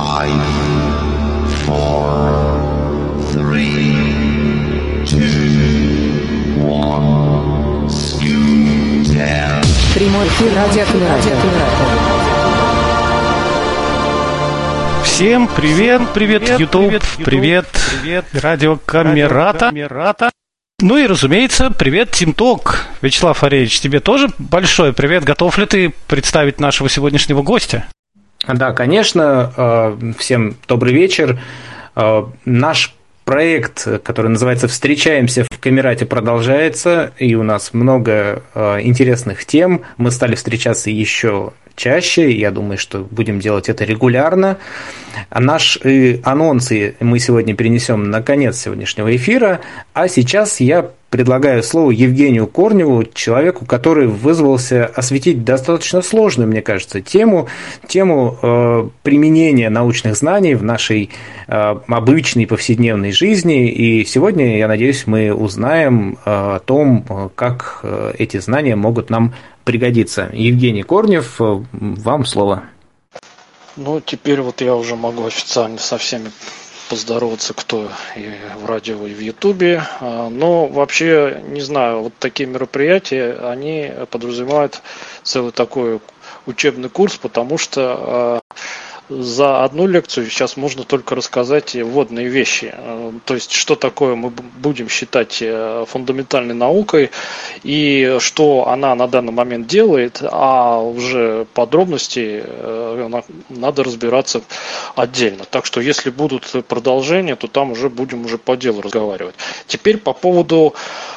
5, 4, 3, 2, 1, скутер. Прямой эфир радио Камерата. Всем привет, YouTube, привет, радио Камерата. Ну и, разумеется, привет, Тимток. Вячеслав Ареевич, тебе тоже большой привет. Готов ли ты представить нашего сегодняшнего гостя? Да, конечно. Всем добрый вечер. Наш проект, который называется «Встречаемся в Камерате», продолжается, и у нас много интересных тем. Мы стали встречаться еще чаще, я думаю, что будем делать это регулярно. Наши анонсы мы сегодня перенесем на конец сегодняшнего эфира, а сейчас я предлагаю слово Евгению Корневу, человеку, который вызвался осветить достаточно сложную, мне кажется, тему применения научных знаний в нашей обычной повседневной жизни. И сегодня, я надеюсь, мы узнаем о том, как эти знания могут нам пригодиться. Евгений Корнев, вам слово. Ну, теперь вот я уже могу официально со всеми поздороваться, кто и в радио, и в Ютубе. Но вообще, не знаю, вот такие мероприятия, они подразумевают целый такой учебный курс, потому что за одну лекцию сейчас можно только рассказать вводные вещи. То есть, что такое мы будем считать фундаментальной наукой и что она на данный момент делает, а уже подробности надо разбираться отдельно. Так что, если будут продолжения, то там уже будем по делу разговаривать. Теперь по поводу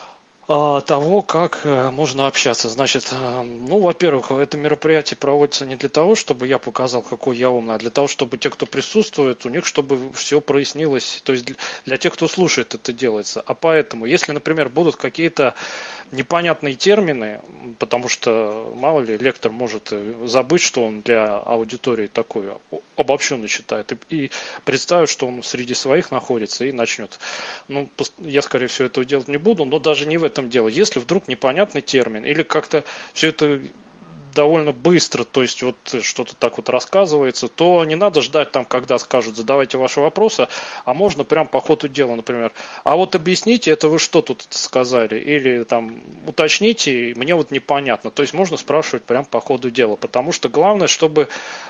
того, как можно общаться. Значит, ну, во-первых, это мероприятие проводится не для того, чтобы я показал, какой я умный, а для того, чтобы те, кто присутствует, у них, чтобы все прояснилось. То есть для тех, кто слушает, это делается. А поэтому, если, например, будут какие-то непонятные термины, потому что, мало ли, лектор может забыть, что он для аудитории такой обобщенно читает, и представить, что он среди своих находится и начнет. Ну, я, скорее всего, этого делать не буду, но даже не в этом дело. Если вдруг непонятный термин или как-то все это довольно быстро, то есть вот что-то так вот рассказывается, то не надо ждать там, когда скажут, задавайте ваши вопросы, а можно прям по ходу дела, например, а вот объясните, это вы что тут сказали, или там уточните, мне вот непонятно, то есть можно спрашивать прям по ходу дела, потому что главное, чтобы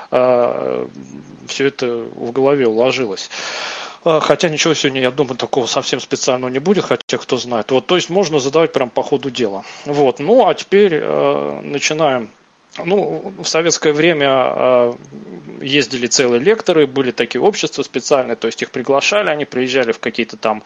все это в голове уложилось. Хотя ничего сегодня, я думаю, такого совсем специального не будет, хотя кто знает. Вот, то есть можно задавать прям по ходу дела. Вот. Ну, а теперь начинаем. Ну, в советское время ездили целые лекторы, были такие общества специальные, то есть их приглашали, они приезжали в какие-то там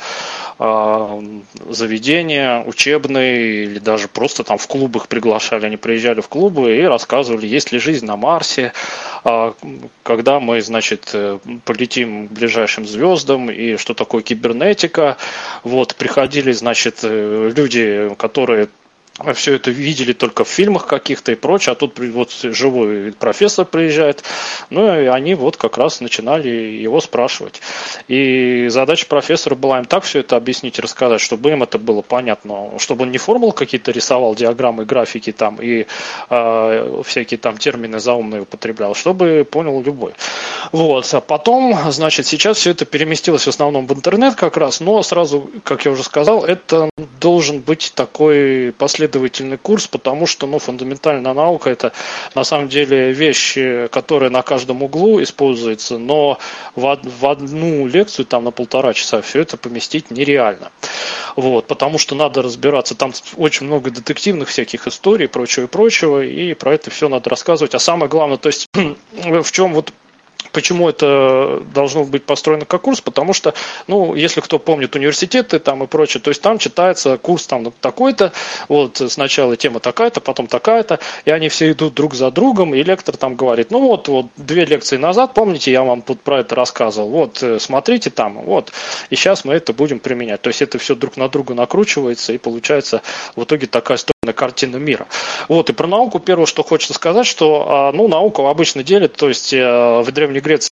заведения учебные или даже просто там в клубах приглашали, они приезжали в клубы и рассказывали, есть ли жизнь на Марсе, когда мы, значит, полетим к ближайшим звездам и что такое кибернетика. Вот, приходили, значит, люди, которые все это видели только в фильмах каких-то и прочее, а тут вот живой профессор приезжает, ну и они вот как раз начинали его спрашивать. И задача профессора была им так все это объяснить, рассказать, чтобы им это было понятно, чтобы он не формулы какие-то рисовал, диаграммы, графики там и всякие там термины заумные употреблял, чтобы понял любой. Вот, а потом, значит, сейчас все это переместилось в основном в интернет как раз, но сразу, как я уже сказал, это должен быть такой последовательный курс, потому что, ну, фундаментальная наука – это на самом деле вещь, которая на каждом углу используется, но в одну лекцию там на 1,5 часа все это поместить нереально. Вот, потому что надо разбираться, там очень много детективных всяких историй, прочего, и про это все надо рассказывать. А самое главное, то есть в чем вот почему это должно быть построено как курс? Потому что, ну, если кто помнит университеты там и прочее, то есть там читается курс там такой-то, вот сначала тема такая-то, потом такая-то, и они все идут друг за другом, и лектор там говорит, ну вот 2 лекции назад, помните, я вам тут про это рассказывал, вот смотрите там, вот, и сейчас мы это будем применять. То есть это все друг на друга накручивается, и получается в итоге такая стройная картина мира. Вот, и про науку первое, что хочется сказать, что, ну, науку обычно делят, то есть в Древней Греции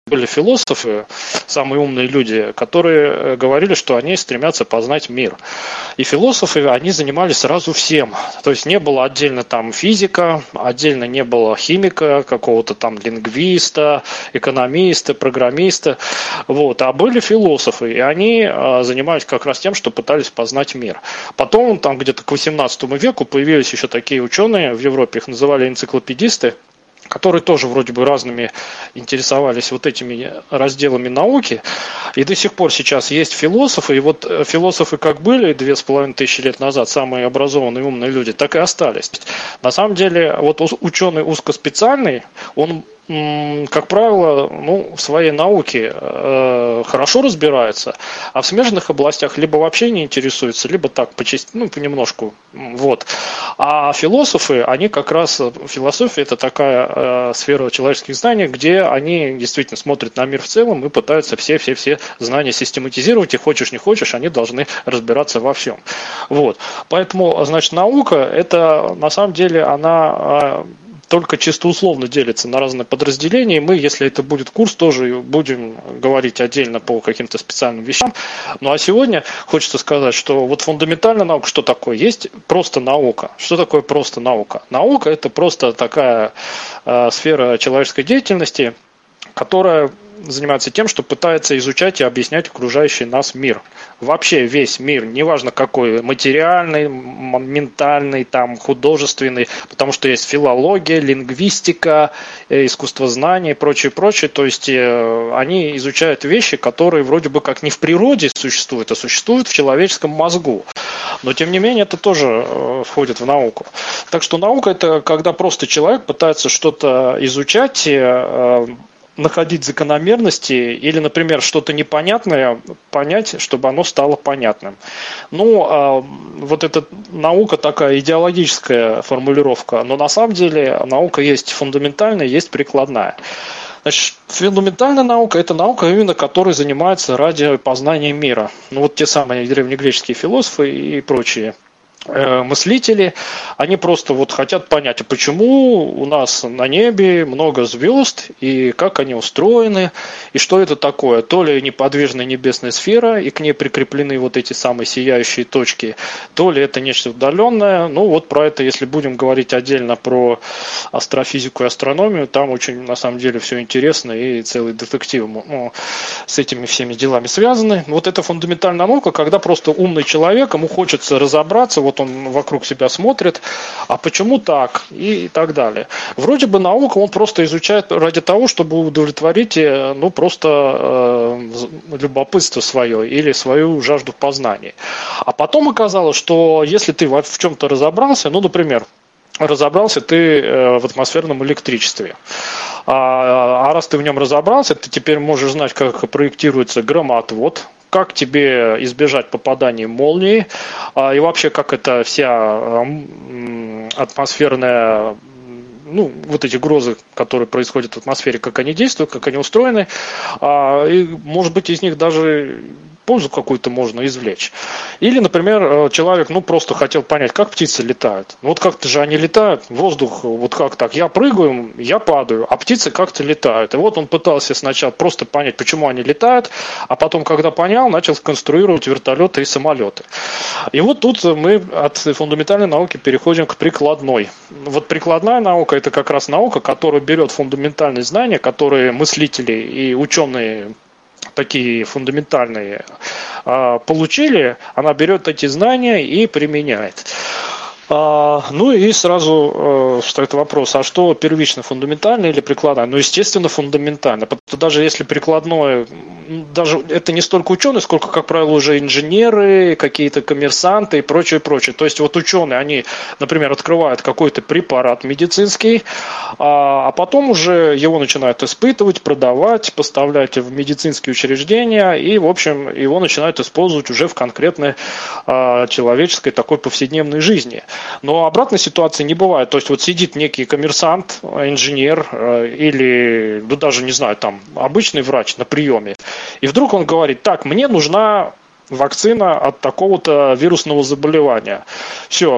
были философы, самые умные люди, которые говорили, что они стремятся познать мир. И философы, они занимались сразу всем. То есть не было отдельно там физика, отдельно не было химика, какого-то там лингвиста, экономиста, программиста. Вот. А были философы, и они занимались как раз тем, что пытались познать мир. Потом, там где-то к 18 веку появились еще такие ученые в Европе, их называли энциклопедисты, которые тоже вроде бы разными интересовались вот этими разделами науки. И до сих пор сейчас есть философы. И вот философы как были 2500 лет назад, самые образованные умные люди, так и остались. На самом деле, вот ученый узкоспециальный, он, как правило, в своей науке хорошо разбирается, а в смежных областях либо вообще не интересуется, либо так, понемножку. Вот. А философы, они как раз, философия – это такая сфера человеческих знаний, где они действительно смотрят на мир в целом и пытаются все знания систематизировать, и хочешь не хочешь, они должны разбираться во всем. Вот. Поэтому, значит, наука – это на самом деле она только чисто условно делится на разные подразделения. Мы, если это будет курс, тоже будем говорить отдельно по каким-то специальным вещам. Ну а сегодня хочется сказать, что вот фундаментальная наука, что такое? Есть просто наука. Что такое просто наука? Наука – это просто такая сфера человеческой деятельности, которая занимается тем, что пытается изучать и объяснять окружающий нас мир. Вообще весь мир, неважно какой, материальный, ментальный, там, художественный, потому что есть филология, лингвистика, искусствознание и прочее. То есть они изучают вещи, которые вроде бы как не в природе существуют, а существуют в человеческом мозгу. Но тем не менее это тоже входит в науку. Так что наука – это когда просто человек пытается что-то изучать, находить закономерности или, например, что-то непонятное понять, чтобы оно стало понятным. Вот эта наука такая идеологическая формулировка, но на самом деле наука есть фундаментальная, есть прикладная. Значит, фундаментальная наука – это наука, именно которая занимается ради познания мира. Вот те самые древнегреческие философы и прочие мыслители, они просто вот хотят понять, а почему у нас на небе много звезд, и как они устроены, и что это такое. То ли неподвижная небесная сфера, и к ней прикреплены вот эти самые сияющие точки, то ли это нечто удаленное. Вот про это, если будем говорить отдельно про астрофизику и астрономию, там очень, на самом деле, все интересно, и целый детектив с этими всеми делами связаны. Вот это фундаментальная наука, когда просто умный человек, ему хочется разобраться, вот он вокруг себя смотрит, а почему так и так далее. Вроде бы науку он просто изучает ради того, чтобы удовлетворить просто любопытство свое или свою жажду познания. А потом оказалось, что если ты в чем-то разобрался, например, разобрался ты в атмосферном электричестве. А раз ты в нем разобрался, ты теперь можешь знать, как проектируется громоотвод, как тебе избежать попадания молнии, и вообще, как эта вся атмосферная, вот эти грозы, которые происходят в атмосфере, как они действуют, как они устроены, и, может быть, из них даже пользу какую-то можно извлечь. Или, например, человек, просто хотел понять, как птицы летают. Вот как-то же они летают, воздух, вот как так, я прыгаю, я падаю, а птицы как-то летают. И вот он пытался сначала просто понять, почему они летают, а потом, когда понял, начал конструировать вертолеты и самолеты. И вот тут мы от фундаментальной науки переходим к прикладной. Вот прикладная наука – это как раз наука, которая берет фундаментальные знания, которые мыслители и ученые такие фундаментальные получили, она берет эти знания и применяет. И сразу встает вопрос, а что первично, фундаментальное или прикладное? Естественно, фундаментальное. Потому что даже если прикладное, даже это не столько ученые, сколько, как правило, уже инженеры, какие-то коммерсанты и прочее. То есть вот ученые, они, например, открывают какой-то препарат медицинский, а потом уже его начинают испытывать, продавать, поставлять в медицинские учреждения, и, в общем, его начинают использовать уже в конкретной человеческой такой повседневной жизни. Но обратной ситуации не бывает. То есть вот сидит некий коммерсант, инженер или, даже не знаю, там обычный врач на приеме, и вдруг он говорит: так, мне нужна вакцина от такого-то вирусного заболевания. Все.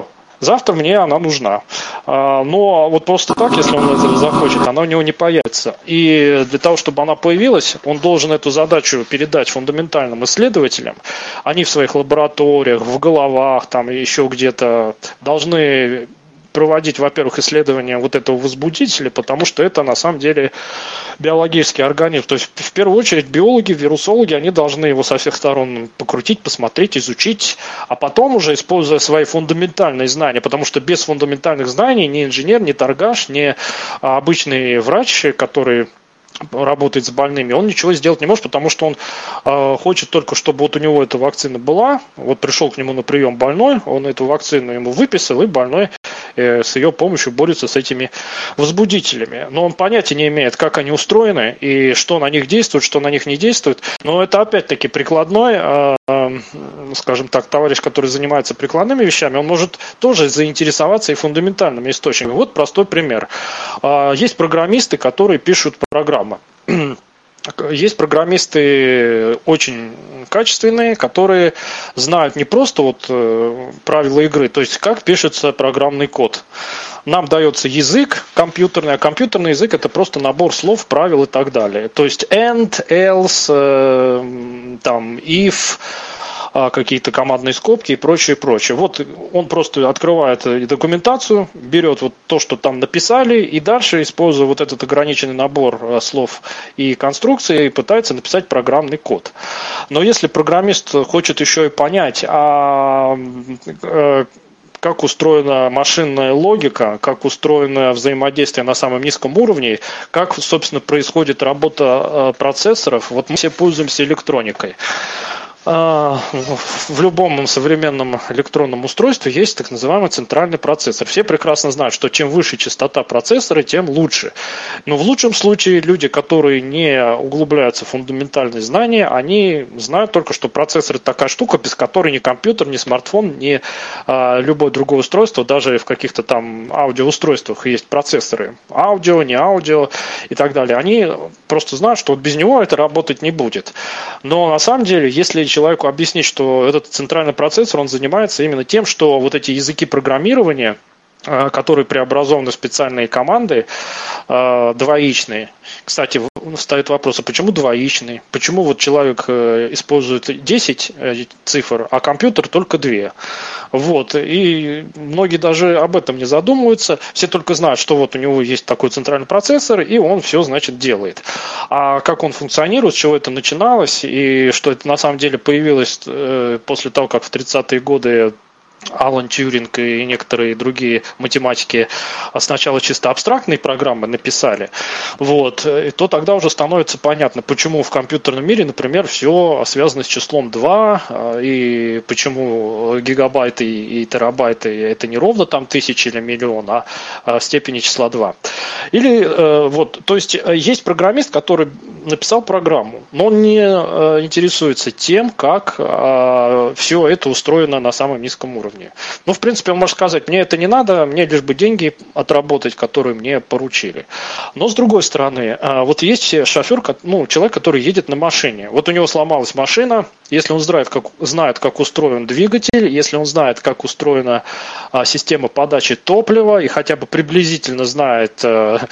Завтра мне она нужна. Но вот просто так, если он этого захочет, она у него не появится. И для того, чтобы она появилась, он должен эту задачу передать фундаментальным исследователям. Они в своих лабораториях, в головах, там еще где-то должны проводить, во-первых, исследования вот этого возбудителя, потому что это на самом деле биологический организм. То есть в первую очередь биологи, вирусологи, они должны его со всех сторон покрутить, посмотреть, изучить, а потом уже, используя свои фундаментальные знания, потому что без фундаментальных знаний ни инженер, ни торгаш, ни обычный врач, который работает с больными, он ничего сделать не может, потому что он хочет только, чтобы вот у него эта вакцина была. Вот пришел к нему на прием больной, он эту вакцину ему выписал, и больной с ее помощью борется с этими возбудителями. Но он понятия не имеет, как они устроены и что на них действует, что на них не действует. Но это опять-таки прикладной, скажем так, товарищ, который занимается прикладными вещами, он может тоже заинтересоваться и фундаментальными источниками. Вот простой пример. Есть программисты, которые пишут программы. Есть программисты очень качественные, которые знают не просто вот правила игры, то есть как пишется программный код. Нам дается язык компьютерный, а компьютерный язык это просто набор слов, правил и так далее. То есть and, else, там, if, какие-то командные скобки и прочее, прочее. Вот он просто открывает документацию, берет вот то, что там написали, и дальше, используя вот этот ограниченный набор слов и конструкций, пытается написать программный код. Но если программист хочет еще и понять, как устроена машинная логика, как устроено взаимодействие на самом низком уровне, как, собственно, происходит работа процессоров, вот мы все пользуемся электроникой. В любом современном электронном устройстве есть так называемый центральный процессор. Все прекрасно знают, что чем выше частота процессора, тем лучше. Но в лучшем случае люди, которые не углубляются в фундаментальные знания, они знают только, что процессор – это такая штука, без которой ни компьютер, ни смартфон, ни любое другое устройство, даже в каких-то там аудиоустройствах есть процессоры. Аудио, не аудио и так далее. Они просто знают, что вот без него это работать не будет. Но на самом деле, если человеку объяснить, что этот центральный процессор, он занимается именно тем, что вот эти языки программирования, которые преобразованы в специальные команды, двоичные. Кстати, встает вопрос, а почему двоичные? Почему вот человек использует 10 цифр, а компьютер только 2? Вот. И многие даже об этом не задумываются. Все только знают, что вот у него есть такой центральный процессор, и он все, значит, делает. А как он функционирует, с чего это начиналось, и что это на самом деле появилось после того, как в 30-е годы Алан Тьюринг и некоторые другие математики сначала чисто абстрактные программы написали, вот, то тогда уже становится понятно, почему в компьютерном мире, например, все связано с числом 2, и почему гигабайты и терабайты это не ровно там тысячи или миллион, а в степени числа 2. Или вот, то есть есть программист, который написал программу, но он не интересуется тем, как все это устроено на самом низком уровне. Ну, в принципе, он может сказать, мне это не надо, мне лишь бы деньги отработать, которые мне поручили. Но, с другой стороны, вот есть шофер, ну, человек, который едет на машине. Вот у него сломалась машина, если он знает, как устроен двигатель, если он знает, как устроена система подачи топлива и хотя бы приблизительно знает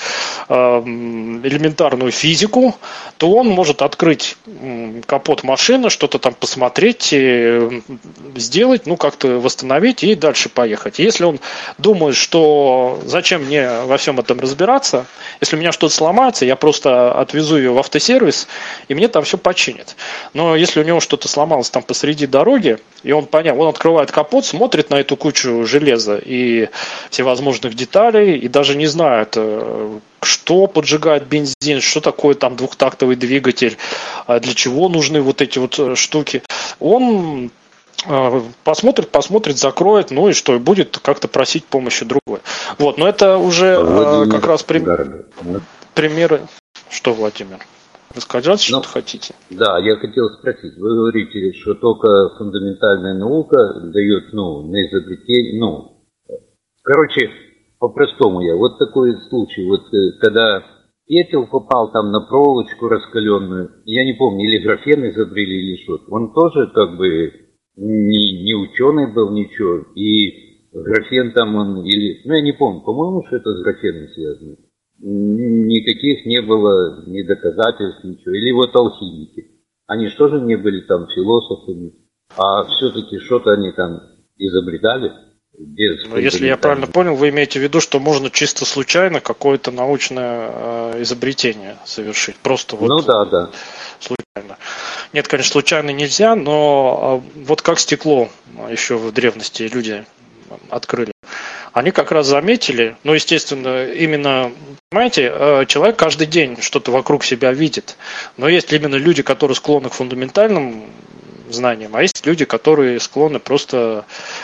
элементарную физику, то он может открыть капот машины, что-то там посмотреть, сделать, ну, как-то восстановить и дальше поехать. Если он думает, что зачем мне во всем этом разбираться, если у меня что-то сломается, я просто отвезу ее в автосервис, и мне там все починят. Но если у него что-то сломалось там посреди дороги, и он открывает капот, смотрит на эту кучу железа и всевозможных деталей, и даже не знает, что поджигает бензин, что такое там двухтактовый двигатель, для чего нужны вот эти вот штуки, он посмотрит, закроет, ну и что, и будет как-то просить помощи другой. Вот, но это уже как раз примеры. Что, Владимир? Вы сказать, что хотите? Да, я хотел спросить. Вы говорите, что только фундаментальная наука дает, на изобретение, короче, по-простому вот такой случай, вот когда пепел попал там на проволочку раскаленную, я не помню, или графен изобрели, или что-то, он тоже как бы не ученый был, ничего, и графен там он или... Ну, я не помню, по-моему, что это с графеном связано. Никаких не было ни доказательств, ничего. Или вот алхимики. Они же тоже не были там философами, а все-таки что-то они там изобретали. Но если я правильно понял, вы имеете в виду, что можно чисто случайно какое-то научное изобретение совершить. Просто вот. Ну да. Случайно. Нет, конечно, случайно нельзя, но вот как стекло еще в древности люди открыли. Они как раз заметили, ну, естественно, именно, понимаете, человек каждый день что-то вокруг себя видит, но есть именно люди, которые склонны к фундаментальным знаниям, а есть люди, которые склонны просто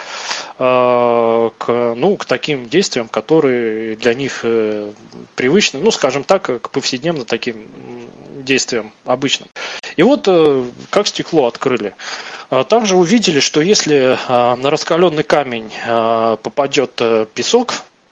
к таким действиям, которые для них привычны, ну, скажем так, к повседневно таким действиям обычным. И вот как стекло открыли. Также увидели, что если на раскаленный камень попадет песок,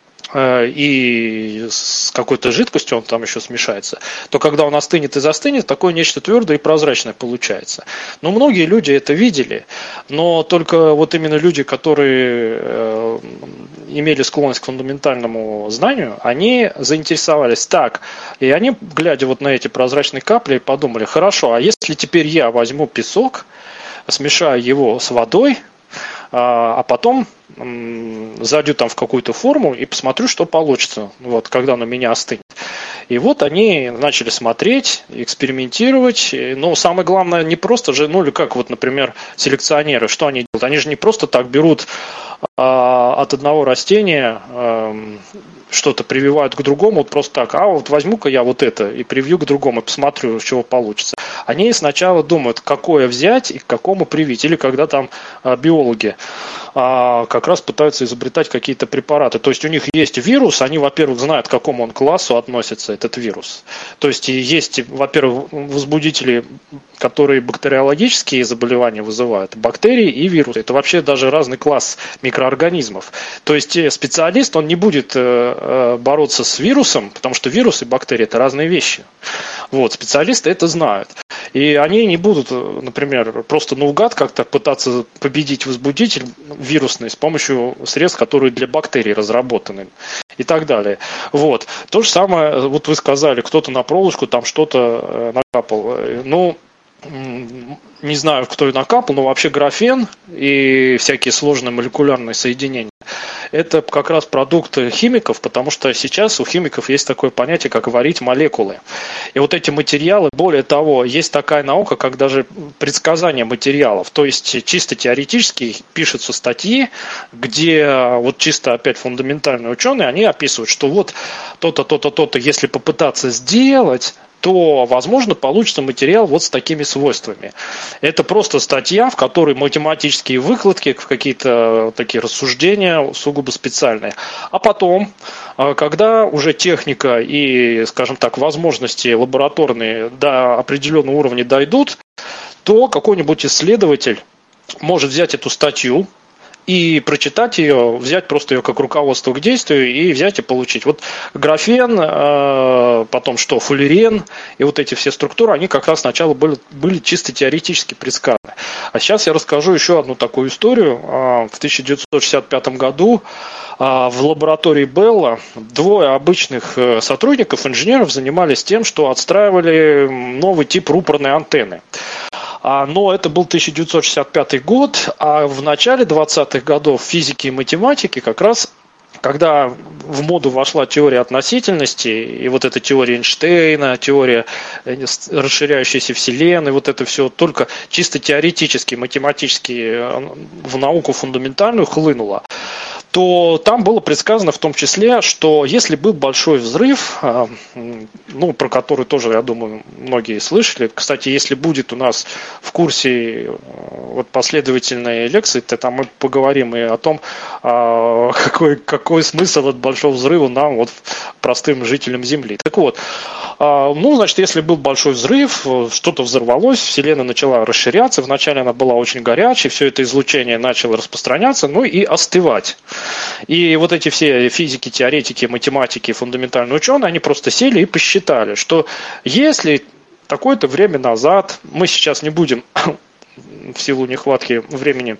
и с какой-то жидкостью он там еще смешается, то когда он остынет и застынет, такое нечто твердое и прозрачное получается. Но многие люди это видели, но только вот именно люди, которые имели склонность к фундаментальному знанию, они заинтересовались так, и они, глядя вот на эти прозрачные капли, подумали: хорошо, а если теперь я возьму песок, смешаю его с водой, а потом зайду там в какую-то форму и посмотрю, что получится, вот, когда он у меня остынет. И вот они начали смотреть, экспериментировать. Но самое главное, не просто же, ну или как вот, например, селекционеры, что они делают? Они же не просто так берут от одного растения что-то прививают к другому, вот просто так, а вот возьму-ка я вот это и привью к другому, и посмотрю, чего получится. Они сначала думают, какое взять и к какому привить. Или когда там биологи как раз пытаются изобретать какие-то препараты. То есть у них есть вирус, они, во-первых, знают, к какому он классу относится этот вирус. То есть есть, во-первых, возбудители, которые бактериологические заболевания вызывают, бактерии и вирусы. Это вообще даже разный класс микроорганизмов. То есть специалист, он не будет бороться с вирусом, потому что вирус и бактерии – это разные вещи. Вот, специалисты это знают. И они не будут, например, просто наугад как-то пытаться победить возбудитель вирусный с помощью средств, которые для бактерий разработаны и так далее. Вот. То же самое, вот вы сказали, кто-то на проволочку там что-то накапал. Ну, не знаю, кто и накапал, но вообще графен и всякие сложные молекулярные соединения – это как раз продукт химиков, потому что сейчас у химиков есть такое понятие, как варить молекулы. И вот эти материалы, более того, есть такая наука, как даже предсказание материалов. То есть чисто теоретически пишутся статьи, где вот чисто опять фундаментальные ученые, они описывают, что вот то-то, то-то, то-то, если попытаться сделать, то, возможно, получится материал вот с такими свойствами. Это просто статья, в которой математические выкладки, какие-то такие рассуждения сугубо специальные. А потом, когда уже техника и, скажем так, возможности лабораторные до определенного уровня дойдут, то какой-нибудь исследователь может взять эту статью и прочитать ее, взять просто ее как руководство к действию и взять и получить. Вот графен, потом что, фуллерен и вот эти все структуры, они как раз сначала были чисто теоретически предсказаны. А сейчас я расскажу еще одну такую историю. В 1965 году в лаборатории Белла двое обычных сотрудников, инженеров, занимались тем, что отстраивали новый тип рупорной антенны. Но это был 1965 год, а в начале 20-х годов физики и математики как раз, когда в моду вошла теория относительности, и вот эта теория Эйнштейна, теория расширяющейся вселенной, вот это все только чисто теоретически, математически в науку фундаментальную хлынуло, то там было предсказано в том числе, что если был большой взрыв, ну, про который тоже, я думаю, многие слышали. Кстати, если будет у нас в курсе вот последовательные лекции, то там мы поговорим и о том, какой смысл от большого взрыва нам, вот, простым жителям Земли. Так вот, ну, значит, если был большой взрыв, что-то взорвалось, Вселенная начала расширяться, вначале она была очень горячей, все это излучение начало распространяться, ну и остывать. И вот эти все физики, теоретики, математики, фундаментальные ученые, они просто сели и посчитали, что если какое-то время назад, мы сейчас не будем в силу нехватки времени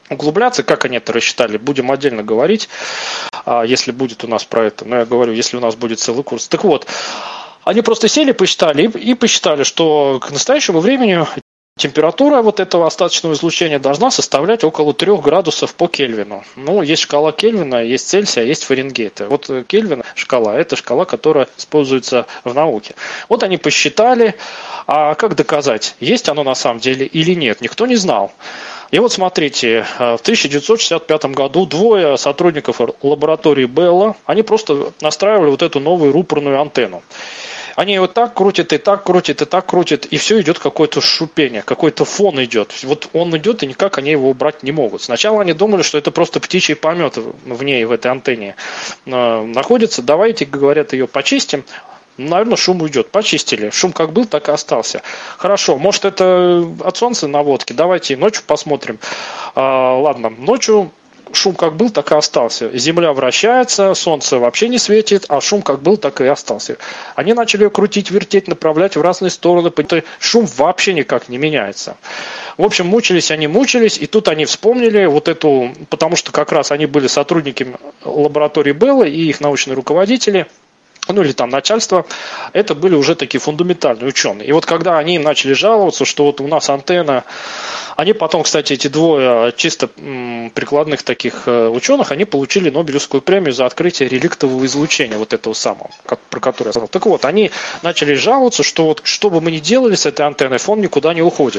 углубляться, как они это рассчитали, будем отдельно говорить, если будет у нас про это. Но я говорю, если у нас будет целый курс. Так вот, они просто сели, посчитали и посчитали, что к настоящему времени температура вот этого остаточного излучения должна составлять около 3 градусов по Кельвину. Ну, есть шкала Кельвина, есть Цельсия, есть Фаренгейта. Вот Кельвин шкала, это шкала, которая используется в науке. Вот они посчитали, а как доказать, есть оно на самом деле или нет, никто не знал. И вот смотрите, в 1965 году двое сотрудников лаборатории Белла, они просто настраивали вот эту новую рупорную антенну. Они вот так крутят, и так крутят, и так крутят, и все идет какое-то шупение, какой-то фон идет. Вот он идет, и никак они его убрать не могут. Сначала они думали, что это просто птичий помет в ней, в этой антенне находится. Давайте, говорят, ее почистим. Наверное, шум уйдет. Почистили. Шум как был, так и остался. Хорошо, может, это от солнца наводки. Давайте ночью посмотрим. Ладно, ночью шум как был, так и остался. Земля вращается, солнце вообще не светит, а шум как был, так и остался. Они начали ее крутить, вертеть, направлять в разные стороны. Шум вообще никак не меняется. В общем, мучились, и тут они вспомнили вот эту, потому что как раз они были сотрудниками лаборатории Белла и их научные руководители, ну или там начальство, это были уже такие фундаментальные ученые. И вот когда они им начали жаловаться, что вот у нас антенна, они потом, кстати, эти двое чисто прикладных таких ученых, они получили Нобелевскую премию за открытие реликтового излучения, вот этого самого, про которое я сказал. Так вот, они начали жаловаться, что вот что бы мы ни делали с этой антенной, фон никуда не уходит.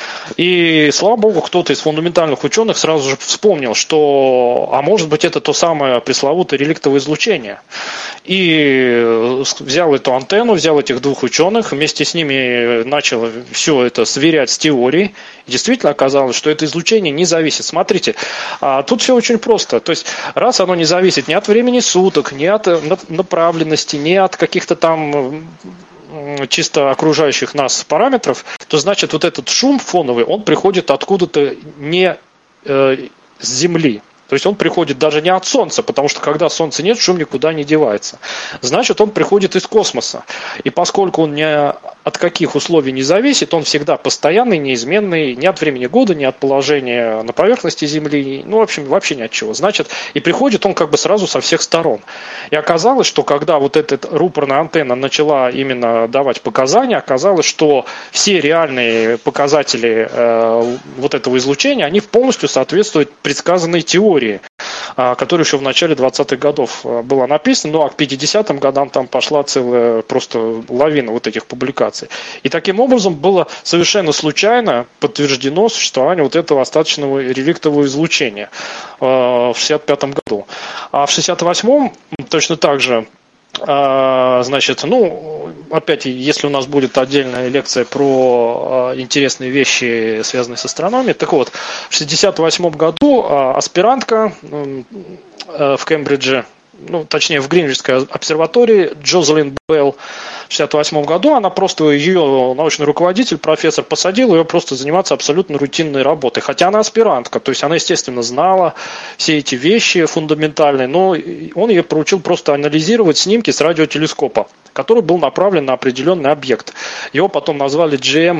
И, слава богу, кто-то из фундаментальных ученых сразу же вспомнил, что, а может быть, это то самое пресловутое реликтовое излучение. И взял эту антенну, взял этих двух ученых, вместе с ними начал все это сверять с теорией. И действительно оказалось, что это излучение не зависит. Смотрите, тут все очень просто. То есть, раз оно не зависит ни от времени суток, ни от направленности, ни от каких-то там чисто окружающих нас параметров, то значит вот этот шум фоновый, он приходит откуда-то не с Земли. То есть он приходит даже не от Солнца, потому что когда Солнца нет, шум никуда не девается. Значит, он приходит из космоса. И поскольку он ни от каких условий не зависит, он всегда постоянный, неизменный, ни от времени года, ни от положения на поверхности Земли, ну, в общем, вообще ни от чего. Значит, и приходит он как бы сразу со всех сторон. И оказалось, что когда вот эта рупорная антенна начала именно давать показания, оказалось, что все реальные показатели вот этого излучения, они полностью соответствуют предсказанной теории, которая еще в начале 20-х годов была написана, ну а к 50-м годам там пошла целая просто лавина вот этих публикаций. И таким образом было совершенно случайно подтверждено существование вот этого остаточного реликтового излучения в 65-м году. А в 68-м точно так же, значит, ну, опять, если у нас будет отдельная лекция про интересные вещи, связанные с астрономией, так вот, в 1968 году аспирантка в Кембридже, ну, точнее, в Гринвичской обсерватории, Джозелин Белл, в 1968 году, она просто, ее научный руководитель, профессор, посадил ее просто заниматься абсолютно рутинной работой. Хотя она аспирантка, то есть она, естественно, знала все эти вещи фундаментальные, но он ей поручил просто анализировать снимки с радиотелескопа, который был направлен на определенный объект. Его потом назвали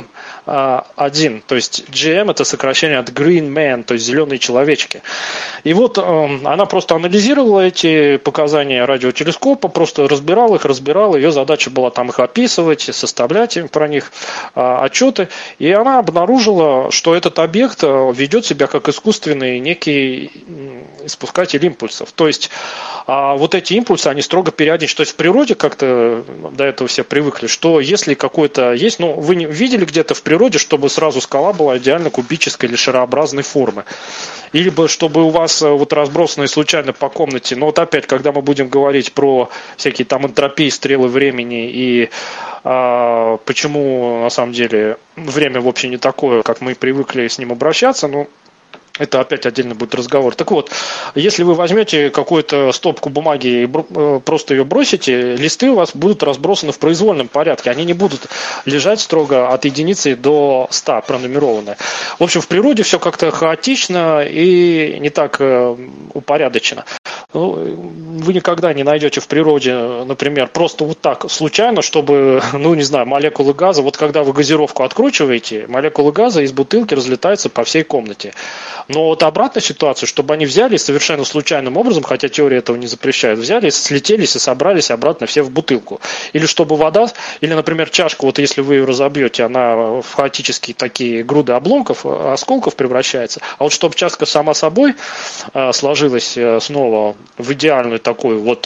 GM-1, то есть GM это сокращение от Green Man, то есть зеленые человечки. И вот она просто анализировала эти показания радиотелескопа, просто разбирала их, ее задача была там их описывать, составлять про них отчеты, и она обнаружила, что этот объект ведет себя как искусственный некий испускатель импульсов. То есть вот эти импульсы, они строго периодичны. То есть в природе как-то до этого все привыкли, что если какой-то есть, ну, вы не видели где-то в природе, чтобы сразу скала была идеально кубической или шарообразной формы. Или бы, чтобы у вас вот разбросанные случайно по комнате, но вот опять, когда мы будем говорить про всякие там энтропии, стрелы времени и почему на самом деле время вообще не такое, как мы привыкли с ним обращаться, ну, это опять отдельно будет разговор. Так вот, если вы возьмете какую-то стопку бумаги и просто ее бросите, листы у вас будут разбросаны в произвольном порядке. Они не будут лежать строго от единицы до 100 пронумерованные. В общем, в природе все как-то хаотично и не так упорядочено. Вы никогда не найдете в природе, например, просто вот так случайно, чтобы, не знаю, молекулы газа, вот когда вы газировку откручиваете, молекулы газа из бутылки разлетаются по всей комнате. Но вот обратная ситуация, чтобы они взяли совершенно случайным образом, хотя теория этого не запрещает, взяли, слетелись и собрались обратно все в бутылку. Или чтобы вода, или, например, чашка, вот если вы ее разобьете, она в хаотические такие груды обломков, осколков превращается. А вот чтобы чашка сама собой сложилась снова в идеальную такую вот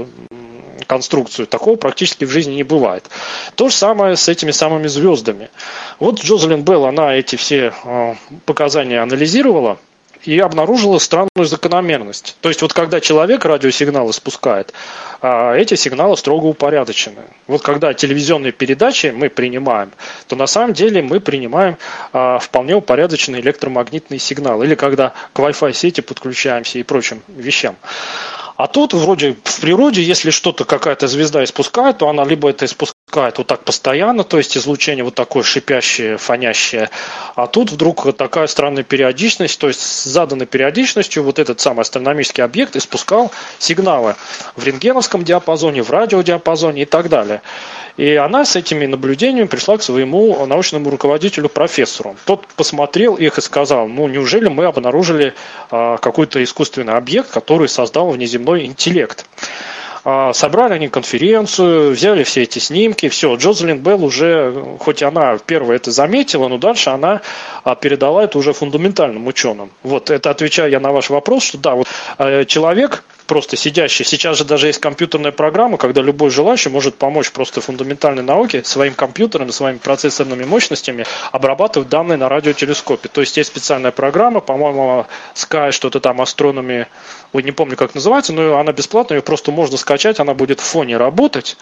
конструкцию, такого практически в жизни не бывает. То же самое с этими самыми звездами. Вот Джозелин Белл, она эти все показания анализировала и обнаружила странную закономерность. То есть вот когда человек радиосигналы спускает, эти сигналы строго упорядочены. Вот когда телевизионные передачи мы принимаем, то на самом деле мы принимаем вполне упорядоченные электромагнитные сигналы. Или когда к Wi-Fi сети подключаемся и прочим вещам. А тут вроде в природе, если что-то какая-то звезда испускает, то она либо это испускает вот так постоянно, то есть излучение вот такое шипящее, фонящее, а тут вдруг такая странная периодичность, то есть с заданной периодичностью вот этот самый астрономический объект испускал сигналы в рентгеновском диапазоне, в радиодиапазоне и так далее. И она с этими наблюдениями пришла к своему научному руководителю, профессору. Тот посмотрел их и сказал, неужели мы обнаружили какой-то искусственный объект, который создал внеземной интеллект. Собрали они конференцию, взяли все эти снимки, все. Джозелин Белл уже, хоть она первая это заметила, но дальше она передала это уже фундаментальным ученым. Вот это отвечаю я на ваш вопрос, что да, вот человек просто сидящий, сейчас же даже есть компьютерная программа, когда любой желающий может помочь просто фундаментальной науке своим компьютером, своими процессорными мощностями обрабатывать данные на радиотелескопе. То есть есть специальная программа, по-моему, Sky, что-то там, Astronomy, не помню, как называется, но она бесплатная, ее просто можно скачать, она будет в фоне работать,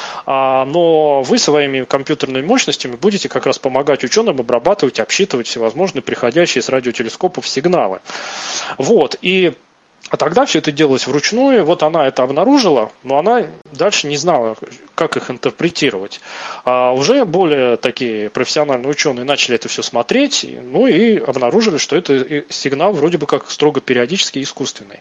но вы своими компьютерными мощностями будете как раз помогать ученым обрабатывать, обсчитывать всевозможные приходящие с радиотелескопов сигналы. Вот, а тогда все это делалось вручную, вот она это обнаружила, но она дальше не знала, как их интерпретировать. А уже более такие профессиональные ученые начали это все смотреть, и обнаружили, что это сигнал вроде бы как строго периодически искусственный.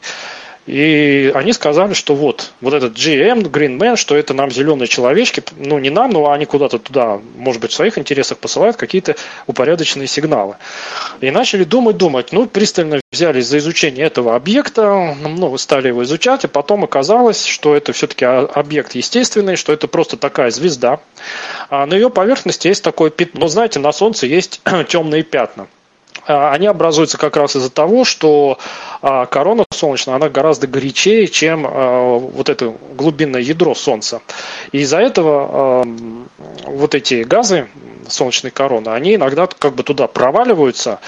И они сказали, что вот этот GM, Green Man, что это нам зеленые человечки, не нам, но они куда-то туда, может быть, в своих интересах посылают какие-то упорядоченные сигналы. И начали думать, пристально взялись за изучение этого объекта, много стали его изучать, а потом оказалось, что это все-таки объект естественный, что это просто такая звезда. А на ее поверхности есть такое пятно. Знаете, на Солнце есть темные пятна. Они образуются как раз из-за того, что корона солнечная, она гораздо горячее, чем вот это глубинное ядро Солнца. И из-за этого вот эти газы солнечной короны, они иногда как бы туда проваливаются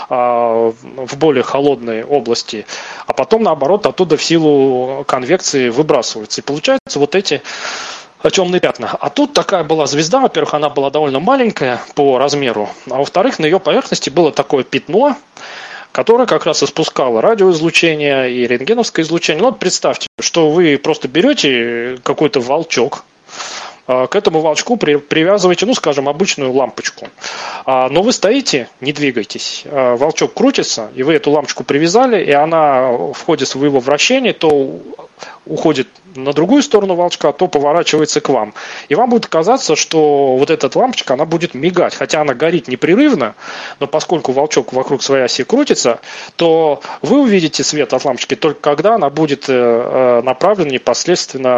в более холодные области, а потом, наоборот, оттуда в силу конвекции выбрасываются. И получаются вот эти темные пятна. А тут такая была звезда, во-первых, она была довольно маленькая по размеру, а во-вторых, на ее поверхности было такое пятно, которое как раз испускало радиоизлучение и рентгеновское излучение. Вот представьте, что вы просто берете какой-то волчок, к этому волчку привязываете, скажем, обычную лампочку. Но вы стоите, не двигаетесь. Волчок крутится, и вы эту лампочку привязали, и она в ходе своего вращения то уходит на другую сторону волчка, то поворачивается к вам. И вам будет казаться, что вот эта лампочка, она будет мигать. Хотя она горит непрерывно, но поскольку волчок вокруг своей оси крутится, то вы увидите свет от лампочки только когда она будет направлена непосредственно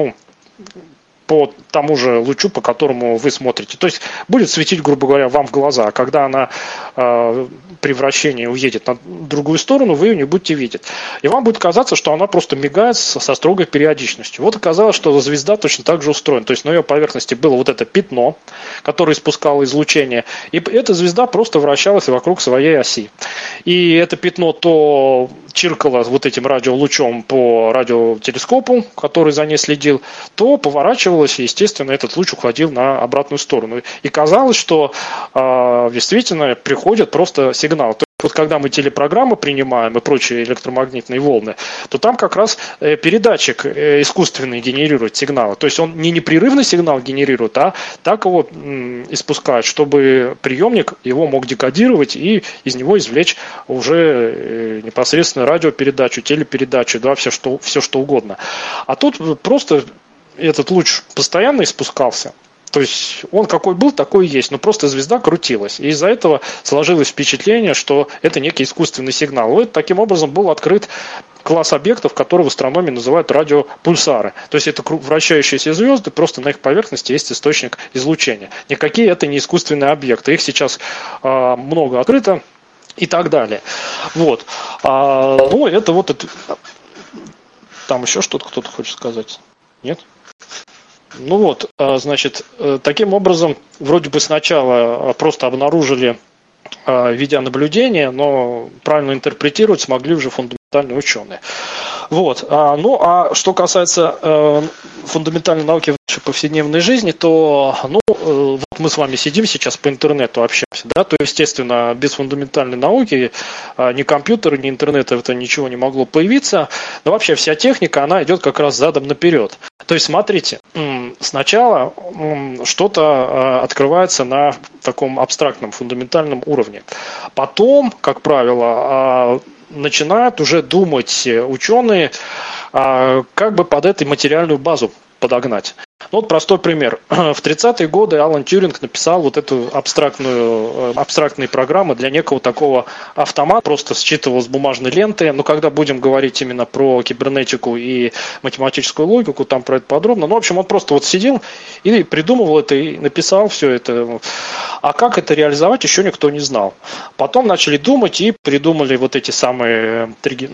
по тому же лучу, по которому вы смотрите. То есть будет светить, грубо говоря, вам в глаза. А когда она при вращении уедет на другую сторону, вы ее не будете видеть. И вам будет казаться, что она просто мигает со строгой периодичностью. Вот оказалось, что звезда точно так же устроена. То есть на ее поверхности было вот это пятно, которое испускало излучение. И эта звезда просто вращалась вокруг своей оси. И это пятно то чиркало вот этим радиолучом по радиотелескопу, который за ней следил, то поворачивалось, и, естественно, этот луч уходил на обратную сторону. И казалось, что действительно приходит просто сигнал. То вот когда мы телепрограммы принимаем и прочие электромагнитные волны, то там как раз передатчик искусственный генерирует сигналы. То есть он не непрерывный сигнал генерирует, а так его испускает, чтобы приемник его мог декодировать и из него извлечь уже непосредственно радиопередачу, телепередачу, да, все что угодно. А тут просто этот луч постоянно испускался. То есть он какой был, такой и есть, но просто звезда крутилась. И из-за этого сложилось впечатление, что это некий искусственный сигнал. Вот таким образом был открыт класс объектов, которые в астрономии называют радиопульсары. То есть это вращающиеся звезды, просто на их поверхности есть источник излучения. Никакие это не искусственные объекты. Их сейчас много открыто и так далее. Вот. Ну, это вот... Это... Там еще что-то кто-то хочет сказать? Нет? Ну вот, значит, таким образом, вроде бы сначала просто обнаружили видеонаблюдение, но правильно интерпретировать смогли уже фундаментальные ученые. Вот. Ну, а что касается фундаментальной науки в нашей повседневной жизни, то, ну, вот мы с вами сидим сейчас по интернету, общаемся, да, то, естественно, без фундаментальной науки ни компьютера, ни интернета это ничего не могло появиться, но вообще вся техника, она идет как раз задом наперед. То есть, смотрите, сначала что-то открывается на таком абстрактном, фундаментальном уровне. Потом, как правило, начинают уже думать ученые, как бы под этой материальную базу подогнать. Ну, вот простой пример. В 30-е годы Алан Тьюринг написал вот эту абстрактные программы для некого такого автомата, просто считывал с бумажной ленты. Но когда будем говорить именно про кибернетику и математическую логику, там про это подробно. Ну, в общем, он просто вот сидел и придумывал это, и написал все это. А как это реализовать, еще никто не знал. Потом начали думать и придумали вот эти самые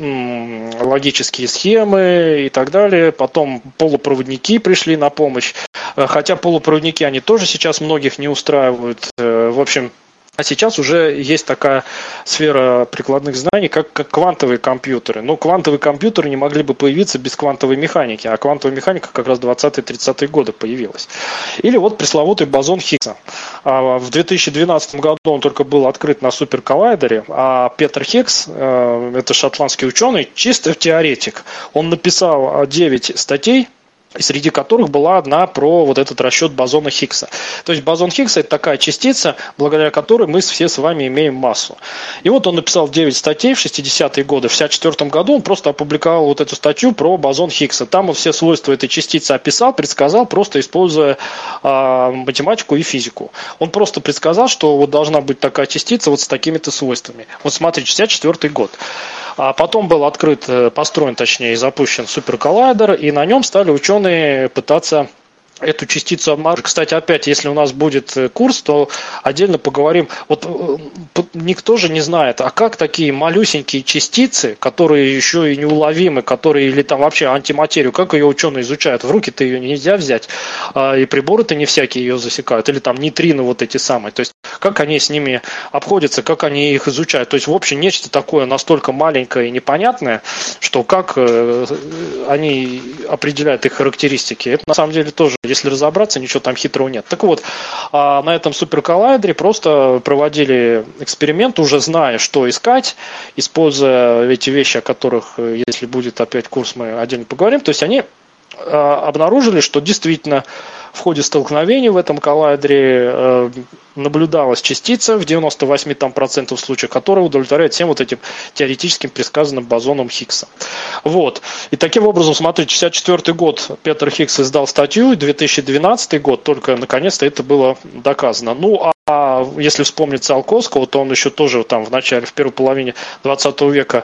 логические схемы и так далее. Потом полупроводники пришли на помощь. Хотя полупроводники, они тоже сейчас многих не устраивают. В общем, а сейчас уже есть такая сфера прикладных знаний, как квантовые компьютеры. Но квантовые компьютеры не могли бы появиться без квантовой механики, а квантовая механика как раз в 20-30-е годы появилась. Или вот пресловутый бозон Хиггса. В 2012 году он только был открыт на суперколлайдере, а Петер Хиггс, это шотландский ученый, чисто теоретик. Он написал 9 статей, среди которых была одна про вот этот расчет бозона Хиггса. То есть бозон Хиггса – это такая частица, благодаря которой мы все с вами имеем массу. И вот он написал 9 статей в 60-е годы. В 1964 году он просто опубликовал вот эту статью про бозон Хиггса. Там он все свойства этой частицы описал, предсказал, просто используя математику и физику. Он просто предсказал, что вот должна быть такая частица вот с такими-то свойствами. Вот смотрите, 64-й год. А потом был построен и запущен суперколлайдер, и на нем стали ученые пытаться эту частицу обнаружить. Кстати, опять, если у нас будет курс, то отдельно поговорим. Вот никто же не знает, а как такие малюсенькие частицы, которые еще и неуловимы, которые или там вообще антиматерию, как ее ученые изучают? В руки-то ее нельзя взять, и приборы-то не всякие ее засекают, или там нейтрино вот эти самые. То есть, как они с ними обходятся, как они их изучают. То есть, в общем, нечто такое настолько маленькое и непонятное, что как они определяют их характеристики, это на самом деле тоже, если разобраться, ничего там хитрого нет. Так вот, на этом суперколлайдере просто проводили эксперимент, уже зная, что искать, используя эти вещи, о которых, если будет опять курс, мы отдельно поговорим. То есть они обнаружили, что действительно в ходе столкновений в этом коллайдере наблюдалась частица в 98% случаев, которая удовлетворяет всем вот этим теоретическим предсказанным бозоном Хиггса. Вот. И таким образом, смотрите, 1964 год Петер Хиггс издал статью, и 2012 год только наконец-то это было доказано. Ну, а если вспомнить Циолковского, то он еще тоже там в первой половине 20 века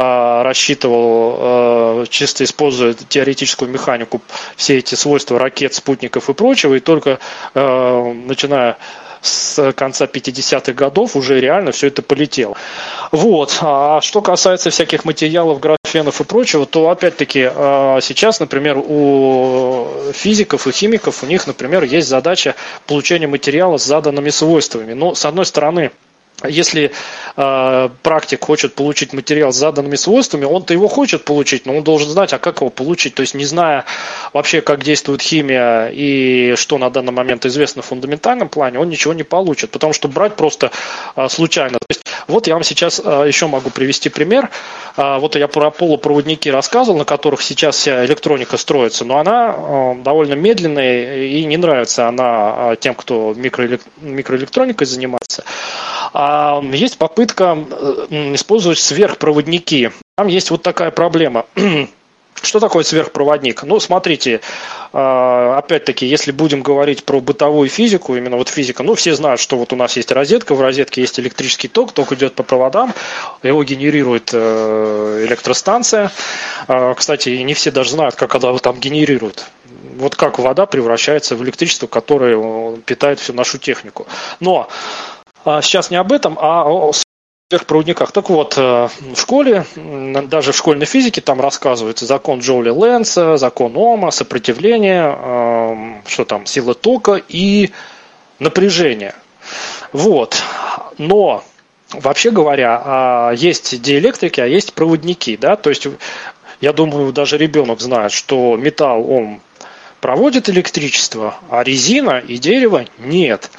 рассчитывал, чисто используя теоретическую механику, все эти свойства ракет, спутников и прочего, и только начиная с конца 50-х годов уже реально все это полетело. Вот. А что касается всяких материалов, графенов и прочего, то опять-таки сейчас, например, у физиков и химиков, у них, например, есть задача получения материала с заданными свойствами. Но, с одной стороны, Если практик хочет получить материал с заданными свойствами, он-то его хочет получить, но он должен знать, а как его получить. То есть, не зная вообще, как действует химия и что на данный момент известно в фундаментальном плане, он ничего не получит, потому что брать просто случайно. То есть, вот я вам сейчас еще могу привести пример. Вот я про полупроводники рассказывал, на которых сейчас вся электроника строится, но она довольно медленная и не нравится она тем, кто микроэлектроникой занимается. Есть попытка использовать сверхпроводники. Там есть вот такая проблема. Что такое сверхпроводник? Ну, смотрите, опять-таки, если будем говорить про бытовую физику, именно вот физика, ну, все знают, что вот у нас есть розетка, в розетке есть электрический ток идет по проводам, его генерирует электростанция. Кстати, не все даже знают, как она там генерирует. Вот как вода превращается в электричество, которое питает всю нашу технику. Но сейчас не об этом, а о сверхпроводниках. Так вот, в школе, даже в школьной физике там рассказывается закон Джоули-Ленца, закон Ома, сопротивление, что там, сила тока и напряжение. Вот. Но, вообще говоря, есть диэлектрики, а есть проводники, да, то есть, я думаю, даже ребенок знает, что металл, он проводит электричество, а резина и дерево нет.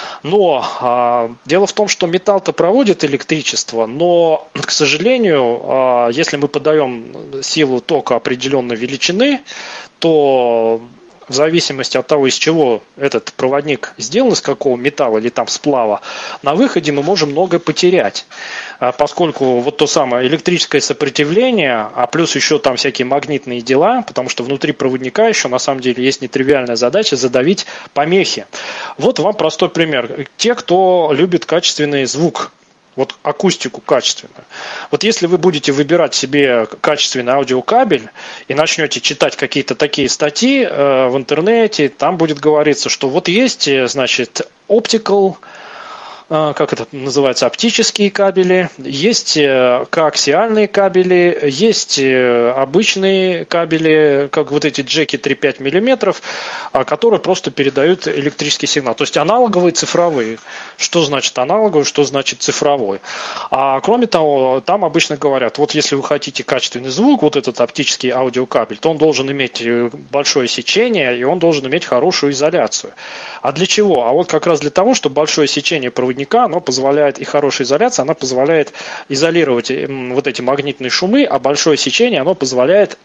Но дело в том, что металл-то проводит электричество, но, к сожалению, если мы подаем силу тока определенной величины, то в зависимости от того, из чего этот проводник сделан, из какого металла или там сплава, на выходе мы можем многое потерять, поскольку вот то самое электрическое сопротивление, а плюс еще там всякие магнитные дела, потому что внутри проводника еще на самом деле есть нетривиальная задача задавить помехи. Вот вам простой пример. Те, кто любит качественный звук, вот акустику качественную. Вот если вы будете выбирать себе качественный аудиокабель и начнете читать какие-то такие статьи в интернете, там будет говориться, что вот есть, значит, optical, как это называется, оптические кабели, есть коаксиальные кабели, есть обычные кабели, как вот эти джеки 3-5 мм, которые просто передают электрический сигнал. То есть аналоговые, цифровые. Что значит аналоговый, что значит цифровой. А кроме того, там обычно говорят, вот если вы хотите качественный звук, вот этот оптический аудиокабель, то он должен иметь большое сечение, и он должен иметь хорошую изоляцию. А для чего? А вот как раз для того, чтобы большое сечение проводника, оно позволяет, и хорошая изоляция, она позволяет изолировать вот эти магнитные шумы, а большое сечение, оно позволяет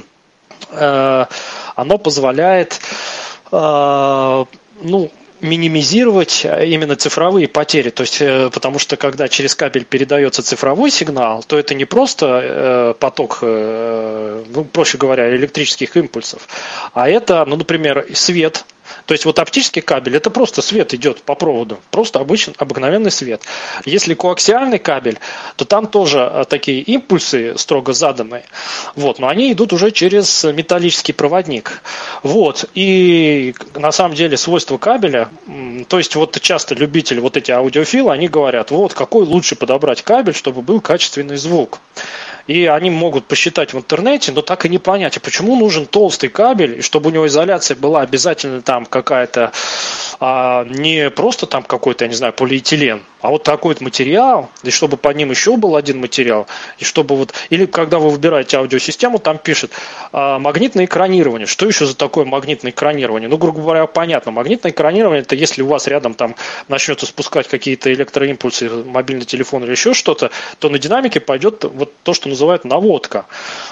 минимизировать именно цифровые потери. То есть, потому что когда через кабель передается цифровой сигнал, то это не просто поток, проще говоря, электрических импульсов, а это, например, свет. То есть вот оптический кабель, это просто свет идет по проводу, просто обыкновенный свет. Если коаксиальный кабель, то там тоже такие импульсы строго заданные, вот, но они идут уже через металлический проводник. Вот, и на самом деле свойства кабеля, то есть вот часто любители, вот эти аудиофилы, они говорят, вот какой лучше подобрать кабель, чтобы был качественный звук. И они могут посчитать в интернете, но так и не понять, а почему нужен толстый кабель, и чтобы у него изоляция была обязательно там какая-то, не просто там какой-то, я не знаю, полиэтилен, а вот такой вот материал, и чтобы под ним еще был один материал, и чтобы вот, или когда вы выбираете аудиосистему, там пишет магнитное экранирование. Что еще за такое магнитное экранирование? Ну, грубо говоря, понятно, магнитное экранирование, это если у вас рядом там начнется спускать какие-то электроимпульсы, мобильный телефон или еще что-то, то на динамике пойдет вот то, что называют наводка.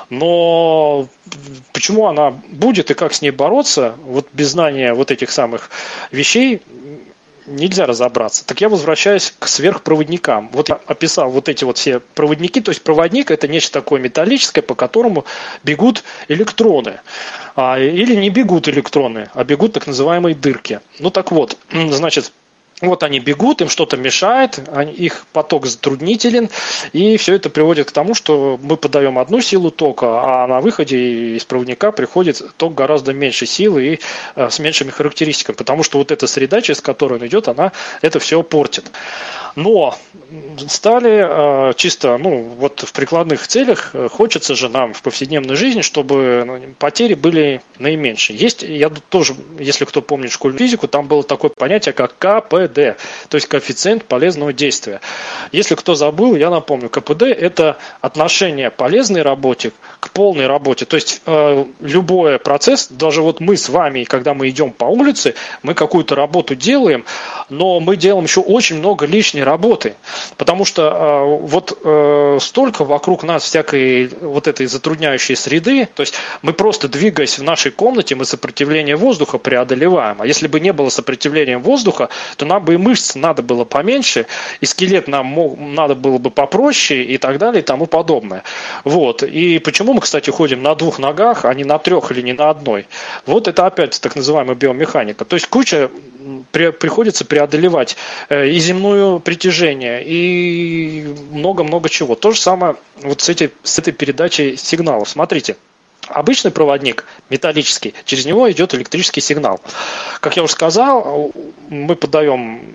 Но почему она будет и как с ней бороться, вот без знания вот этих самых вещей нельзя разобраться. Так я возвращаюсь к сверхпроводникам. Вот я описал вот эти вот все проводники. То есть проводник — это нечто такое металлическое, по которому бегут электроны. Или не бегут электроны, а бегут так называемые дырки. Ну так вот, значит, вот они бегут, им что-то мешает, их поток затруднителен, и все это приводит к тому, что мы подаем одну силу тока, а на выходе из проводника приходит ток гораздо меньшей силы и с меньшими характеристиками, потому что вот эта среда, через которую он идет, она это все портит. Но стали чисто, вот в прикладных целях, хочется же нам в повседневной жизни, чтобы потери были наименьшие. Есть, я тоже, если кто помнит школьную физику, там было такое понятие, как КПД. КПД, то есть коэффициент полезного действия. Если кто забыл, я напомню, КПД – это отношение полезной работе к полной работе. То есть любой процесс, даже вот мы с вами, когда мы идем по улице, мы какую-то работу делаем, но мы делаем еще очень много лишней работы, потому что столько вокруг нас всякой вот этой затрудняющей среды, то есть мы просто двигаясь в нашей комнате, мы сопротивление воздуха преодолеваем, а если бы не было сопротивления воздуха, то нам бы и мышц надо было поменьше, и скелет нам надо было бы попроще и так далее и тому подобное. Вот. И почему мы, кстати, ходим на 2 ногах, а не на 3 или не на 1? Вот это опять так называемая биомеханика. То есть приходится преодолевать и земное притяжение, и много-много чего. То же самое вот с этой передачей сигналов. Смотрите. Обычный проводник, металлический, через него идет электрический сигнал. Как я уже сказал, мы подаем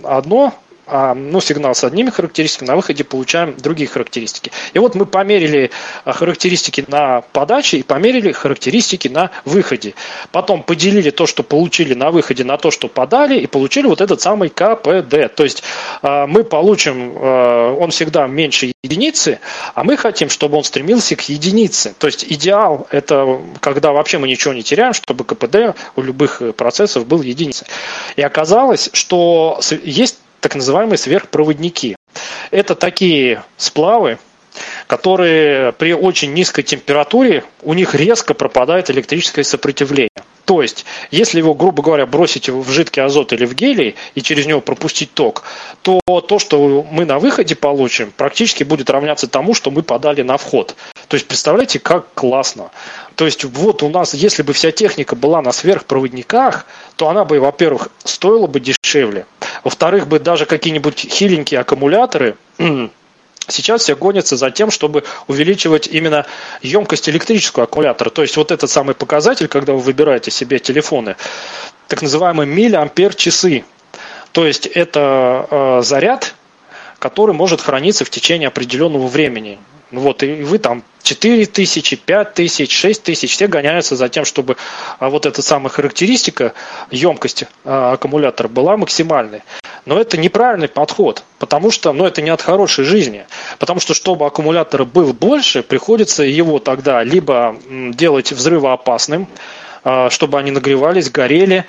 сигнал с одними характеристиками, на выходе получаем другие характеристики. И вот мы померили характеристики на подаче и померили характеристики на выходе. Потом поделили то, что получили на выходе, на то, что подали, и получили вот этот самый КПД. То есть мы получим, он всегда меньше единицы, а мы хотим, чтобы он стремился к единице. То есть идеал – это когда вообще мы ничего не теряем, чтобы КПД у любых процессов был единицей. И оказалось, что есть так называемые сверхпроводники. Это такие сплавы, которые при очень низкой температуре у них резко пропадает электрическое сопротивление. То есть, если его, грубо говоря, бросить в жидкий азот или в гелий и через него пропустить ток, то то, что мы на выходе получим, практически будет равняться тому, что мы подали на вход. То есть, представляете, как классно. То есть, вот у нас, если бы вся техника была на сверхпроводниках, то она бы, во-первых, стоила бы дешевле. Во-вторых, бы даже какие-нибудь хиленькие аккумуляторы сейчас все гонятся за тем, чтобы увеличивать именно емкость электрического аккумулятора. То есть вот этот самый показатель, когда вы выбираете себе телефоны, так называемые миллиампер-часы. То есть это заряд, который может храниться в течение определенного времени. Вот, и вы там 4000, 5000, 6000, все гоняются за тем, чтобы вот эта самая характеристика, емкость аккумулятора была максимальной. Но это неправильный подход, потому что это не от хорошей жизни. Потому что, чтобы аккумулятор был больше, приходится его тогда либо делать взрывоопасным, чтобы они нагревались, горели,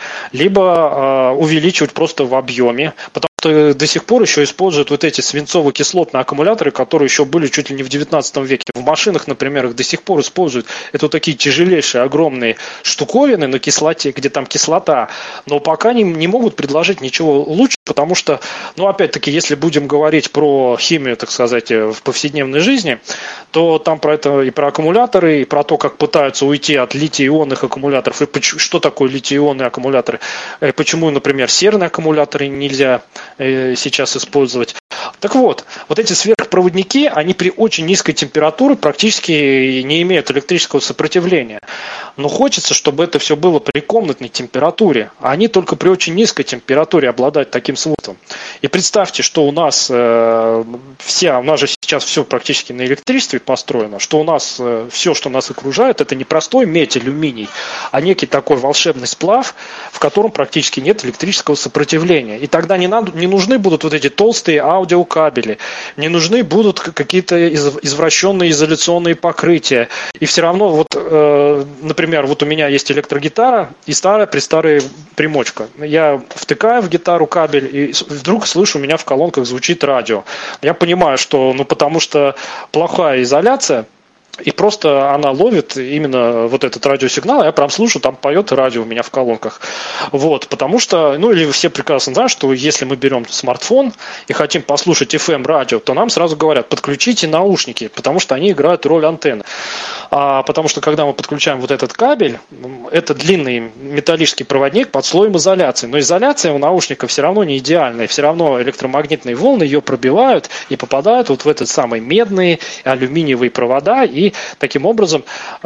либо увеличивать просто в объеме. Потому что до сих пор еще используют вот эти свинцово-кислотные аккумуляторы, которые еще были чуть ли не в 19 веке. В машинах, например, их до сих пор используют. Это вот такие тяжелейшие, огромные штуковины на кислоте, где там кислота. Но пока не могут предложить ничего лучше, потому что, опять-таки, если будем говорить про химию, так сказать, в повседневной жизни, то там про это и про аккумуляторы, и про то, как пытаются уйти от литий-ионных аккумуляторов, и что такое литий-ионные аккумуляторы, почему, например, серные аккумуляторы нельзя сейчас использовать. Так вот, вот эти сверхпроводники, они при очень низкой температуре практически не имеют электрического сопротивления. Но хочется, чтобы это все было при комнатной температуре, а они только при очень низкой температуре обладают таким свойством. И представьте, что у нас у нас же сейчас все практически на электричестве построено, что у нас все, что нас окружает, это не простой медь, алюминий, а некий такой волшебный сплав, в котором практически нет электрического сопротивления. И тогда не нужны будут вот эти толстые аудиокабели, не нужны будут какие-то извращенные изоляционные покрытия. И все равно, например, вот у меня есть электрогитара и старая-престарая примочка. Я втыкаю в гитару кабель, и вдруг слышу, у меня в колонках звучит радио. Я понимаю, что, потому что плохая изоляция, и просто она ловит именно вот этот радиосигнал, я прям слышу, там поет радио у меня в колонках. Вот, потому что, или все прекрасно знают, что если мы берем смартфон и хотим послушать FM-радио, то нам сразу говорят, подключите наушники, потому что они играют роль антенны. Потому что, когда мы подключаем вот этот кабель, это длинный металлический проводник под слоем изоляции. Но изоляция у наушника все равно не идеальная, все равно электромагнитные волны ее пробивают и попадают вот в этот самый медные, алюминиевые провода, и таким образом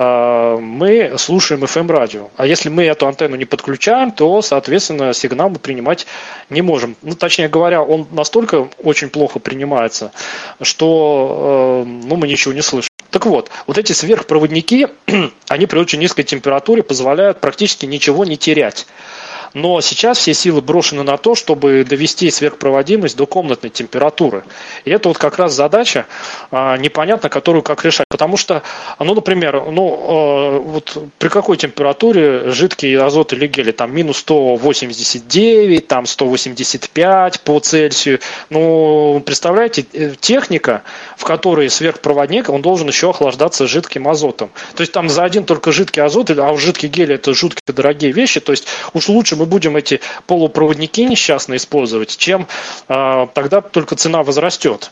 мы слушаем FM-радио. А если мы эту антенну не подключаем, то, соответственно, сигнал мы принимать не можем. Точнее говоря, он настолько очень плохо принимается, что мы ничего не слышим. Так вот эти сверхпроводники, они при очень низкой температуре позволяют практически ничего не терять. Но сейчас все силы брошены на то, чтобы довести сверхпроводимость до комнатной температуры. И это вот как раз задача непонятно, которую как решать. Потому что, ну, например, вот при какой температуре жидкий азот или гелий? Там минус 189, там 185 по Цельсию. Ну, представляете, техника, в которой сверхпроводник, он должен еще охлаждаться жидким азотом. То есть там за один только жидкий азот, а жидкий гелий это жутко дорогие вещи. То есть уж лучше мы будем эти полупроводники несчастные использовать, чем тогда только цена возрастет.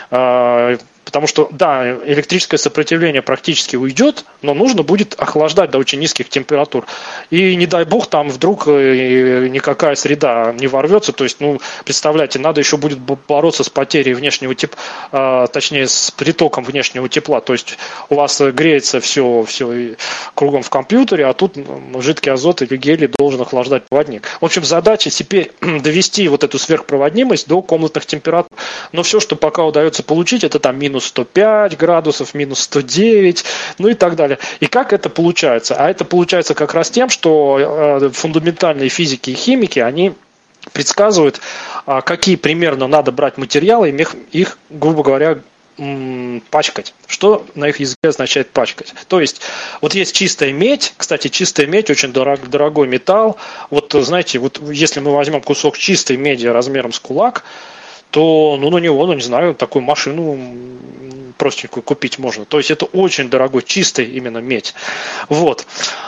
Потому что, да, электрическое сопротивление практически уйдет, но нужно будет охлаждать до очень низких температур. И не дай бог там вдруг никакая среда не ворвется. То есть, ну, представляете, надо еще будет бороться с потерей внешнего тепла, точнее, с притоком внешнего тепла. То есть у вас греется все кругом в компьютере, а тут жидкий азот или гелий должен охлаждать проводник. В общем, задача теперь довести вот эту сверхпроводимость до комнатных температур. Но все, что пока удается получить, это там минус 105 градусов, минус 109, ну и так далее. И как это получается? А это получается как раз тем, что фундаментальные физики и химики, они предсказывают, какие примерно надо брать материалы, и их, грубо говоря, пачкать. Что на их языке означает пачкать? То есть, вот есть чистая медь. Кстати, чистая медь очень дорогой металл. Вот, знаете, вот если мы возьмем кусок чистой меди размером с кулак, то на него, не знаю, такую машину простенькую купить можно. То есть это очень дорогой, чистый именно медь. Вот.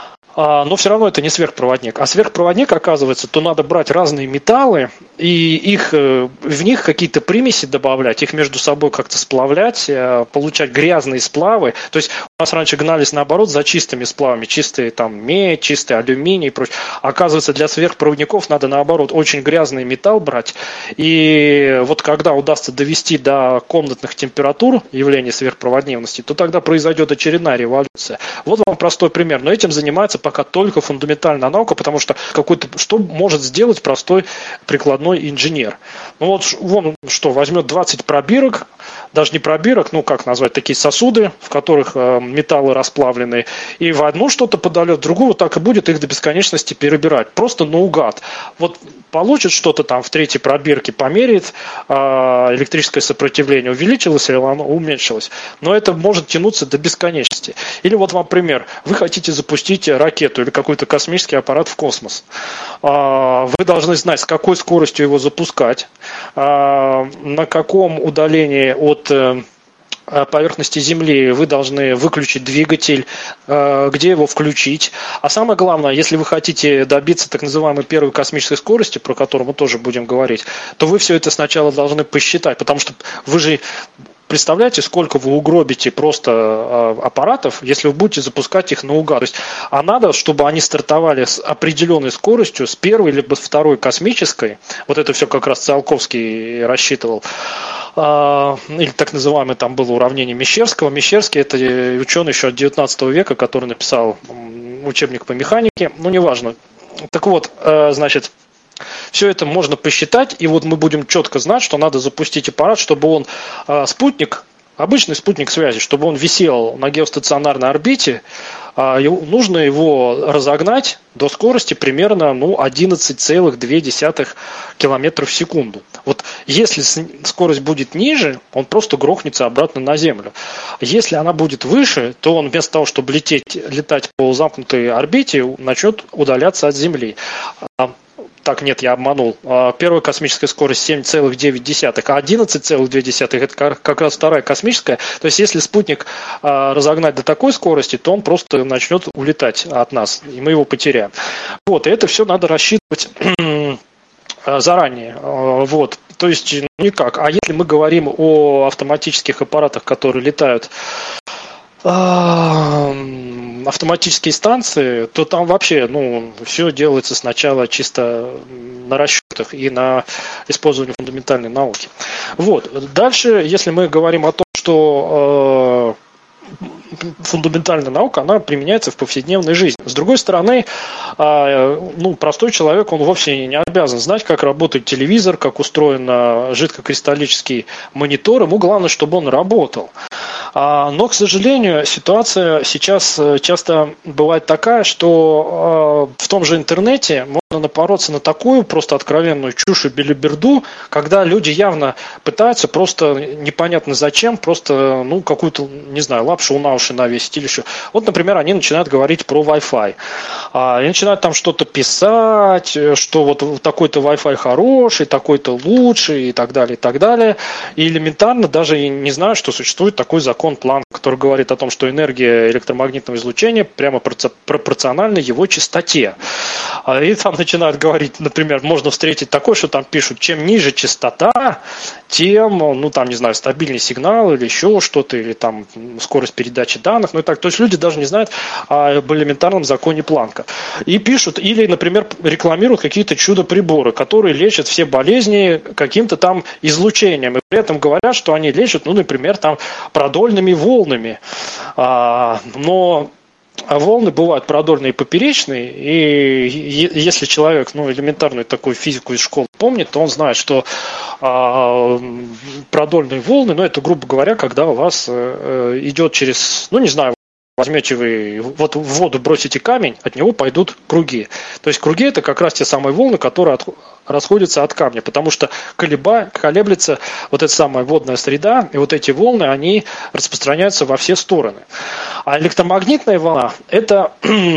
Но все равно это не сверхпроводник. А сверхпроводник, оказывается, то надо брать разные металлы и в них какие-то примеси добавлять, их между собой как-то сплавлять, получать грязные сплавы. То есть у нас раньше гнались наоборот за чистыми сплавами, чистые там медь, чистый алюминий и прочее. Оказывается, для сверхпроводников надо наоборот очень грязный металл брать. И вот когда удастся довести до комнатных температур явление сверхпроводимости, то тогда произойдет очередная революция. Вот вам простой пример. Но этим занимается пока только фундаментальная наука, потому что что может сделать простой прикладной инженер? Ну вот вон что, возьмет 20 пробирок, даже не пробирок, ну как назвать, такие сосуды, в которых металлы расплавленные, и в одну что-то подольет, в другую, вот так и будет их до бесконечности перебирать, просто наугад. Вот получит что-то там в третьей пробирке, померяет электрическое сопротивление, увеличилось или оно уменьшилось. Но это может тянуться до бесконечности. Или вот вам пример. Вы хотите запустить ракету или какой-то космический аппарат в космос. Вы должны знать, с какой скоростью его запускать, на каком удалении от поверхности Земли вы должны выключить двигатель, где его включить. А самое главное, если вы хотите добиться так называемой первой космической скорости, про которую мы тоже будем говорить, то вы все это сначала должны посчитать, потому что вы же представляете, сколько вы угробите просто аппаратов, если вы будете запускать их наугад. То есть, а надо, чтобы они стартовали с определенной скоростью, с первой либо с второй космической. Вот это все как раз Циолковский рассчитывал. Или так называемое там было уравнение Мещерского. Мещерский – это ученый еще от 19 века, который написал учебник по механике. Ну, неважно. Так вот, значит, все это можно посчитать, и вот мы будем четко знать, что надо запустить аппарат, чтобы он спутник, обычный спутник связи, чтобы он висел на геостационарной орбите, нужно его разогнать до скорости примерно 11,2 км в секунду. Вот если скорость будет ниже, он просто грохнется обратно на Землю. Если она будет выше, то он вместо того, чтобы летать по замкнутой орбите, начнет удаляться от Земли. Так, нет, я обманул. Первая космическая скорость 7,9, а 11,2 это как раз вторая космическая. То есть, если спутник разогнать до такой скорости, то он просто начнет улетать от нас, и мы его потеряем. Вот, и это все надо рассчитывать заранее. Вот. То есть, никак. А если мы говорим о автоматических аппаратах, которые летают, автоматические станции, то там вообще, все делается сначала чисто на расчетах и на использовании фундаментальной науки. Вот. Дальше, если мы говорим о том, что фундаментальная наука, она применяется в повседневной жизни. С другой стороны, простой человек, он вовсе не обязан знать, как работает телевизор, как устроен жидкокристаллический монитор. Ему главное, чтобы он работал. Но, к сожалению, ситуация сейчас часто бывает такая, что в том же интернете напороться на такую просто откровенную чушь и белиберду, когда люди явно пытаются просто непонятно зачем, просто, ну, какую-то, не знаю, лапшу на уши навесить или еще. Вот, например, они начинают говорить про Wi-Fi. И начинают там что-то писать, что вот такой-то Wi-Fi хороший, такой-то лучший и так далее, и так далее. И элементарно даже не знаю, что существует такой закон Планка, который говорит о том, что энергия электромагнитного излучения прямо пропорциональна его частоте. И там начинают говорить, например, можно встретить такое, что там пишут, чем ниже частота, тем, ну там, не знаю, стабильный сигнал или еще что-то, или там скорость передачи данных, ну и так. То есть люди даже не знают об элементарном законе Планка. И пишут, или, например, рекламируют какие-то чудо-приборы, которые лечат все болезни каким-то там излучением. И при этом говорят, что они лечат, ну, например, там продольными волнами. Но волны бывают продольные и поперечные, и если человек, ну, элементарную такую физику из школы помнит, то он знает, что продольные волны, ну, это, грубо говоря, когда у вас идет через, ну, не знаю, возьмете вы, вот в воду бросите камень, от него пойдут круги. То есть круги – это как раз те самые волны, которые расходятся от камня, потому что колеблется вот эта самая водная среда, и вот эти волны, они распространяются во все стороны. А электромагнитная волна – это,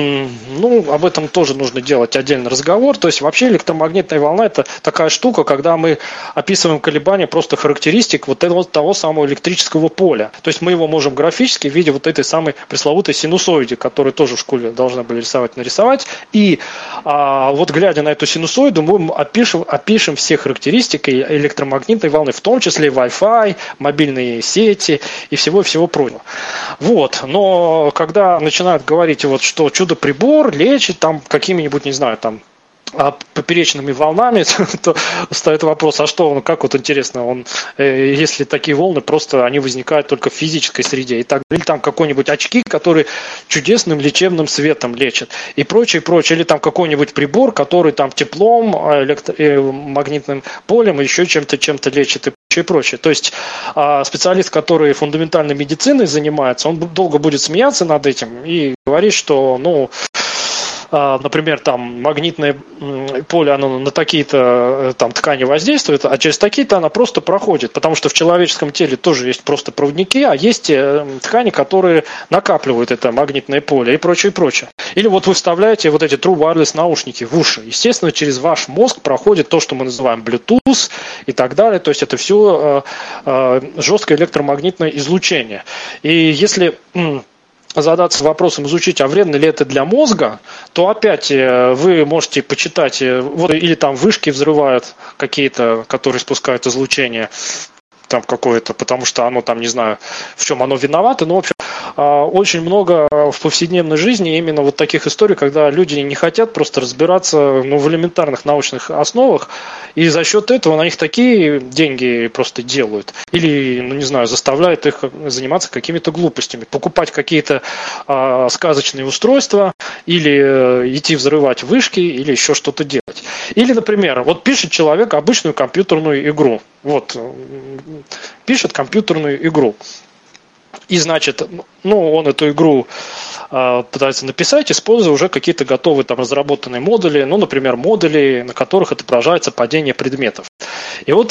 ну, об этом тоже нужно делать отдельный разговор. То есть вообще электромагнитная волна – это такая штука, когда мы описываем колебания просто характеристик вот этого того самого электрического поля. То есть мы его можем графически в виде вот этой самой пресловутой синусоиды, которую тоже в школе должны были нарисовать. И вот глядя на эту синусоиду, мы опишем все характеристики электромагнитной волны, в том числе Wi-Fi, мобильные сети и всего-всего прочего. Вот. Но когда начинают говорить, вот, что чудо-прибор лечит там какими-нибудь, не знаю, там, поперечными волнами, то стоит вопрос, а что он, как вот интересно, он, если такие волны просто они возникают только в физической среде, и так, или там какой-нибудь очки, которые чудесным лечебным светом лечат, и прочее, прочее, или там какой-нибудь прибор, который там теплом, магнитным полем, еще чем-то лечит, и прочее. То есть специалист, который фундаментальной медициной занимается, он долго будет смеяться над этим и говорить, что, ну, например, там магнитное поле, оно на такие-то там ткани воздействует, а через такие-то оно просто проходит, потому что в человеческом теле тоже есть просто проводники, а есть ткани, которые накапливают это магнитное поле и прочее, прочее. Или вот вы вставляете вот эти True Wireless наушники в уши, естественно, через ваш мозг проходит то, что мы называем Bluetooth и так далее, то есть это все жесткое электромагнитное излучение. И если задаться вопросом, изучить, а вредно ли это для мозга, то опять вы можете почитать, вот, или там вышки взрывают какие-то, которые спускают излучение там какое-то, потому что оно там, не знаю, в чем оно виновато, но в общем очень много в повседневной жизни именно вот таких историй, когда люди не хотят просто разбираться, ну, в элементарных научных основах, и за счет этого на них такие деньги просто делают. Или, ну, не знаю, заставляют их заниматься какими-то глупостями, покупать какие-то сказочные устройства, или идти взрывать вышки, или еще что-то делать. Или, например, вот пишет человек обычную компьютерную игру. Вот, пишет компьютерную игру. И, значит, ну, он эту игру пытается написать, используя уже какие-то готовые там разработанные модули, ну, например, модули, на которых отображается падение предметов. И вот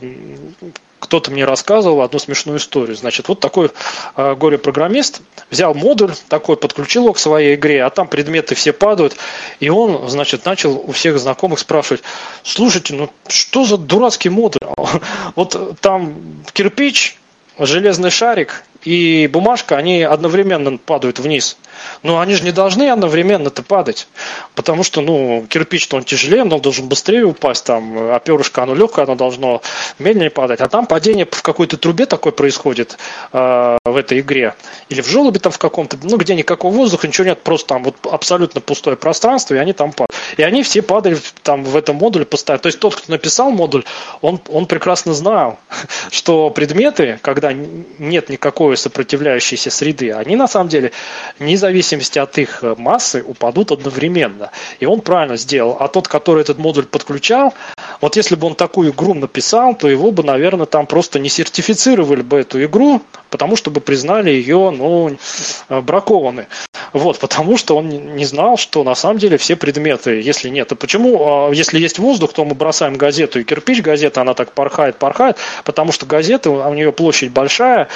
кто-то мне рассказывал одну смешную историю. Значит, вот такой горе-программист взял модуль такой, подключил его к своей игре, а там предметы все падают, и он, значит, начал у всех знакомых спрашивать: слушайте, ну что за дурацкий модуль? Вот там кирпич, железный шарик и бумажка, они одновременно падают вниз. Но они же не должны одновременно-то падать, потому что, ну, кирпич-то он тяжелее, он должен быстрее упасть, там, а перышко, оно легкое, оно должно медленнее падать. А там падение в какой-то трубе такое происходит в этой игре. Или в желобе там в каком-то, ну, где никакого воздуха, ничего нет, просто там вот абсолютно пустое пространство, и они там падают. И они все падали там в этом модуле постоянно. То есть тот, кто написал модуль, он прекрасно знал, что предметы, когда нет никакой сопротивляющейся среды, они на самом деле вне зависимости от их массы упадут одновременно. И он правильно сделал. А тот, который этот модуль подключал, вот если бы он такую игру написал, то его бы, наверное, там просто не сертифицировали бы эту игру, потому что бы признали ее, ну, бракованной. Вот, потому что он не знал, что на самом деле все предметы, если нет, то почему, если есть воздух, то мы бросаем газету и кирпич, газета, она так порхает, потому что газета, у нее площадь большая,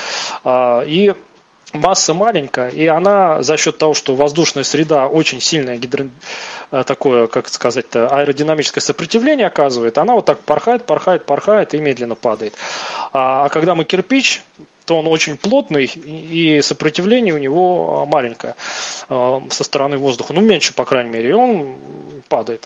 и масса маленькая, и она за счет того, что воздушная среда очень сильное такое, как сказать-то, аэродинамическое сопротивление оказывает, она вот так порхает и медленно падает. А когда мы кирпич, то он очень плотный, и сопротивление у него маленькое со стороны воздуха, ну меньше, по крайней мере, и он падает.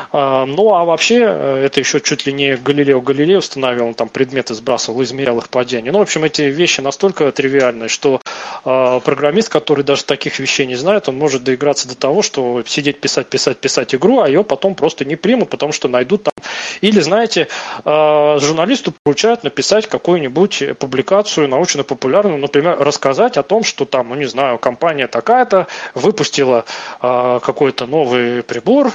Ну а вообще, это еще чуть ли не Галилео Галилей установил, он там предметы сбрасывал, измерял их падение. Ну, в общем, эти вещи настолько тривиальные, что программист, который даже таких вещей не знает, он может доиграться до того, что сидеть, писать игру, а ее потом просто не примут, потому что найдут там. Или, знаете, журналисту поручают написать какую-нибудь публикацию научно-популярную, например, рассказать о том, что там, ну не знаю, компания такая-то выпустила какой-то новый прибор,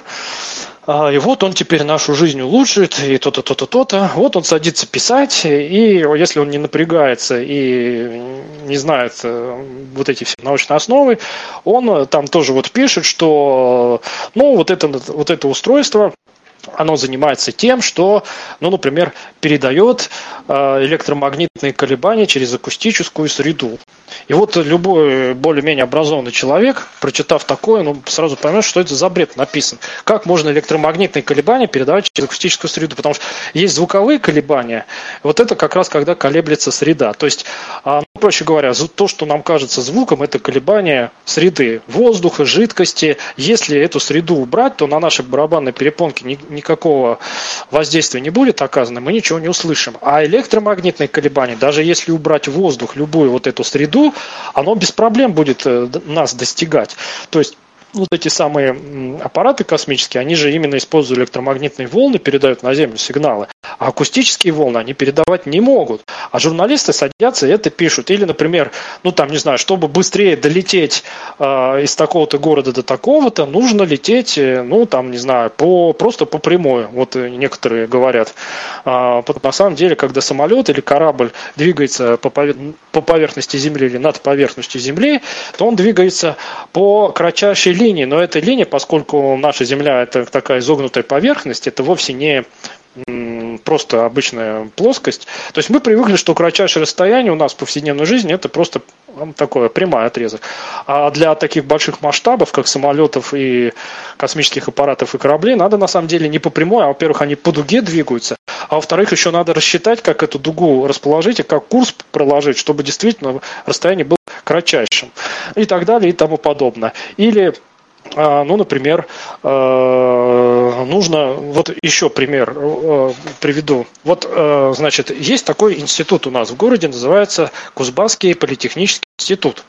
и вот он теперь нашу жизнь улучшит, и то-то, то-то, то-то. Вот он садится писать, и если он не напрягается и не знает вот эти все научные основы, он там тоже вот пишет, что ну вот это устройство, оно занимается тем, что, ну, например, передает электромагнитные колебания через акустическую среду. И вот любой более-менее образованный человек, прочитав такое, ну, сразу поймет, что это за бред написан. Как можно электромагнитные колебания передавать через акустическую среду? Потому что есть звуковые колебания, вот это как раз когда колеблется среда. То есть, ну, проще говоря, то, что нам кажется звуком, это колебания среды воздуха, жидкости. Если эту среду убрать, то на нашей барабанной перепонке никакого воздействия не будет оказано, мы ничего не услышим. А электромагнитные колебания, даже если убрать воздух, любую вот эту среду, оно без проблем будет нас достигать. То есть вот эти самые аппараты космические, они же именно используют электромагнитные волны, передают на Землю сигналы, а акустические волны они передавать не могут. А журналисты садятся и это пишут. Или, например, ну там, не знаю, чтобы быстрее долететь из такого-то города до такого-то, нужно лететь, ну там, не знаю, просто по прямой. Вот некоторые говорят. На самом деле, когда самолет или корабль двигается по поверхности Земли или над поверхностью Земли, то он двигается по кратчайшей линии. Но эта линия, поскольку наша Земля это такая изогнутая поверхность, это вовсе не просто обычная плоскость. То есть мы привыкли, что кратчайшее расстояние у нас в повседневной жизни это просто такой прямой отрезок. А для таких больших масштабов, как самолетов и космических аппаратов и кораблей, надо на самом деле не по прямой, а во-первых, они по дуге двигаются, а во-вторых, еще надо рассчитать, как эту дугу расположить и как курс проложить, чтобы действительно расстояние было кратчайшим. И так далее, и тому подобное. Или ну, например, нужно, вот еще пример приведу. Вот, значит, есть такой институт у нас в городе, называется Кузбасский политехнический институт.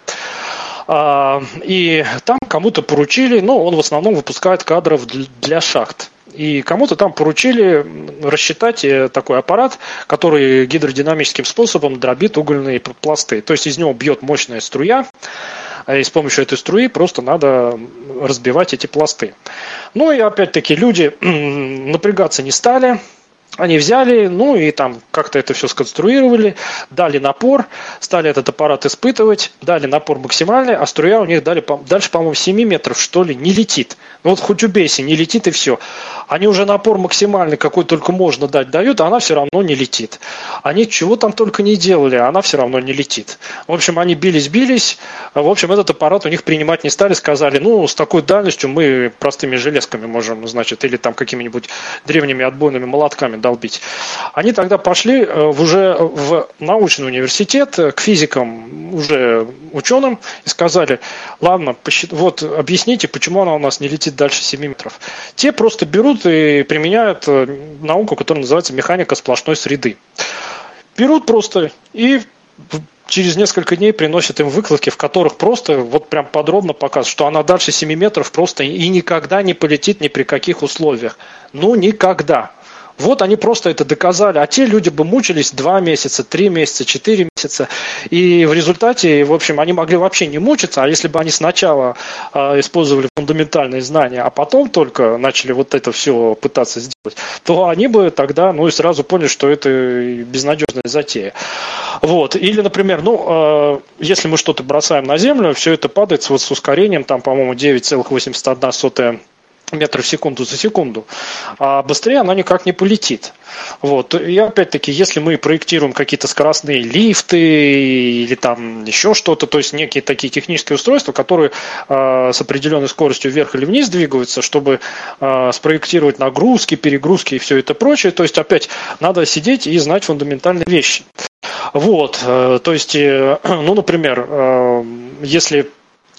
И там кому-то поручили, ну, он в основном выпускает кадров для шахт. И кому-то там поручили рассчитать такой аппарат, который гидродинамическим способом дробит угольные пласты. То есть из него бьет мощная струя, и с помощью этой струи просто надо разбивать эти пласты. Ну и опять-таки люди напрягаться не стали. Они взяли, ну и там как-то это все сконструировали, дали напор, стали этот аппарат испытывать, дали напор максимальный, а струя у них дальше, по-моему, 7 метров, что ли, не летит. Ну вот хоть убейся, не летит и все. Они уже напор максимальный, какой только можно дать, дают, а она все равно не летит. Они чего там только не делали, а она все равно не летит. В общем, они бились, в общем, этот аппарат у них принимать не стали, сказали, ну, с такой дальностью мы простыми железками можем, значит, или там какими-нибудь древними отбойными молотками долбить. Они тогда пошли уже в научный университет к физикам, уже ученым, и сказали, ладно, вот объясните, почему она у нас не летит дальше 7 метров. Те просто берут и применяют науку, которая называется механика сплошной среды. Берут просто и через несколько дней приносят им выкладки, в которых просто вот прям подробно показывают, что она дальше 7 метров просто и никогда не полетит ни при каких условиях. Ну, никогда. Вот они просто это доказали, а те люди бы мучились 2 месяца, 3 месяца, 4 месяца, и в результате, в общем, они могли вообще не мучиться, а если бы они сначала использовали фундаментальные знания, а потом только начали вот это все пытаться сделать, то они бы тогда, и сразу поняли, что это безнадежная затея. Вот. Или, например, если мы что-то бросаем на Землю, все это падает с ускорением, там, по-моему, 9,81 метров в секунду за секунду, а быстрее она никак не полетит. Вот. И опять-таки, если мы проектируем какие-то скоростные лифты или там еще что-то, то есть некие такие технические устройства, которые с определенной скоростью вверх или вниз двигаются, чтобы спроектировать нагрузки, перегрузки и все это прочее, то есть опять надо сидеть и знать фундаментальные вещи. Вот. То есть, например, если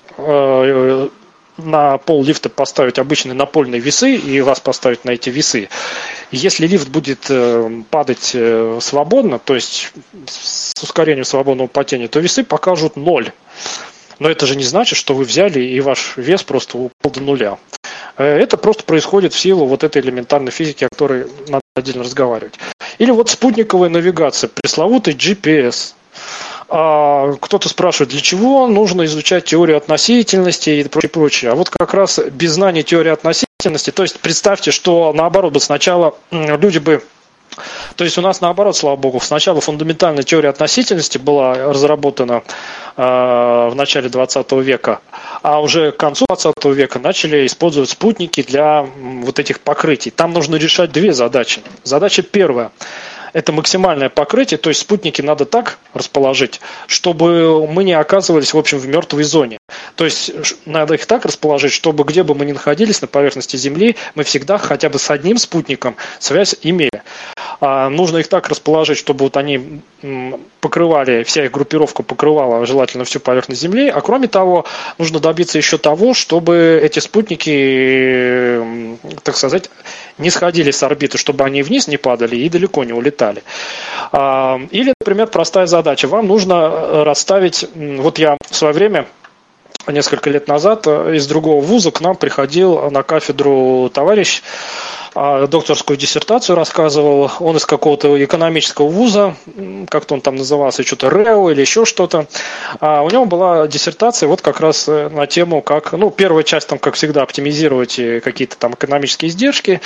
на пол лифта поставить обычные напольные весы и вас поставить на эти весы. Если лифт будет падать свободно, то есть с ускорением свободного падения, то весы покажут 0. Но это же не значит, что вы взяли и ваш вес просто упал до нуля. Это просто происходит в силу вот этой элементарной физики, о которой надо отдельно разговаривать. Или вот спутниковая навигация, пресловутый GPS. Кто-то спрашивает, для чего нужно изучать теорию относительности и прочее. А вот как раз без знания теории относительности, то есть представьте, что наоборот бы сначала люди бы... То есть у нас наоборот, слава богу, сначала фундаментальная теория относительности была разработана в начале 20 века, а уже к концу 20 века начали использовать спутники для вот этих покрытий. Там нужно решать 2 задачи. Задача первая. Это максимальное покрытие, то есть спутники надо так расположить, чтобы мы не оказывались, в общем, в мертвой зоне. То есть надо их так расположить, чтобы где бы мы ни находились на поверхности Земли, мы всегда хотя бы с одним спутником связь имели. Нужно их так расположить, чтобы вот они покрывали, вся их группировка покрывала желательно всю поверхность Земли, а кроме того, нужно добиться еще того, чтобы эти спутники, так сказать, не сходили с орбиты, чтобы они вниз не падали и далеко не улетали. Или, например, простая задача. Вам нужно расставить, вот я в свое время, несколько лет назад, из другого вуза к нам приходил на кафедру товарищ, докторскую диссертацию рассказывал, он из какого-то экономического вуза, как-то он там назывался, что-то РЭО или еще что-то. У него была диссертация вот как раз на тему, как, первая часть там, как всегда, оптимизировать какие-то там экономические издержки.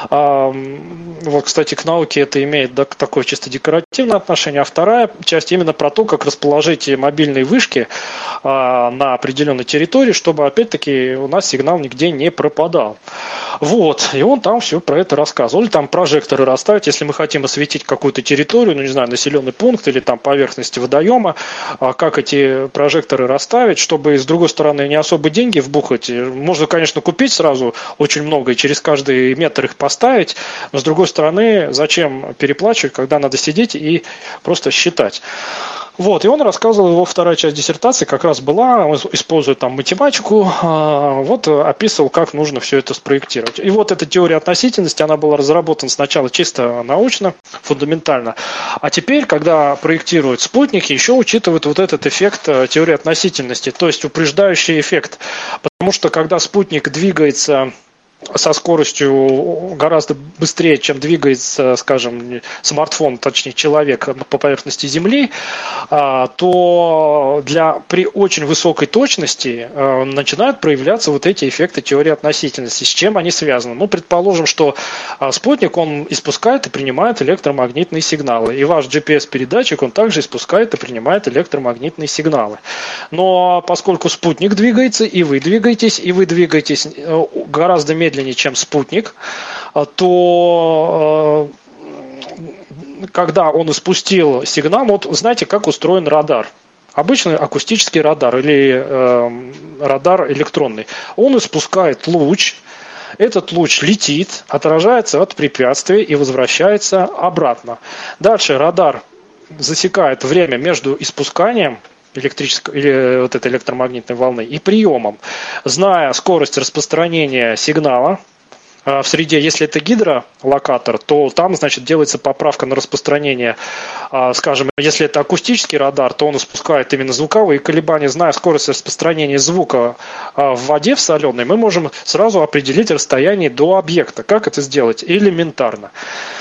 Вот, кстати, к науке это имеет такое чисто декоративное отношение, а вторая часть именно про то, как расположить мобильные вышки на определенной территории, чтобы, опять-таки, у нас сигнал нигде не пропадал. Вот, и он там все про это рассказывал. Или там прожекторы расставить, если мы хотим осветить какую-то территорию, населенный пункт или там поверхности водоема, как эти прожекторы расставить, чтобы с другой стороны не особо деньги вбухать. Можно, конечно, купить сразу очень много и через каждый метр их поставить, но с другой стороны, зачем переплачивать, когда надо сидеть и просто считать. Вот, и он рассказывал, его вторая часть диссертации как раз была, он используя там математику, вот описывал, как нужно все это спроектировать. И вот эта теория относительности, она была разработана сначала чисто научно, фундаментально, а теперь, когда проектируют спутники, еще учитывают вот этот эффект теории относительности, то есть упреждающий эффект. Потому что когда спутник двигается со скоростью гораздо быстрее, чем двигается, скажем, смартфон, точнее человек по поверхности Земли, то при очень высокой точности начинают проявляться вот эти эффекты теории относительности. С чем они связаны? Предположим, что спутник, он испускает и принимает электромагнитные сигналы. И ваш GPS-передатчик, он также испускает и принимает электромагнитные сигналы. Но поскольку спутник двигается, и вы двигаетесь гораздо медленнее, чем спутник, то когда он испустил сигнал, вот знаете, как устроен радар? Обычный акустический радар или радар электронный. Он испускает луч, этот луч летит, отражается от препятствия и возвращается обратно. Дальше радар засекает время между испусканием электрической или вот этой электромагнитной волны и приемом, зная скорость распространения сигнала в среде. Если это гидролокатор, то там, значит, делается поправка на распространение. Скажем, если это акустический радар, то он испускает именно звуковые колебания. Зная скорость распространения звука в воде, в соленой, мы можем сразу определить расстояние до объекта. Как это сделать? Элементарно.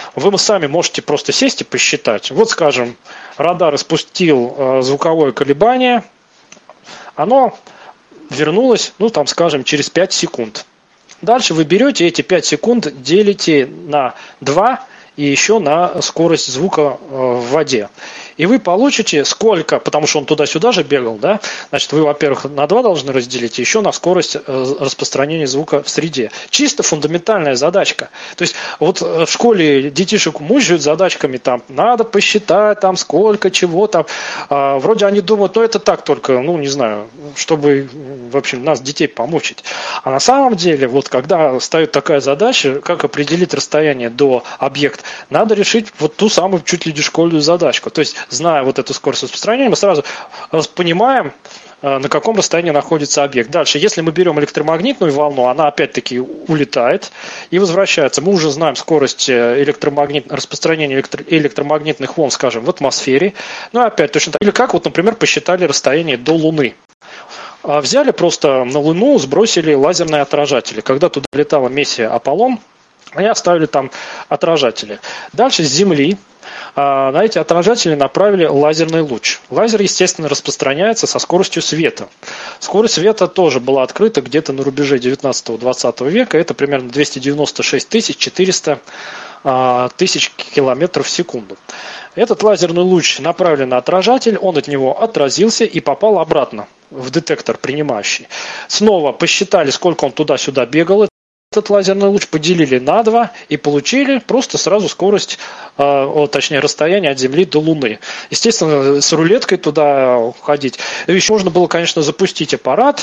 вы сами можете просто сесть и посчитать. Вот, скажем, радар испустил звуковое колебание, оно вернулось, ну, там, скажем, через 5 секунд. Дальше вы берете эти 5 секунд, делите на 2 и еще на скорость звука в воде. И вы получите сколько, потому что он туда-сюда же бегал, да? Значит, вы, во-первых, на 2 должны разделить, и еще на скорость распространения звука в среде. Чисто фундаментальная задачка. То есть вот в школе детишек мучают задачками, там, надо посчитать, там, сколько, чего там. Вроде они думают, ну, это так только, ну, не знаю, чтобы, в общем, нас, детей, помучить. А на самом деле, вот когда ставит такая задача, как определить расстояние до объекта, надо решить вот ту самую чуть ли не школьную задачку. То есть, зная вот эту скорость распространения, мы сразу понимаем, на каком расстоянии находится объект. Дальше, если мы берем электромагнитную волну, она опять-таки улетает и возвращается. Мы уже знаем скорость распространения электромагнитных волн, скажем, в атмосфере. Ну, опять точно так. Или как, вот, например, посчитали расстояние до Луны. Взяли просто на Луну, сбросили лазерные отражатели. Когда туда летала миссия Аполлон, они оставили там отражатели. Дальше с Земли на эти отражатели направили лазерный луч. Лазер, естественно, распространяется со скоростью света. Скорость света тоже была открыта где-то на рубеже 19-20 века. Это примерно 296 400 тысяч километров в секунду. Этот лазерный луч направлен на отражатель, он от него отразился и попал обратно в детектор принимающий. Снова посчитали, сколько он туда-сюда бегал. Этот лазерный луч поделили на 2 и получили просто сразу скорость, точнее расстояние от Земли до Луны. Естественно, с рулеткой туда ходить. Еще можно было, конечно, запустить аппарат,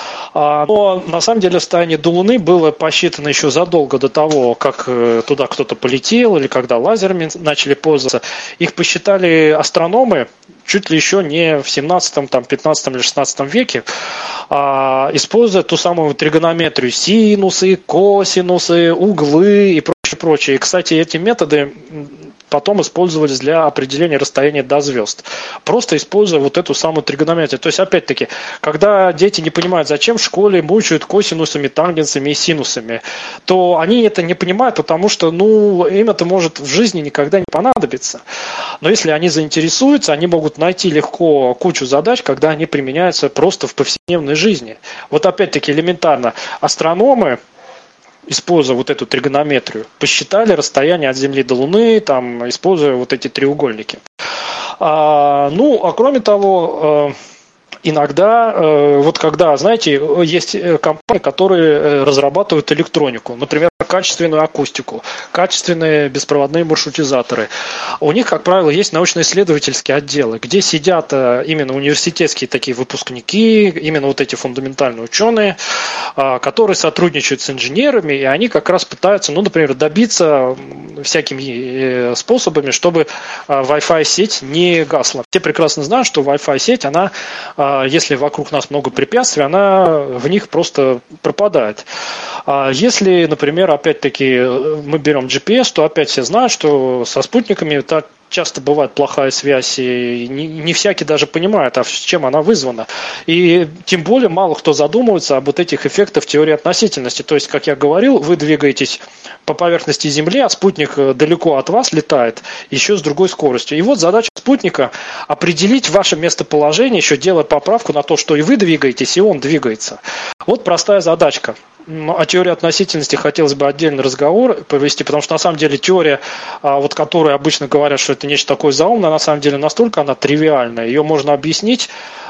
но на самом деле расстояние до Луны было посчитано еще задолго до того, как туда кто-то полетел или когда лазерами начали пользоваться. Их посчитали астрономы чуть ли еще не в 17, там, 15 или 16 веке, используя ту самую тригонометрию, синусы, косинусы, углы и прочее. И, кстати, эти методы потом использовались для определения расстояния до звезд, просто используя вот эту самую тригонометрию. То есть, опять-таки, когда дети не понимают, зачем в школе мучают косинусами, тангенсами и синусами, то они это не понимают, потому что, ну, им это может в жизни никогда не понадобиться. Но если они заинтересуются, они могут найти легко кучу задач, когда они применяются просто в повседневной жизни. Вот опять-таки элементарно. Астрономы, используя вот эту тригонометрию, посчитали расстояние от Земли до Луны, там, используя вот эти треугольники. Кроме того, иногда, вот когда, знаете, есть компании, которые разрабатывают электронику, например, качественную акустику, качественные беспроводные маршрутизаторы. У них, как правило, есть научно-исследовательские отделы, где сидят именно университетские такие выпускники, именно вот эти фундаментальные ученые, которые сотрудничают с инженерами, и они как раз пытаются, ну, например, добиться всякими способами, чтобы Wi-Fi сеть не гасла. Все прекрасно знают, что Wi-Fi сеть, она, если вокруг нас много препятствий, она в них просто пропадает. Если, например, опять-таки мы берем GPS, то опять все знают, что со спутниками так часто бывает плохая связь, и не всякий даже понимает, с чем она вызвана. И тем более мало кто задумывается об вот этих эффектах теории относительности. То есть, как я говорил, вы двигаетесь по поверхности Земли, а спутник далеко от вас летает, еще с другой скоростью. И вот задача спутника определить ваше местоположение, еще делая поправку на то, что и вы двигаетесь, и он двигается. Вот простая задачка. О теории относительности хотелось бы отдельный разговор провести, потому что на самом деле теория, вот которой обычно говорят, что это нечто такое заумное, на самом деле настолько она тривиальная, ее можно объяснить,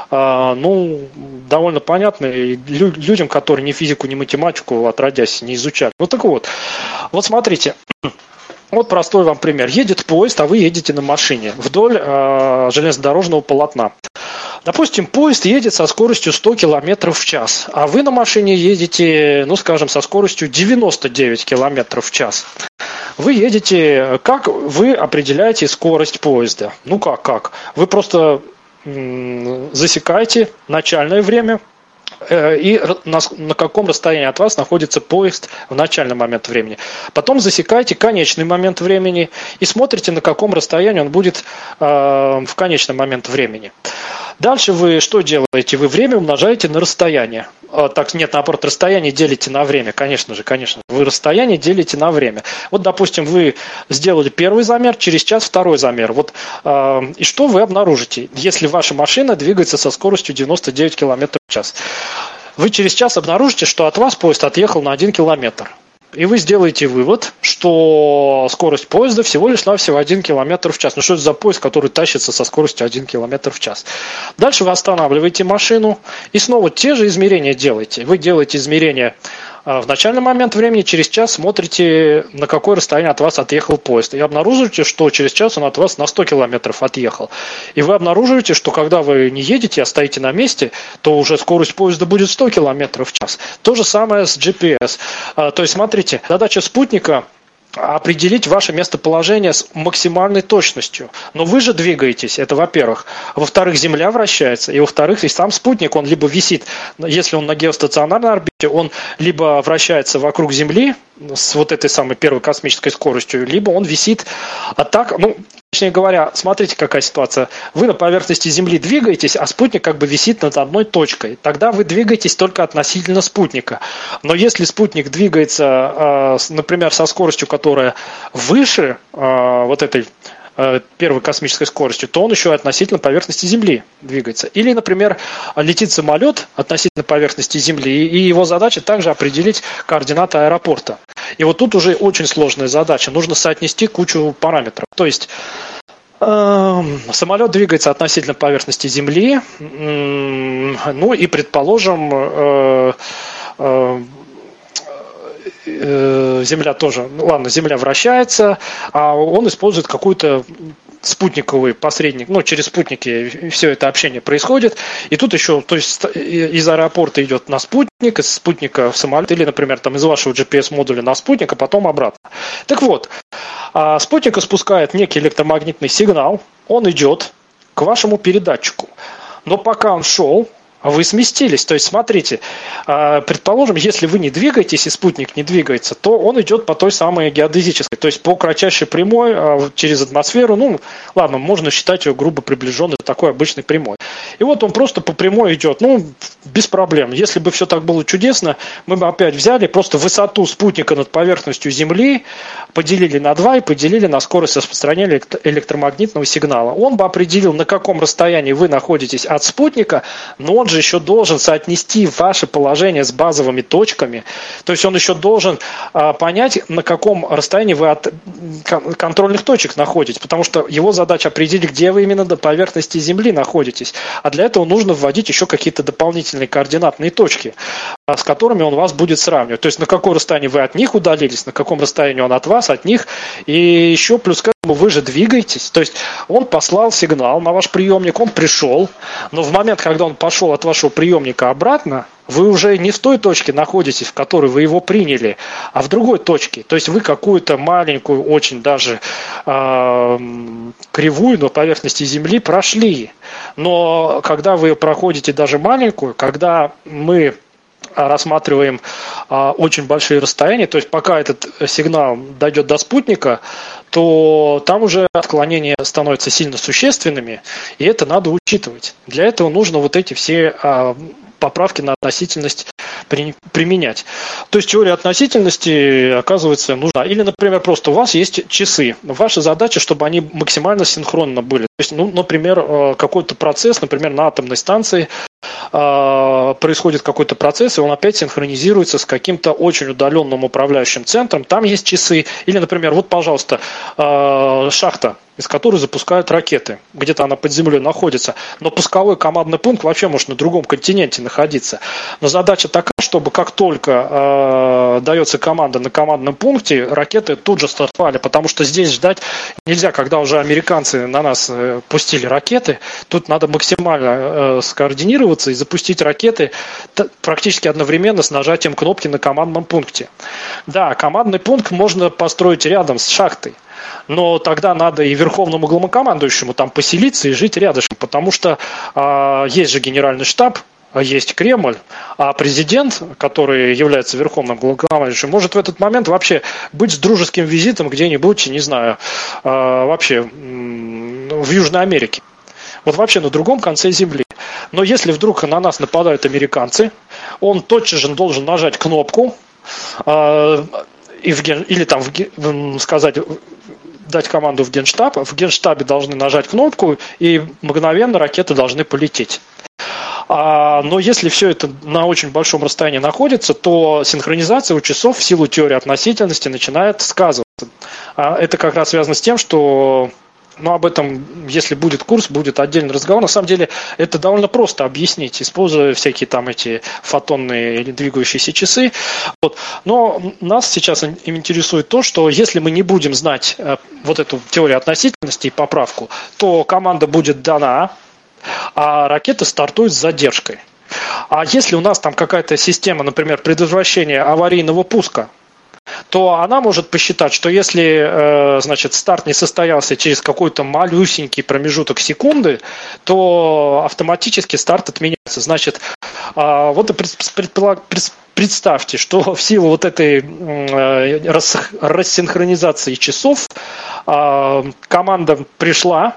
довольно понятно и людям, которые ни физику, ни математику отродясь не изучали. Вот так вот. Вот смотрите. Вот простой вам пример. Едет поезд, а вы едете на машине вдоль железнодорожного полотна. Допустим, поезд едет со скоростью 100 км в час, а вы на машине едете, ну, скажем, со скоростью 99 км в час. Вы едете, как вы определяете скорость поезда? Ну, как? Вы просто засекаете начальное время, и на каком расстоянии от вас находится поезд в начальный момент времени. Потом засекаете конечный момент времени и смотрите, на каком расстоянии он будет в конечный момент времени. Дальше вы что делаете? Вы время умножаете на расстояние. Так, нет, наоборот, расстояние делите на время, конечно же. Вы расстояние делите на время. Вот, допустим, вы сделали первый замер, через час второй замер. Вот, и что вы обнаружите, если ваша машина двигается со скоростью 99 км в час? Вы через час обнаружите, что от вас поезд отъехал на 1 километр. И вы сделаете вывод, что скорость поезда всего лишь навсего 1 км в час. Ну что это за поезд, который тащится со скоростью 1 км в час? Дальше вы останавливаете машину и снова те же измерения делаете. Вы делаете измерения в начальный момент времени, через час смотрите, на какое расстояние от вас отъехал поезд. И обнаруживаете, что через час он от вас на 100 километров отъехал. И вы обнаруживаете, что когда вы не едете, а стоите на месте, то уже скорость поезда будет 100 километров в час. То же самое с GPS. То есть, смотрите, задача спутника – определить ваше местоположение с максимальной точностью. Но вы же двигаетесь, это во-первых. Во-вторых, Земля вращается. И во-вторых, и сам спутник, он либо висит, если он на геостационарной орбите, он либо вращается вокруг Земли с вот этой самой первой космической скоростью, либо он висит. А так, точнее говоря, смотрите, какая ситуация. Вы на поверхности Земли двигаетесь, а спутник как бы висит над одной точкой. Тогда вы двигаетесь только относительно спутника. Но если спутник двигается, например, со скоростью, которая выше вот этой первой космической скоростью, то он еще и относительно поверхности Земли двигается. Или, например, летит самолет относительно поверхности Земли, и его задача также определить координаты аэропорта. И вот тут уже очень сложная задача. Нужно соотнести кучу параметров. То есть самолет двигается относительно поверхности Земли, и, предположим, Земля тоже, Земля вращается, а он использует какой-то спутниковый посредник, через спутники все это общение происходит, и тут еще, то есть из аэропорта идет на спутник, из спутника в самолет, или, например, там из вашего GPS-модуля на спутник, а потом обратно. Так вот, спутник спускает некий электромагнитный сигнал, он идет к вашему передатчику, но пока он шел, вы сместились. То есть, смотрите, предположим, если вы не двигаетесь и спутник не двигается, то он идет по той самой геодезической, то есть по кратчайшей прямой через атмосферу. Можно считать ее грубо приближенной к такой обычной прямой. И вот он просто по прямой идет, без проблем. Если бы все так было чудесно, мы бы опять взяли просто высоту спутника над поверхностью Земли, поделили на 2 и поделили на скорость распространения электромагнитного сигнала. Он бы определил, на каком расстоянии вы находитесь от спутника, но он же еще должен соотнести ваше положение с базовыми точками. То есть он еще должен понять, на каком расстоянии вы от контрольных точек находитесь, потому что его задача определить, где вы именно до поверхности Земли находитесь. А для этого нужно вводить еще какие-то дополнительные координатные точки, с которыми он вас будет сравнивать. То есть на какое расстояние вы от них удалились, на каком расстоянии он от вас, от них. И еще плюс к этому вы же двигаетесь. То есть он послал сигнал на ваш приемник, он пришел, но в момент, когда он пошел от вашего приемника обратно, вы уже не в той точке находитесь, в которой вы его приняли, а в другой точке. То есть вы какую-то маленькую, очень даже кривую на поверхности Земли прошли. Но когда вы проходите даже маленькую, когда мы рассматриваем очень большие расстояния, то есть пока этот сигнал дойдет до спутника, то там уже отклонения становятся сильно существенными, и это надо учитывать. Для этого нужно вот эти все поправки на относительность применять. То есть теория относительности, оказывается, нужна. Или, например, просто у вас есть часы. Ваша задача, чтобы они максимально синхронно были. То есть, например, какой-то процесс, например, на атомной станции происходит какой-то процесс, и он опять синхронизируется с каким-то очень удаленным управляющим центром. Там есть часы. Или, например, вот, пожалуйста, шахта, из которой запускают ракеты. Где-то она под землей находится. Но пусковой командный пункт вообще может на другом континенте находиться. Но задача такая, чтобы как только дается команда на командном пункте, ракеты тут же стартовали. Потому что здесь ждать нельзя, когда уже американцы на нас пустили ракеты. Тут надо максимально скоординироваться и запустить ракеты практически одновременно с нажатием кнопки на командном пункте. Да, командный пункт можно построить рядом с шахтой. Но тогда надо и верховному главнокомандующему там поселиться и жить рядышком, потому что есть же генеральный штаб, есть Кремль, а президент, который является верховным главнокомандующим, может в этот момент вообще быть с дружеским визитом где-нибудь, не знаю, вообще в Южной Америке. Вот вообще на другом конце Земли. Но если вдруг на нас нападают американцы, он тотчас же должен нажать кнопку или там сказать, дать команду в Генштаб. В Генштабе должны нажать кнопку, и мгновенно ракеты должны полететь. Но если все это на очень большом расстоянии находится, то синхронизация у часов в силу теории относительности начинает сказываться. Это как раз связано с тем, что об этом, если будет курс, будет отдельный разговор. На самом деле это довольно просто объяснить, используя всякие там эти фотонные или двигающиеся часы. Но нас сейчас интересует то, что если мы не будем знать вот эту теорию относительности и поправку, то команда будет дана, а ракета стартует с задержкой. А если у нас там какая-то система, например, предотвращения аварийного пуска, то она может посчитать, что если, старт не состоялся через какой-то малюсенький промежуток секунды, то автоматически старт отменяется. Значит, представьте, что в силу вот этой рассинхронизации часов команда пришла,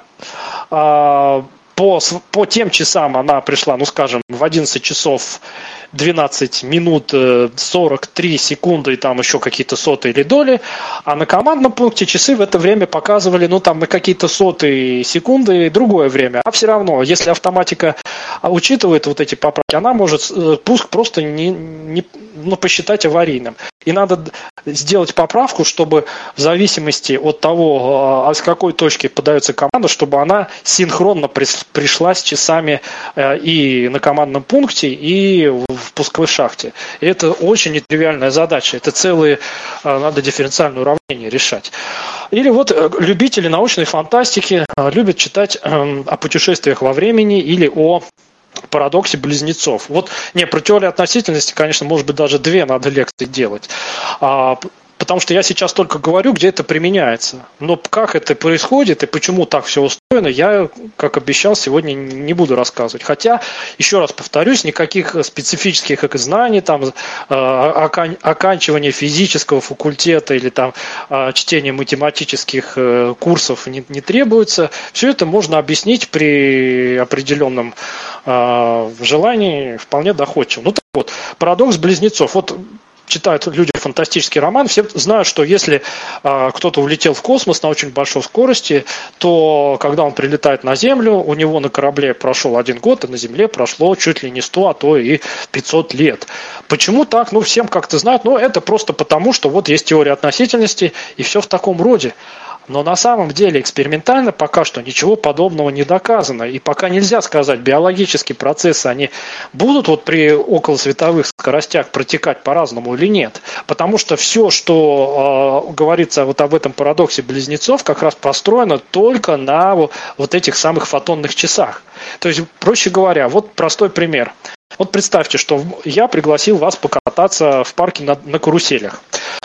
по тем часам она пришла, в 11 часов 12 минут 43 секунды и там еще какие-то сотые или доли, а на командном пункте часы в это время показывали, на какие-то сотые секунды и другое время. А все равно, если автоматика учитывает вот эти поправки, она может пуск просто не посчитать аварийным. И надо сделать поправку, чтобы в зависимости от того, с какой точки подается команда, чтобы она синхронно пришла с часами и на командном пункте, и в пусковой шахте. И это очень нетривиальная задача. Это целые, надо дифференциальное уравнение решать. Или любители научной фантастики любят читать о путешествиях во времени или о парадоксе близнецов. Про теорию относительности, конечно, может быть, даже 2 надо лекции делать. Потому что я сейчас только говорю, где это применяется. Но как это происходит и почему так все устроено, я, как обещал, сегодня не буду рассказывать. Хотя, еще раз повторюсь, никаких специфических знаний, оканчивания физического факультета или чтения математических курсов не требуется. Все это можно объяснить при определенном желании вполне доходчиво. Парадокс близнецов. Читают люди фантастический роман, все знают, что если кто-то улетел в космос на очень большой скорости, то когда он прилетает на Землю, у него на корабле прошел 1 год, а на Земле прошло чуть ли не 100, а то и 500 лет. Почему так? Всем как-то знают, это просто потому, что есть теория относительности и все в таком роде. Но на самом деле экспериментально пока что ничего подобного не доказано. И пока нельзя сказать, биологические процессы, они будут при околосветовых скоростях протекать по-разному или нет. Потому что все, что говорится об этом парадоксе близнецов, как раз построено только на этих самых фотонных часах. То есть, проще говоря, простой пример. Представьте, что я пригласил вас покататься в парке на каруселях.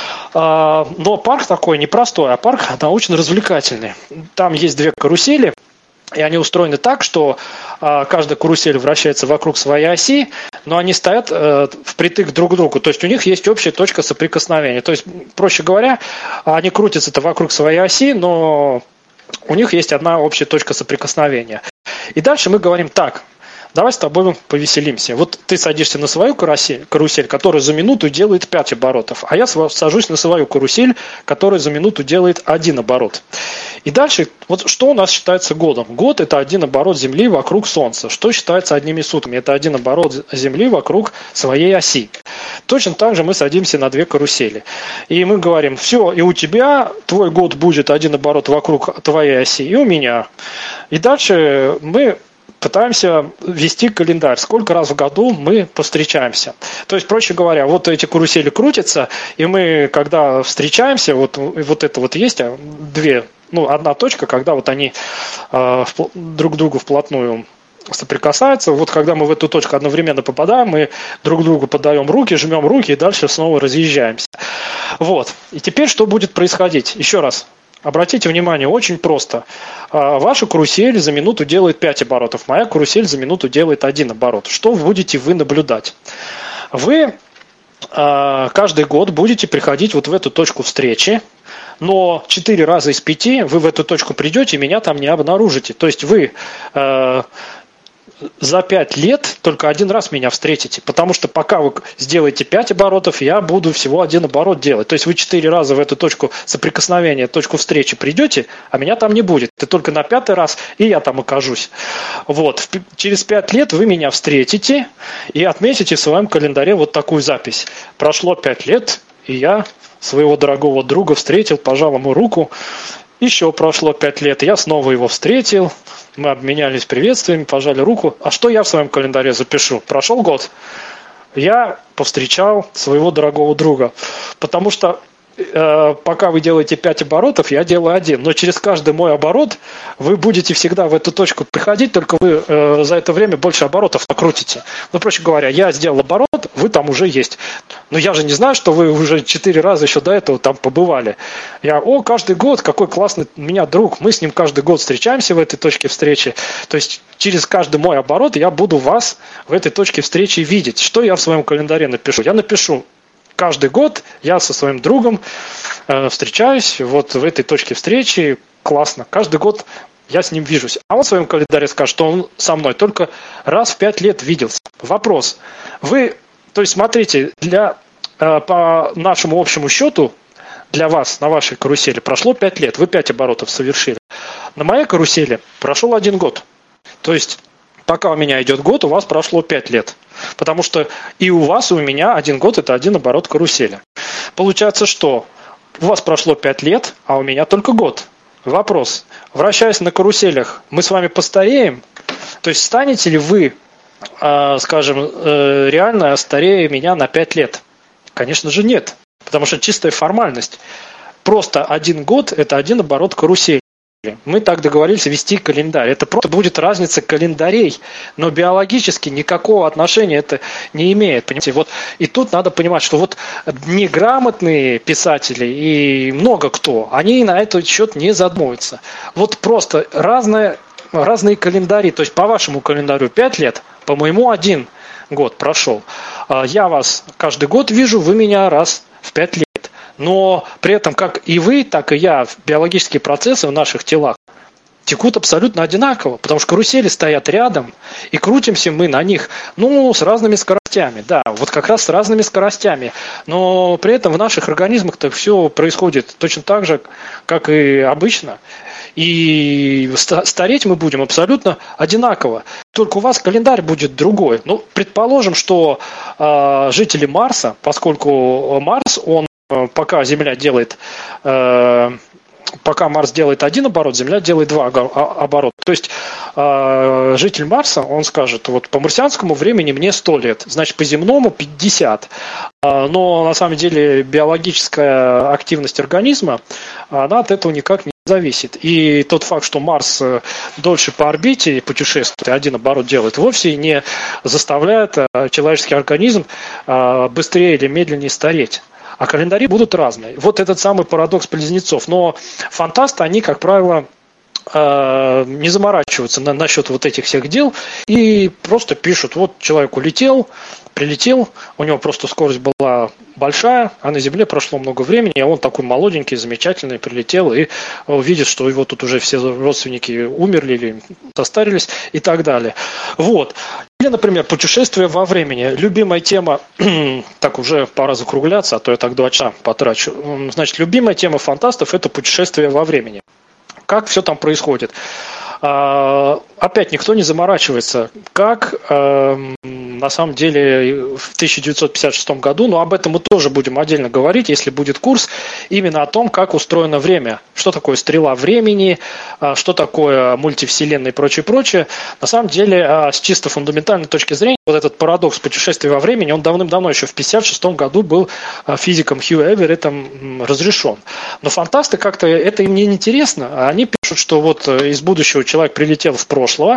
Но парк такой непростой, а парк научно-развлекательный. Там есть 2 карусели, и они устроены так, что каждая карусель вращается вокруг своей оси, но они стоят впритык друг к другу. То есть у них есть общая точка соприкосновения. То есть, проще говоря, они крутятся вокруг своей оси, но у них есть одна общая точка соприкосновения. И дальше мы говорим так. Давай с тобой повеселимся. Ты садишься на свою карусель, которая за минуту делает 5 оборотов, а я сажусь на свою карусель, которая за минуту делает 1 оборот. И дальше, что у нас считается годом? Год – это 1 оборот Земли вокруг Солнца. Что считается одними сутками? Это 1 оборот Земли вокруг своей оси. Точно так же мы садимся на 2 карусели. И мы говорим, все, и у тебя твой год будет 1 оборот вокруг твоей оси, и у меня. И дальше мы пытаемся вести календарь, сколько раз в году мы повстречаемся. То есть, проще говоря, эти карусели крутятся, и мы, когда встречаемся, это есть 2, одна точка, когда они друг к другу вплотную соприкасаются. Когда мы в эту точку одновременно попадаем, мы друг другу подаем руки, жмем руки и дальше снова разъезжаемся. И теперь что будет происходить? Еще раз. Обратите внимание, очень просто. Ваша карусель за минуту делает 5 оборотов, моя карусель за минуту делает 1 оборот. Что будете вы наблюдать? Вы каждый год будете приходить в эту точку встречи, но 4 раза из 5 вы в эту точку придете и меня там не обнаружите. То есть вы за 5 лет только один раз меня встретите, потому что пока вы сделаете 5 оборотов, я буду всего один оборот делать. То есть вы 4 раза в эту точку соприкосновения, точку встречи придете, а меня там не будет. И только на 5-й раз и я там окажусь. Вот. Через 5 лет вы меня встретите и отметите в своем календаре вот такую запись. Прошло 5 лет, и я своего дорогого друга встретил, пожал ему руку. Еще прошло 5 лет, и я снова его встретил, мы обменялись приветствиями, пожали руку. А что я в своем календаре запишу? Прошел год, я повстречал своего дорогого друга, потому что пока вы делаете 5 оборотов, я делаю 1. Но через каждый мой оборот вы будете всегда в эту точку приходить, только вы за это время больше оборотов накрутите. Ну, проще говоря, я сделал оборот, вы там уже есть. Но я же не знаю, что вы уже 4 раза еще до этого там побывали. Каждый год, какой классный у меня друг. Мы с ним каждый год встречаемся в этой точке встречи. То есть через каждый мой оборот я буду вас в этой точке встречи видеть. Что я в своем календаре напишу? Я напишу: каждый год я со своим другом встречаюсь вот в этой точке встречи. Классно. Каждый год я с ним вижусь. А он в своем календаре скажет, что он со мной только раз в 5 лет виделся. Вопрос. То есть, смотрите, по нашему общему счету, для вас на вашей карусели прошло 5 лет. Вы 5 оборотов совершили. На моей карусели прошел 1 год. То есть, пока у меня идет год, у вас прошло 5 лет. Потому что и у вас, и у меня 1 год – это 1 оборот карусели. Получается, что у вас прошло 5 лет, а у меня только год. Вопрос. Вращаясь на каруселях, мы с вами постареем? То есть, станете ли вы, скажем, реально старее меня на 5 лет? Конечно же, нет. Потому что чистая формальность. Просто 1 год – это 1 оборот карусели. Мы так договорились вести календарь. Это просто будет разница календарей, но биологически никакого отношения это не имеет. Понимаете? Вот, и тут надо понимать, что вот неграмотные писатели и много кто, они на этот счет не задумываются. Вот просто разные календари. То есть по вашему календарю 5 лет, по моему 1 год прошел. Я вас каждый год вижу, вы меня раз в 5 лет. Но при этом как и вы, так и я, биологические процессы в наших телах текут абсолютно одинаково, потому что карусели стоят рядом, и крутимся мы на них, с разными скоростями. Да, вот как раз с разными скоростями. Но при этом в наших организмах-то все происходит точно так же, как и обычно. И стареть мы будем абсолютно одинаково. Только у вас календарь будет другой. Предположим, что жители Марса, поскольку Марс, он пока Земля делает, пока Марс делает 1 оборот, Земля делает 2 оборота. То есть житель Марса, он скажет, вот по марсианскому времени мне 100 лет, значит по земному 50. Но на самом деле биологическая активность организма, она от этого никак не зависит. И тот факт, что Марс дольше по орбите путешествует, 1 оборот делает, вовсе не заставляет человеческий организм быстрее или медленнее стареть. А календари будут разные. Вот этот самый парадокс близнецов. Но фантасты, они, как правило, не заморачиваются насчет вот этих всех дел и просто пишут, вот человек прилетел, у него просто скорость была большая, а на Земле прошло много времени, а он такой молоденький, замечательный, прилетел и видит, что его тут уже все родственники умерли или состарились и так далее. Вот. Или, например, путешествие во времени. Любимая тема, так уже пора закругляться, а то я так 2 часа потрачу. Значит, любимая тема фантастов – это путешествие во времени. Как все там происходит? Опять никто не заморачивается, как на самом деле в 1956 году, но об этом мы тоже будем отдельно говорить, если будет курс, именно о том, как устроено время, что такое стрела времени, что такое мультивселенная и прочее. На самом деле, с чисто фундаментальной точки зрения, вот этот парадокс путешествия во времени, он давным-давно, еще в 1956 году был физиком Хью Эвереттом разрешен. Но фантасты как-то, это им не интересно, они пишут, что вот из будущего человек прилетел в прошлое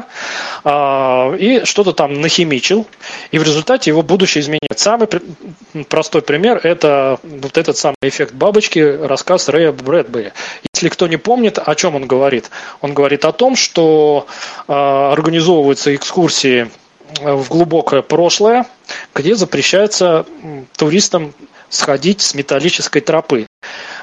и что-то там нахимичил, и в результате его будущее изменится. Самый простой пример – это вот этот самый эффект бабочки, рассказ Рэя Брэдбери. Если кто не помнит, о чем он говорит? Он говорит о том, что организовываются экскурсии в глубокое прошлое, где запрещается туристам сходить с металлической тропы.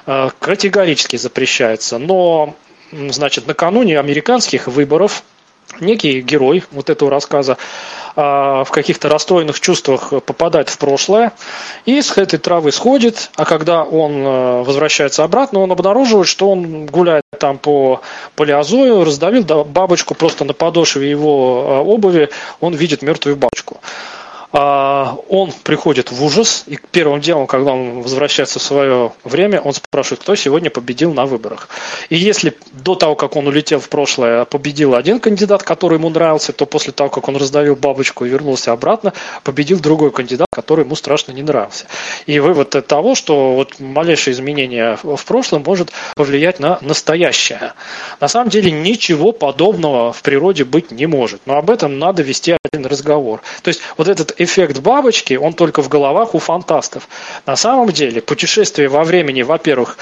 Категорически запрещается. Но, значит, накануне американских выборов некий герой вот этого рассказа в каких-то расстроенных чувствах попадает в прошлое и с этой травы сходит, а когда он возвращается обратно, он обнаруживает, что он гуляет там по палеозою, раздавил бабочку просто на подошве его обуви, он видит мертвую бабочку. Он приходит в ужас, и первым делом, когда он возвращается в свое время, он спрашивает, кто сегодня победил на выборах. И если до того, как он улетел в прошлое, победил один кандидат, который ему нравился, то после того, как он раздавил бабочку и вернулся обратно, победил другой кандидат, который ему страшно не нравился. И вывод от того, что вот малейшее изменение в прошлом может повлиять на настоящее. На самом деле ничего подобного в природе быть не может. Но об этом надо вести один разговор. То есть вот этот эффект бабочки, он только в головах у фантастов. На самом деле, путешествие во времени, во-первых,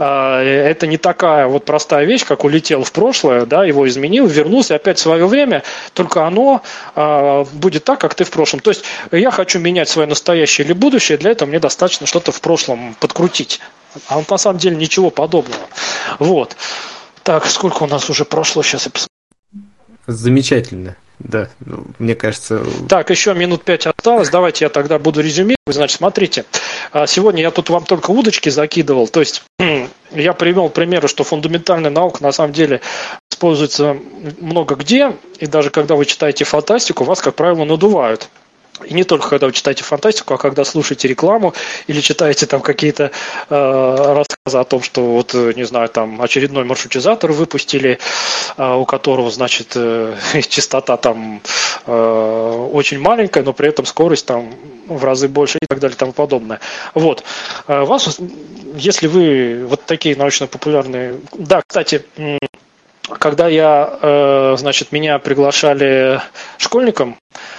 это не такая вот простая вещь, как улетел в прошлое, да, его изменил, вернулся опять в свое время, только оно будет так, как ты в прошлом. То есть я хочу менять свое настоящее или будущее, для этого мне достаточно что-то в прошлом подкрутить. А на самом деле ничего подобного. Вот. Так, сколько у нас уже прошло, сейчас я посмотрю. Замечательно. Да, мне кажется... Так, еще минут 5 осталось. Давайте я тогда буду резюмировать. Значит, смотрите, сегодня я тут вам только удочки закидывал. То есть я привел примеры, что фундаментальная наука на самом деле используется много где. И даже когда вы читаете фантастику, вас, как правило, надувают. И не только когда вы читаете фантастику, а когда слушаете рекламу или читаете там какие-то рассказы о том, что вот, не знаю, там очередной маршрутизатор выпустили, у которого, значит, частота там очень маленькая, но при этом скорость там в разы больше и так далее и тому подобное. Вот. Вас, если вы вот такие научно-популярные... Да, кстати, когда значит, меня приглашали школьникам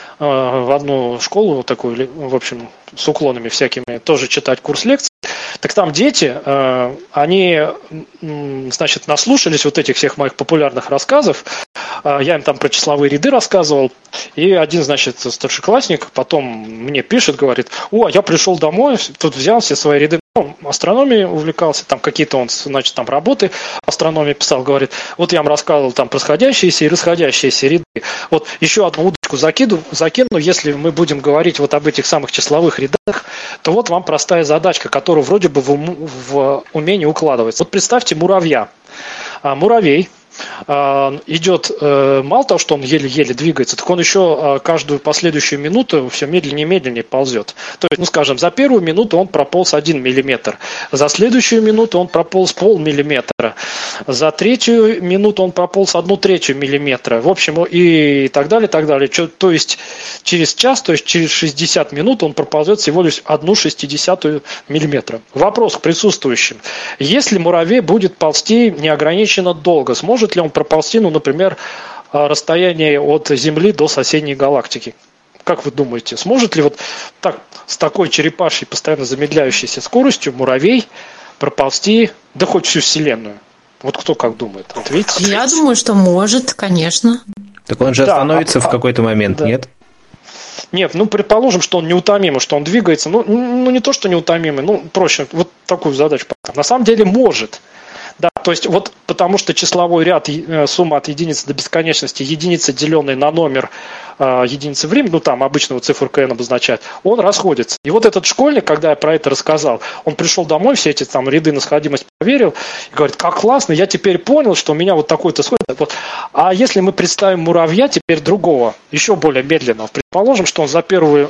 в одну школу такую, в общем, с уклонами всякими, тоже читать курс лекций, так там дети, они, значит, наслушались вот этих всех моих популярных рассказов, я им там про числовые ряды рассказывал, и один, значит, старшеклассник потом мне пишет, говорит, я пришел домой, тут взял все свои ряды, астрономией увлекался, там какие-то он, значит, там работы астрономии писал, говорит, вот я вам рассказывал там про сходящиеся и расходящиеся ряды. Вот еще одну удочку закину, если мы будем говорить вот об этих самых числовых рядах, то вот вам простая задачка, которая вроде бы в уме не укладывается. Вот представьте муравья. Муравей идет, мало того, что он еле-еле двигается, так он еще каждую последующую минуту все медленнее и медленнее ползет. То есть, скажем, за первую минуту он прополз 1 миллиметр, за следующую минуту он прополз полмиллиметра, за третью минуту он прополз 1/3 миллиметра, в общем, и так далее, так далее. То есть, через час, то есть через 60 минут он проползет всего лишь 1/60 миллиметра. Вопрос к присутствующим. Если муравей будет ползти неограниченно долго, сможет ли он проползти, например, расстояние от Земли до соседней галактики? Как вы думаете, сможет ли вот так, с такой черепашьей, постоянно замедляющейся скоростью муравей проползти, да хоть всю Вселенную? Вот кто как думает? Ответьте. Я думаю, что может, конечно. Так он же остановится в какой-то момент, да. Нет? Нет, предположим, что он неутомимый, что он двигается. Не то, что неутомимый, проще вот такую задачу. На самом деле может. Да, то есть вот потому что числовой ряд, сумма от единицы до бесконечности, единица, деленная на номер единицы времени, там обычно цифру n обозначает, он расходится. И вот этот школьник, когда я про это рассказал, он пришел домой, все эти там ряды на сходимость проверил, и говорит, как классно, я теперь понял, что у меня вот такой-то сходит. Вот. А если мы представим муравья теперь другого, еще более медленного, предположим, что он за первую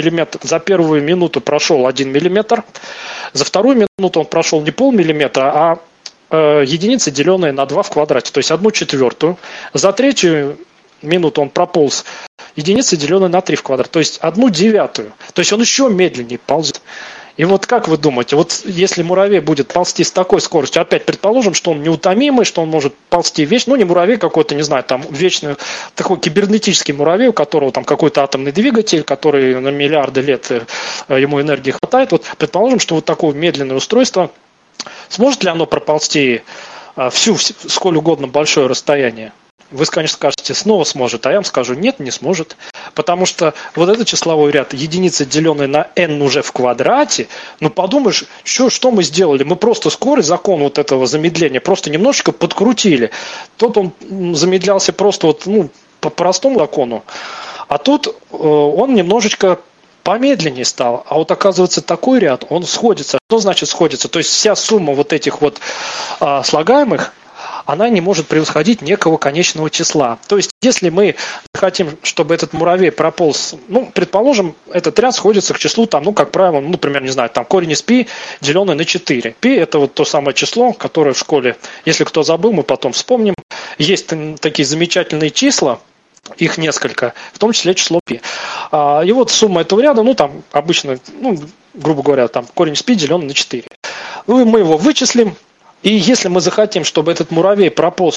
минуту прошел 1 миллиметр, за вторую минуту он прошел не полмиллиметра, а единица, деленная на 2 в квадрате, то есть 1/4. За третью минуту он прополз единица, деленная на 3 в квадрате, то есть 1/9. То есть он еще медленнее ползет. И вот как вы думаете, вот если муравей будет ползти с такой скоростью, опять предположим, что он неутомимый, что он может ползти вечно, не муравей какой-то, не знаю, там вечный, такой кибернетический муравей, у которого там какой-то атомный двигатель, который на миллиарды лет ему энергии хватает. Вот предположим, что вот такое медленное устройство, сможет ли оно проползти всю, сколь угодно большое расстояние? Вы, конечно, скажете, снова сможет, а я вам скажу, нет, не сможет. Потому что вот этот числовой ряд, единица, деленная на n уже в квадрате, подумаешь, что мы сделали? Мы просто скорость, закон вот этого замедления, просто немножечко подкрутили. Тот он замедлялся просто по простому закону. А тут он немножечко помедленнее стал. А вот оказывается такой ряд, он сходится. Что значит сходится? То есть вся сумма вот этих вот слагаемых, она не может превосходить некого конечного числа. То есть, если мы хотим, чтобы этот муравей прополз, предположим, этот ряд сходится к числу, там, как правило, например, не знаю, там корень из π, деленный на 4. Π – это вот то самое число, которое в школе, если кто забыл, мы потом вспомним. Есть такие замечательные числа, их несколько, в том числе число π. И вот сумма этого ряда, там обычно, грубо говоря, там корень из π деленный на 4. И мы его вычислим. И если мы захотим, чтобы этот муравей прополз,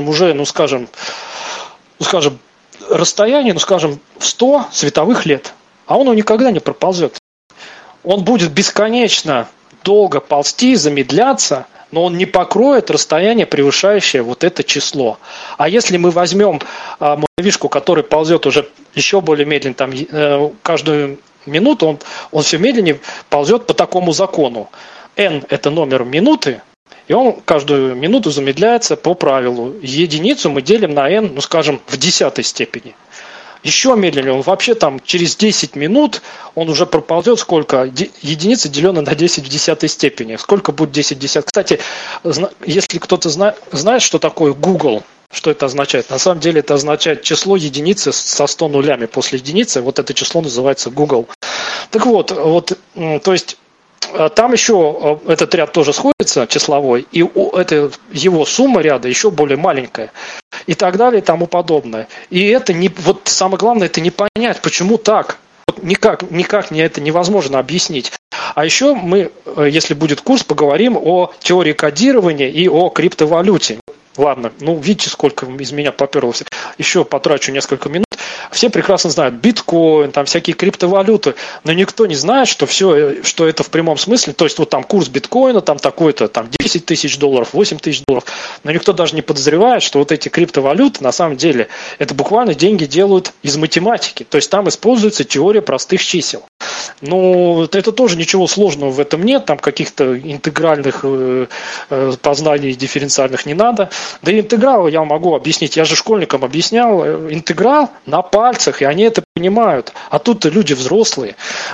расстояние, в 100 световых лет, а он его никогда не проползет. Он будет бесконечно долго ползти, замедляться, но он не покроет расстояние, превышающее вот это число. А если мы возьмем муравьишку, который ползет уже еще более медленно, там каждую минуту он все медленнее ползет по такому закону. n – это номер минуты, и он каждую минуту замедляется по правилу. Единицу мы делим на n, в 10 степени. Еще медленнее, он вообще там через 10 минут он уже проползет сколько? Единица делена на 10 в 10 степени. Сколько будет 10 в 10? Кстати, если кто-то знает, что такое Google, что это означает? На самом деле это означает число единицы со 100 нулями после единицы. Вот это число называется Google. Так вот, то есть там еще этот ряд тоже сходится, числовой, и его сумма ряда еще более маленькая, и так далее, и тому подобное. И это самое главное, это не понять, почему так. Никак это невозможно объяснить. А еще мы, если будет курс, поговорим о теории кодирования и о криптовалюте. Ладно, видите, сколько из меня поперлось. Еще потрачу несколько минут. Все прекрасно знают биткоин, там всякие криптовалюты, но никто не знает, что это в прямом смысле, то есть вот там курс биткоина, там такой-то, там 10 тысяч долларов, 8 тысяч долларов, но никто даже не подозревает, что вот эти криптовалюты на самом деле это буквально деньги делают из математики, то есть там используется теория простых чисел. Это тоже ничего сложного в этом нет, там каких-то интегральных познаний дифференциальных не надо. Да и интеграл я могу объяснить, я же школьникам объяснял, интеграл на пальцах, и они это понимают, а тут-то люди взрослые.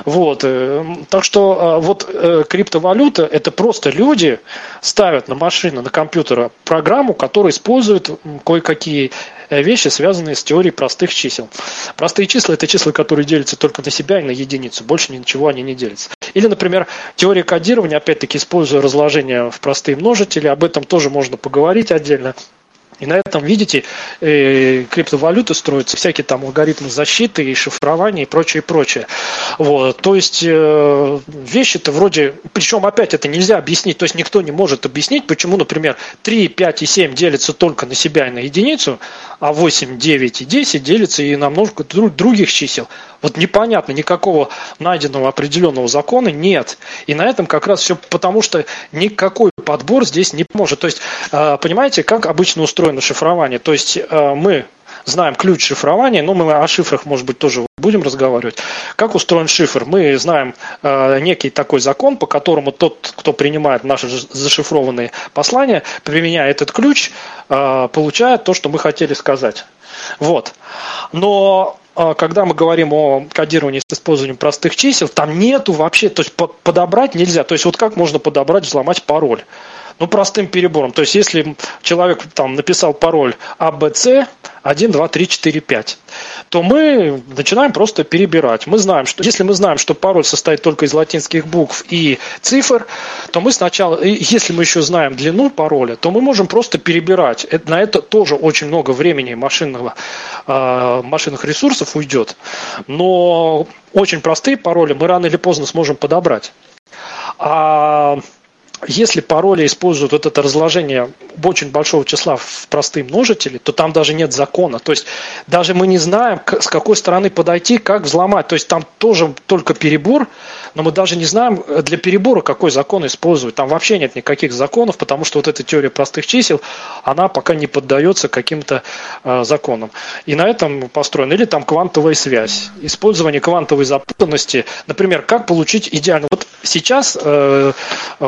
Так что криптовалюта – это просто люди ставят на машину, на компьютер программу, которая использует кое-какие вещи, связанные с теорией простых чисел. Простые числа – это числа, которые делятся только на себя и на единицу, больше ничего они не делятся. Или, например, теория кодирования, опять-таки, используя разложение в простые множители, об этом тоже можно поговорить отдельно. И на этом, видите, криптовалюты строятся, всякие там алгоритмы защиты и шифрования и прочее, прочее. То есть вещи-то вроде, причем опять это нельзя объяснить, то есть никто не может объяснить, почему, например, 3, 5 и 7 делятся только на себя и на единицу, а 8, 9 и 10 делятся и на множество других чисел. Непонятно, никакого найденного определенного закона нет. И на этом как раз все потому, что никакой подбор здесь не поможет. То есть, понимаете, как обычно устроено шифрование? То есть, мы знаем ключ шифрования, но мы о шифрах, может быть, тоже будем разговаривать. Как устроен шифр? Мы знаем некий такой закон, по которому тот, кто принимает наши зашифрованные послания, применяя этот ключ, получает то, что мы хотели сказать. Но когда мы говорим о кодировании с использованием простых чисел, там нету вообще, то есть подобрать нельзя. То есть как можно подобрать, взломать пароль? Простым перебором. То есть если человек там написал пароль ABC 1, 2, 3, 4, 5, то мы начинаем просто перебирать. Если мы знаем, что пароль состоит только из латинских букв и цифр, то мы сначала, если мы еще знаем длину пароля, то мы можем просто перебирать. На это тоже очень много времени машинных ресурсов уйдет. Но очень простые пароли мы рано или поздно сможем подобрать. Если пароли используют это разложение очень большого числа в простые множители, то там даже нет закона. То есть даже мы не знаем, с какой стороны подойти, как взломать. То есть там тоже только перебор, но мы даже не знаем для перебора, какой закон использовать. Там вообще нет никаких законов, потому что эта теория простых чисел, она пока не поддается каким-то законам. И на этом построена. Или там квантовая связь. Использование квантовой запутанности. Например, как получить идеально. Сейчас вы часто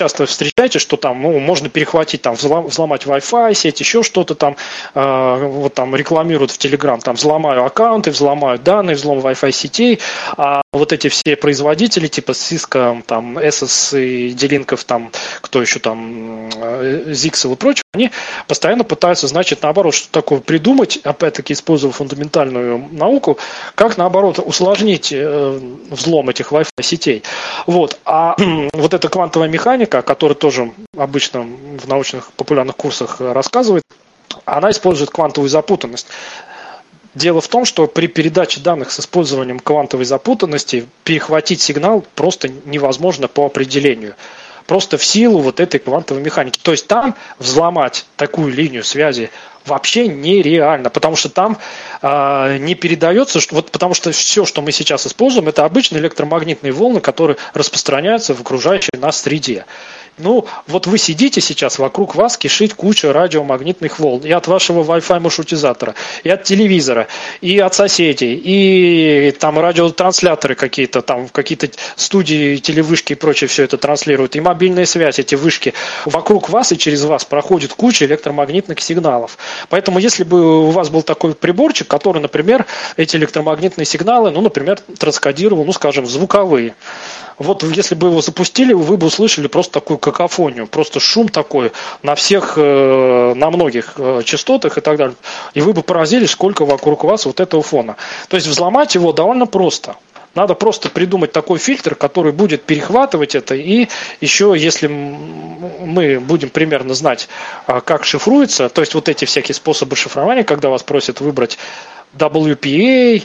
часто встречаете, что там можно перехватить, там, взломать Wi-Fi сеть, еще что-то там, вот там рекламируют в Telegram, там взломаю аккаунты, взломаю данные, взлом Wi-Fi сетей, а вот эти все производители типа Cisco, там, Asus и D-Link, там, кто еще там, Zixel и прочее, они постоянно пытаются, значит, наоборот, что такое придумать, опять-таки используя фундаментальную науку, как, наоборот, усложнить взлом этих Wi-Fi сетей. Вот. А вот эта квантовая механика, которая тоже обычно в научных популярных курсах рассказывает, она использует квантовую запутанность. Дело в том, что при передаче данных с использованием квантовой запутанности перехватить сигнал просто невозможно по определению. Просто в силу вот этой квантовой механики. То есть там взломать такую линию связи вообще нереально, потому что там не передается, вот потому что все, что мы сейчас используем, это обычные электромагнитные волны, которые распространяются в окружающей нас среде. Ну, вот вы сидите сейчас, вокруг вас кишит куча радиомагнитных волн. И от вашего Wi-Fi маршрутизатора, и от телевизора, и от соседей, и там радиотрансляторы какие-то, там какие-то студии, телевышки и прочее все это транслируют, и мобильная связь, эти вышки. Вокруг вас и через вас проходит куча электромагнитных сигналов. Поэтому, если бы у вас был такой приборчик, который, например, эти электромагнитные сигналы, ну, например, транскодировал, ну, скажем, звуковые. Вот если бы его запустили, вы бы услышали просто такую какофонию, просто шум такой на всех, на многих частотах и так далее. И вы бы поразились, сколько вокруг вас вот этого фона. То есть взломать его довольно просто. Надо просто придумать такой фильтр, который будет перехватывать это. И еще, если мы будем примерно знать, как шифруется, то есть вот эти всякие способы шифрования, когда вас просят выбрать WPA,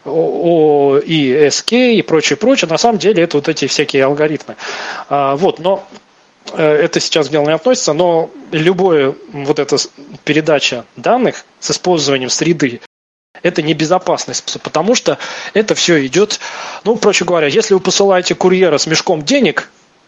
ESK и прочее, на самом деле это вот эти всякие алгоритмы. Вот, но это сейчас к делу не относится, но любая вот эта передача данных с использованием среды, это небезопасность, потому что это все идет, ну, проще говоря, если вы посылаете курьера с мешком денег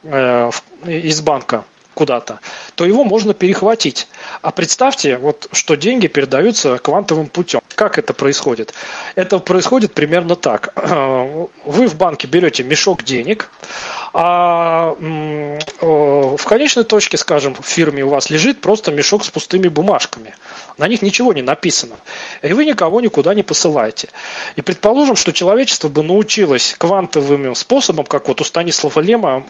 из банка куда-то, то его можно перехватить. А представьте, вот, что деньги передаются квантовым путем. Как это происходит? Это происходит примерно так. Вы в банке берете мешок денег, а в конечной точке, скажем, в фирме у вас лежит просто мешок с пустыми бумажками. На них ничего не написано. И вы никого никуда не посылаете. И предположим, что человечество бы научилось квантовым способом, как вот у Станислава Лема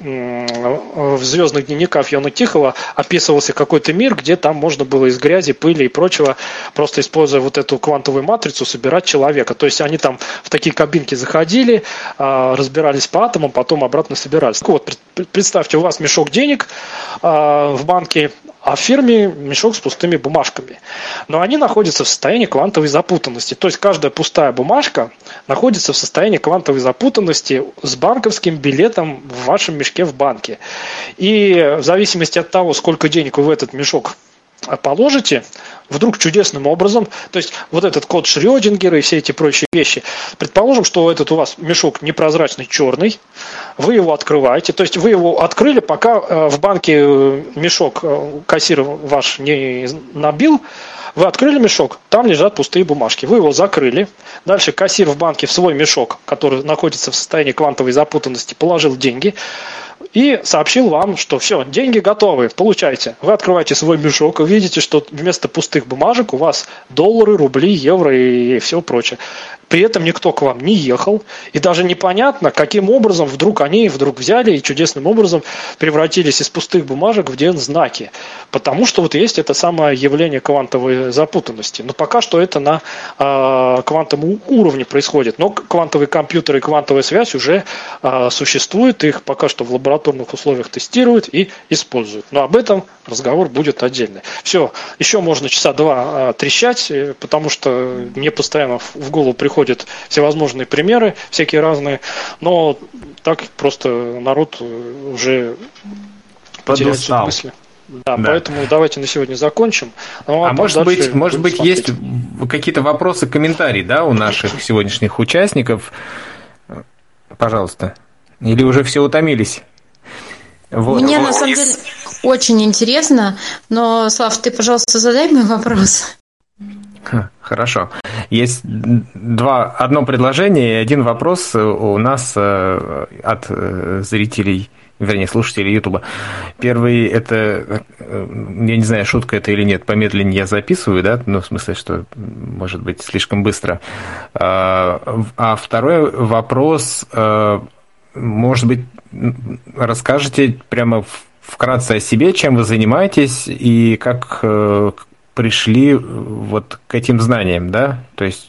в «Звездных дневниках» Йона Тихого описывался какой-то мир, где там можно было из грязи, пыли и прочего, просто используя вот эту квантовую матрицу, собирать человека. То есть они там в такие кабинки заходили, разбирались по атомам, потом обратно собирались. Вот, представьте, у вас мешок денег в банке, а в фирме мешок с пустыми бумажками. Но они находятся в состоянии квантовой запутанности. То есть каждая пустая бумажка находится в состоянии квантовой запутанности с банковским билетом в вашем мешке в банке. И в зависимости от того, сколько денег вы в этот мешок положите, вдруг чудесным образом, то есть вот этот код Шрёдингера и все эти прочие вещи, предположим, что этот у вас мешок непрозрачный, черный, вы его открываете, то есть вы его открыли, пока в банке мешок кассир ваш не набил, вы открыли мешок, там лежат пустые бумажки. Вы его закрыли. Дальше кассир в банке в свой мешок, который находится в состоянии квантовой запутанности, положил деньги и сообщил вам, что все, деньги готовы, получайте. Вы открываете свой мешок и видите, что вместо пустых бумажек у вас доллары, рубли, евро и все прочее. При этом никто к вам не ехал, и даже непонятно, каким образом они вдруг взяли и чудесным образом превратились из пустых бумажек в знаки. Потому что вот есть это самое явление квантовой запутанности. Но пока что это на квантовом уровне происходит. Но квантовые компьютеры и квантовая связь уже существуют, их пока что в лабораторных условиях тестируют и используют. Но об этом разговор будет отдельный. Все, еще можно часа два трещать, потому что мне постоянно в голову приходят всевозможные примеры, всякие разные, но так просто народ уже потеряет мысли. Да, поэтому давайте на сегодня закончим. А может быть, есть какие-то вопросы, комментарии, да, у наших сегодняшних участников? Пожалуйста. Или уже все утомились? Вот. Мне на самом деле очень интересно, но, Слав, ты, пожалуйста, задай мой вопрос. Хорошо. Есть одно предложение и один вопрос у нас от зрителей, вернее, слушателей Ютуба. Первый – это, я не знаю, шутка это или нет, помедленнее я записываю, да, ну, в смысле, что может быть слишком быстро. А второй вопрос, может быть, расскажете прямо вкратце о себе, чем вы занимаетесь и как пришли вот к этим знаниям, да? То есть,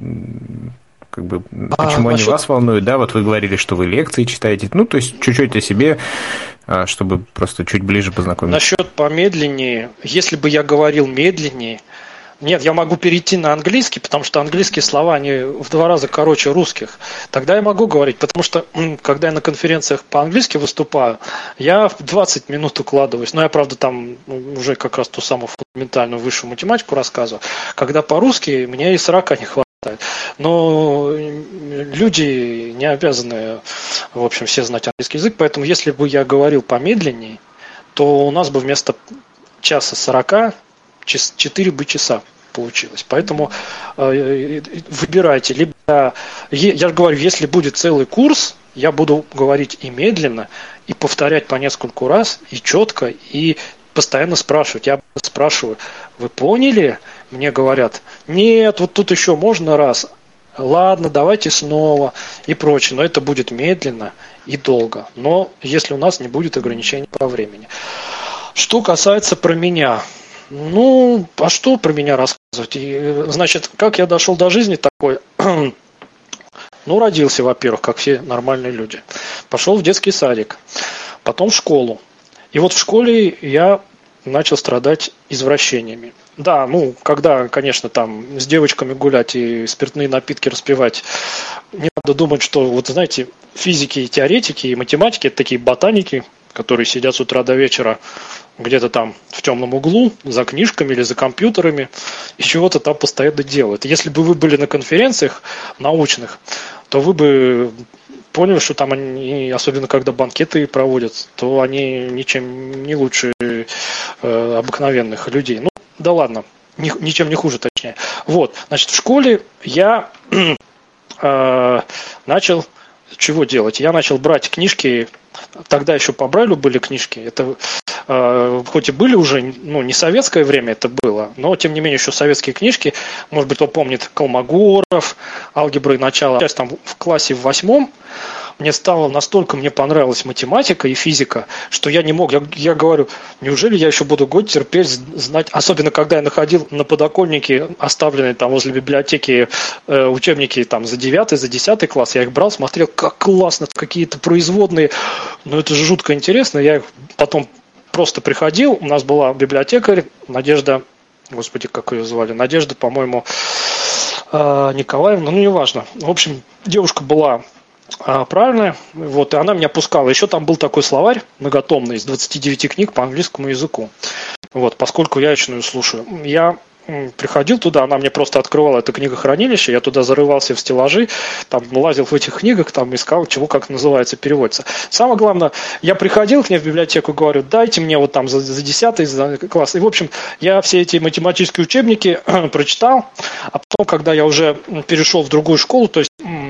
как бы, почему они вас волнуют, да? Вот вы говорили, что вы лекции читаете. Ну, то есть, чуть-чуть о себе, чтобы просто чуть ближе познакомиться. Насчет помедленнее, если бы я говорил медленнее, нет, я могу перейти на английский, потому что английские слова, они в 2 раза короче русских. Тогда я могу говорить, потому что, когда я на конференциях по-английски выступаю, я в 20 минут укладываюсь. Но я, правда, там уже как раз ту самую фундаментальную высшую математику рассказываю. Когда по-русски, мне и 40 не хватает. Но люди не обязаны, в общем, все знать английский язык. Поэтому, если бы я говорил помедленнее, то у нас бы вместо часа 40 4 бы часа получилось. Поэтому выбирайте. Либо, я же говорю, если будет целый курс, я буду говорить и медленно, и повторять по нескольку раз, и четко, и постоянно спрашивать. Я спрашиваю, вы поняли? Мне говорят, нет, вот тут еще можно раз. Ладно, давайте снова и прочее. Но это будет медленно и долго. Но если у нас не будет ограничений по времени. Что касается про меня. Ну, а что про меня рассказывать? Значит, как я дошел до жизни такой? Ну, родился, во-первых, как все нормальные люди. Пошел в детский садик, потом в школу. И вот в школе я начал страдать извращениями. Да, ну, когда, конечно, там с девочками гулять и спиртные напитки распивать, не надо думать, что, вот знаете, физики и теоретики, и математики – это такие ботаники, которые сидят с утра до вечера где-то там в темном углу, за книжками или за компьютерами, и чего-то там постоянно делают. Если бы вы были на конференциях научных, то вы бы поняли, что там они, особенно когда банкеты проводят, то они ничем не лучше обыкновенных людей. Ну, да ладно, ничем не хуже, точнее. Вот, значит, в школе я начал чего делать? Я начал брать книжки, тогда еще по Брайлю были книжки, это хоть и были уже, ну, не советское время это было, но тем не менее еще советские книжки, может быть, кто помнит Колмогоров, алгебра и начало. Сейчас там в классе в 8 мне понравилась математика и физика, что я не мог, я говорю, неужели я еще буду год терпеть знать, особенно когда я находил на подоконнике, оставленные там возле библиотеки учебники там за 9, за 10 класс, я их брал, смотрел, как классно, какие-то производные, ну это же жутко интересно, я их потом просто приходил, у нас была библиотекарь Надежда, господи, как ее звали, Надежда, по-моему, Николаевна, ну неважно, в общем, девушка была правильно, вот, и она меня пускала. Еще там был такой словарь многотомный из 29 книг по английскому языку. Вот, поскольку я очную слушаю. Я приходил туда, она мне просто открывала это книгохранилище, я туда зарывался в стеллажи, там лазил в этих книгах, там искал, чего как называется, переводится. Самое главное, я приходил к ней в библиотеку, говорю, дайте мне вот там за 10 класс. И, в общем, я все эти математические учебники прочитал, а потом, когда я уже перешел в другую школу, то есть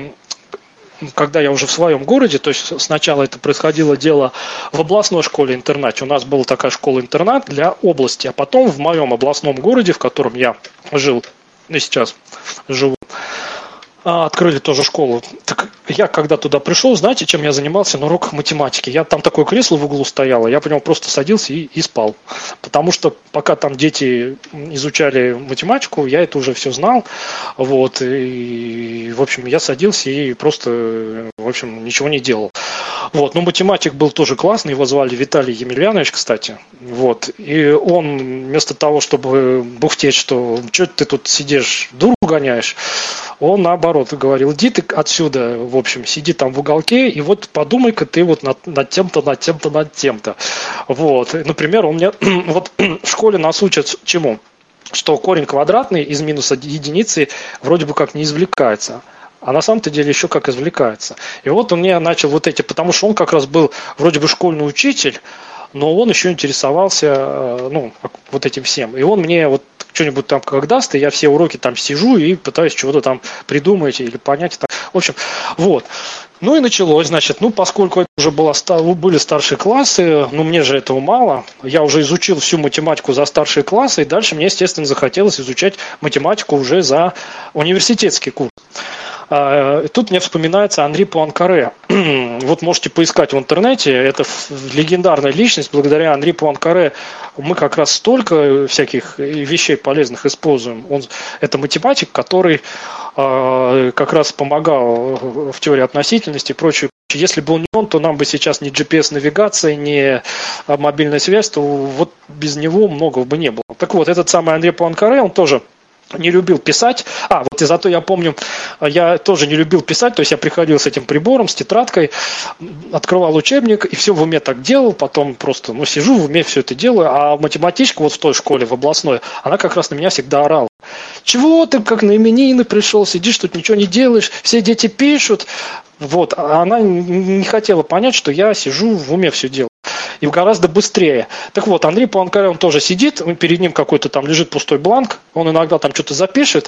когда я уже в своем городе, то есть сначала это происходило дело в областной школе-интернате, у нас была такая школа-интернат для области, а потом в моем областном городе, в котором я жил и сейчас живу, открыли тоже школу. Так я когда туда пришел, знаете, чем я занимался на уроках математики? Я там такое кресло в углу стояло, я по нему просто садился и спал. Потому что пока там дети изучали математику, я это уже все знал. Вот, и в общем, я садился и просто, в общем, ничего не делал. Вот, но математик был тоже классный, его звали Виталий Емельянович, кстати. Вот, и он вместо того, чтобы бухтеть, что ты тут сидишь, дуру гоняешь, он наоборот говорил, иди ты отсюда, в общем, сиди там в уголке, и вот подумай-ка ты вот над тем-то, над тем-то, над тем-то. Вот, например, он мне, вот в школе нас учат чему? Что корень квадратный из минуса единицы вроде бы как не извлекается. А на самом-то деле еще как извлекается. И вот он мне начал вот эти, потому что он как раз был вроде бы школьный учитель, но он еще интересовался, ну, вот этим всем. И он мне вот что-нибудь там как даст, и я все уроки там сижу и пытаюсь чего-то там придумать или понять. В общем, вот. Ну и началось, значит, поскольку это уже были старшие классы, мне же этого мало, я уже изучил всю математику за старшие классы, и дальше мне, естественно, захотелось изучать математику уже за университетский курс. Тут мне вспоминается Анри Пуанкаре. Вот можете поискать в интернете. Это легендарная личность. Благодаря Анри Пуанкаре мы как раз столько всяких вещей полезных используем. Это математик, который как раз помогал в теории относительности и прочее. Если бы не он, то нам бы сейчас ни GPS-навигация, ни мобильная связь, то вот без него многого бы не было. Так вот, этот самый Анри Пуанкаре, он тоже не любил писать. Вот и зато я помню, я тоже не любил писать, то есть я приходил с этим прибором, с тетрадкой, открывал учебник и все в уме так делал, потом просто, сижу в уме все это делаю, а математичка вот в той школе, в областной, она как раз на меня всегда орала. Чего ты как на именины пришел, сидишь тут, ничего не делаешь, все дети пишут. Вот, а она не хотела понять, что я сижу в уме все делаю. И гораздо быстрее. Так вот, Анри Пуанкаре, он тоже сидит, перед ним какой-то там лежит пустой бланк, он иногда там что-то запишет,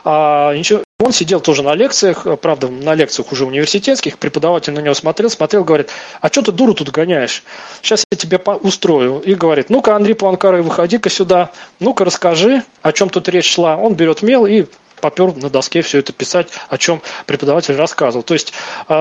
он сидел тоже на лекциях, правда, на лекциях уже университетских, преподаватель на него смотрел, говорит, а что ты дуру тут гоняешь? Сейчас я тебе устрою. И говорит, ну-ка, Анри Пуанкаре, выходи-ка сюда, ну-ка, расскажи, о чем тут речь шла. Он берет мел и попер на доске все это писать, о чем преподаватель рассказывал. То есть,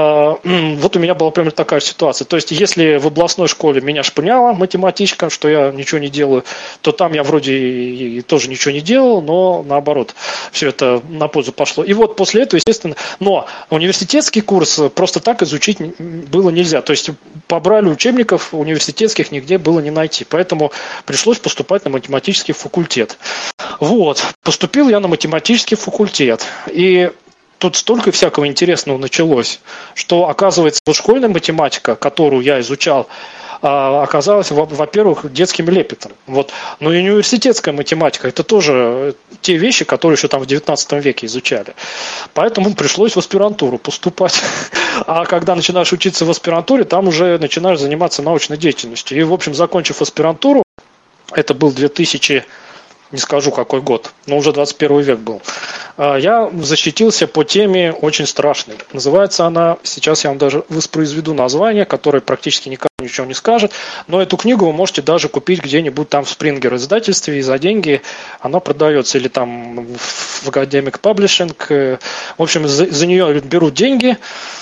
вот у меня была примерно такая ситуация. То есть, если в областной школе меня шпыняла математичка, что я ничего не делаю, то там я вроде и тоже ничего не делал, но наоборот, все это на пользу пошло. И вот после этого, естественно, но университетский курс просто так изучить было нельзя. То есть, по бралю учебников университетских нигде было не найти. Поэтому пришлось поступать на математический факультет. Вот. Поступил я на математический факультет. И тут столько всякого интересного началось, что, оказывается, вот школьная математика, которую я изучал, оказалась, во-первых, детским лепетом. Вот. Но и университетская математика – это тоже те вещи, которые еще там в 19 веке изучали. Поэтому пришлось в аспирантуру поступать. А когда начинаешь учиться в аспирантуре, там уже начинаешь заниматься научной деятельностью. И, в общем, закончив аспирантуру, это был 2000, не скажу какой год, но уже 21 век был, я защитился по теме очень страшной. Называется она, сейчас я вам даже воспроизведу название, которое практически никому ничего не скажет, но эту книгу вы можете даже купить где-нибудь там в Springer издательстве, и за деньги она продается, или там в Academic Publishing. В общем, за нее берут деньги.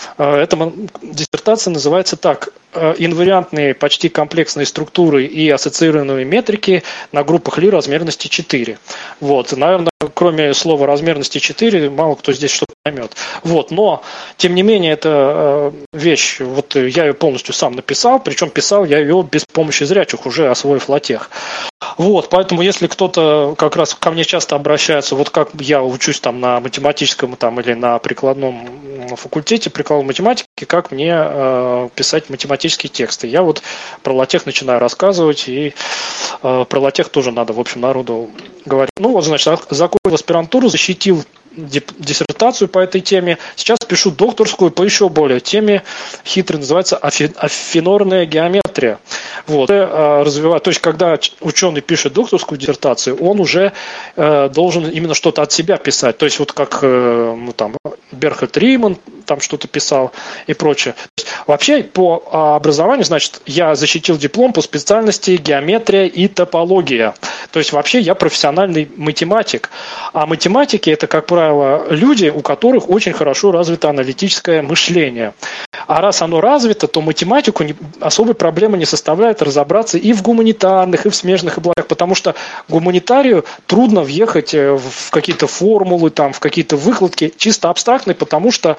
Эта диссертация называется так: инвариантные почти комплексные структуры и ассоциированные метрики на группах Ли размерности 4. Вот, наверное, кроме слова размерности 4, мало кто здесь что-то поймет. Вот, но, тем не менее, эта вещь, вот я ее полностью сам написал, причем писал я ее без помощи зрячих, уже освоив латех. Вот, поэтому если кто-то как раз ко мне часто обращается, вот как я учусь там на математическом там, или на прикладном факультете прикладной математики, как мне писать математические тексты. Я вот про латех начинаю рассказывать, и про латех тоже надо, в общем, народу говорить. Ну вот, значит, закончил аспирантуру, защитил диссертацию по этой теме. Сейчас пишу докторскую по еще более теме хитрой, называется афинорная геометрия. Вот. Развиваю. То есть, когда ученый пишет докторскую диссертацию, он уже должен именно что-то от себя писать. То есть, вот как там, Берхард Риман там что-то писал и прочее. То есть, вообще, по образованию, значит, я защитил диплом по специальности геометрия и топология. То есть, вообще, я профессиональный математик. А математики – это, как правило, люди, у которых очень хорошо развито аналитическое мышление. А раз оно развито, то математику особой проблемы не составляет разобраться и в гуманитарных, и в смежных областях, потому что гуманитарию трудно въехать в какие-то формулы, там, в какие-то выкладки чисто абстрактные, потому что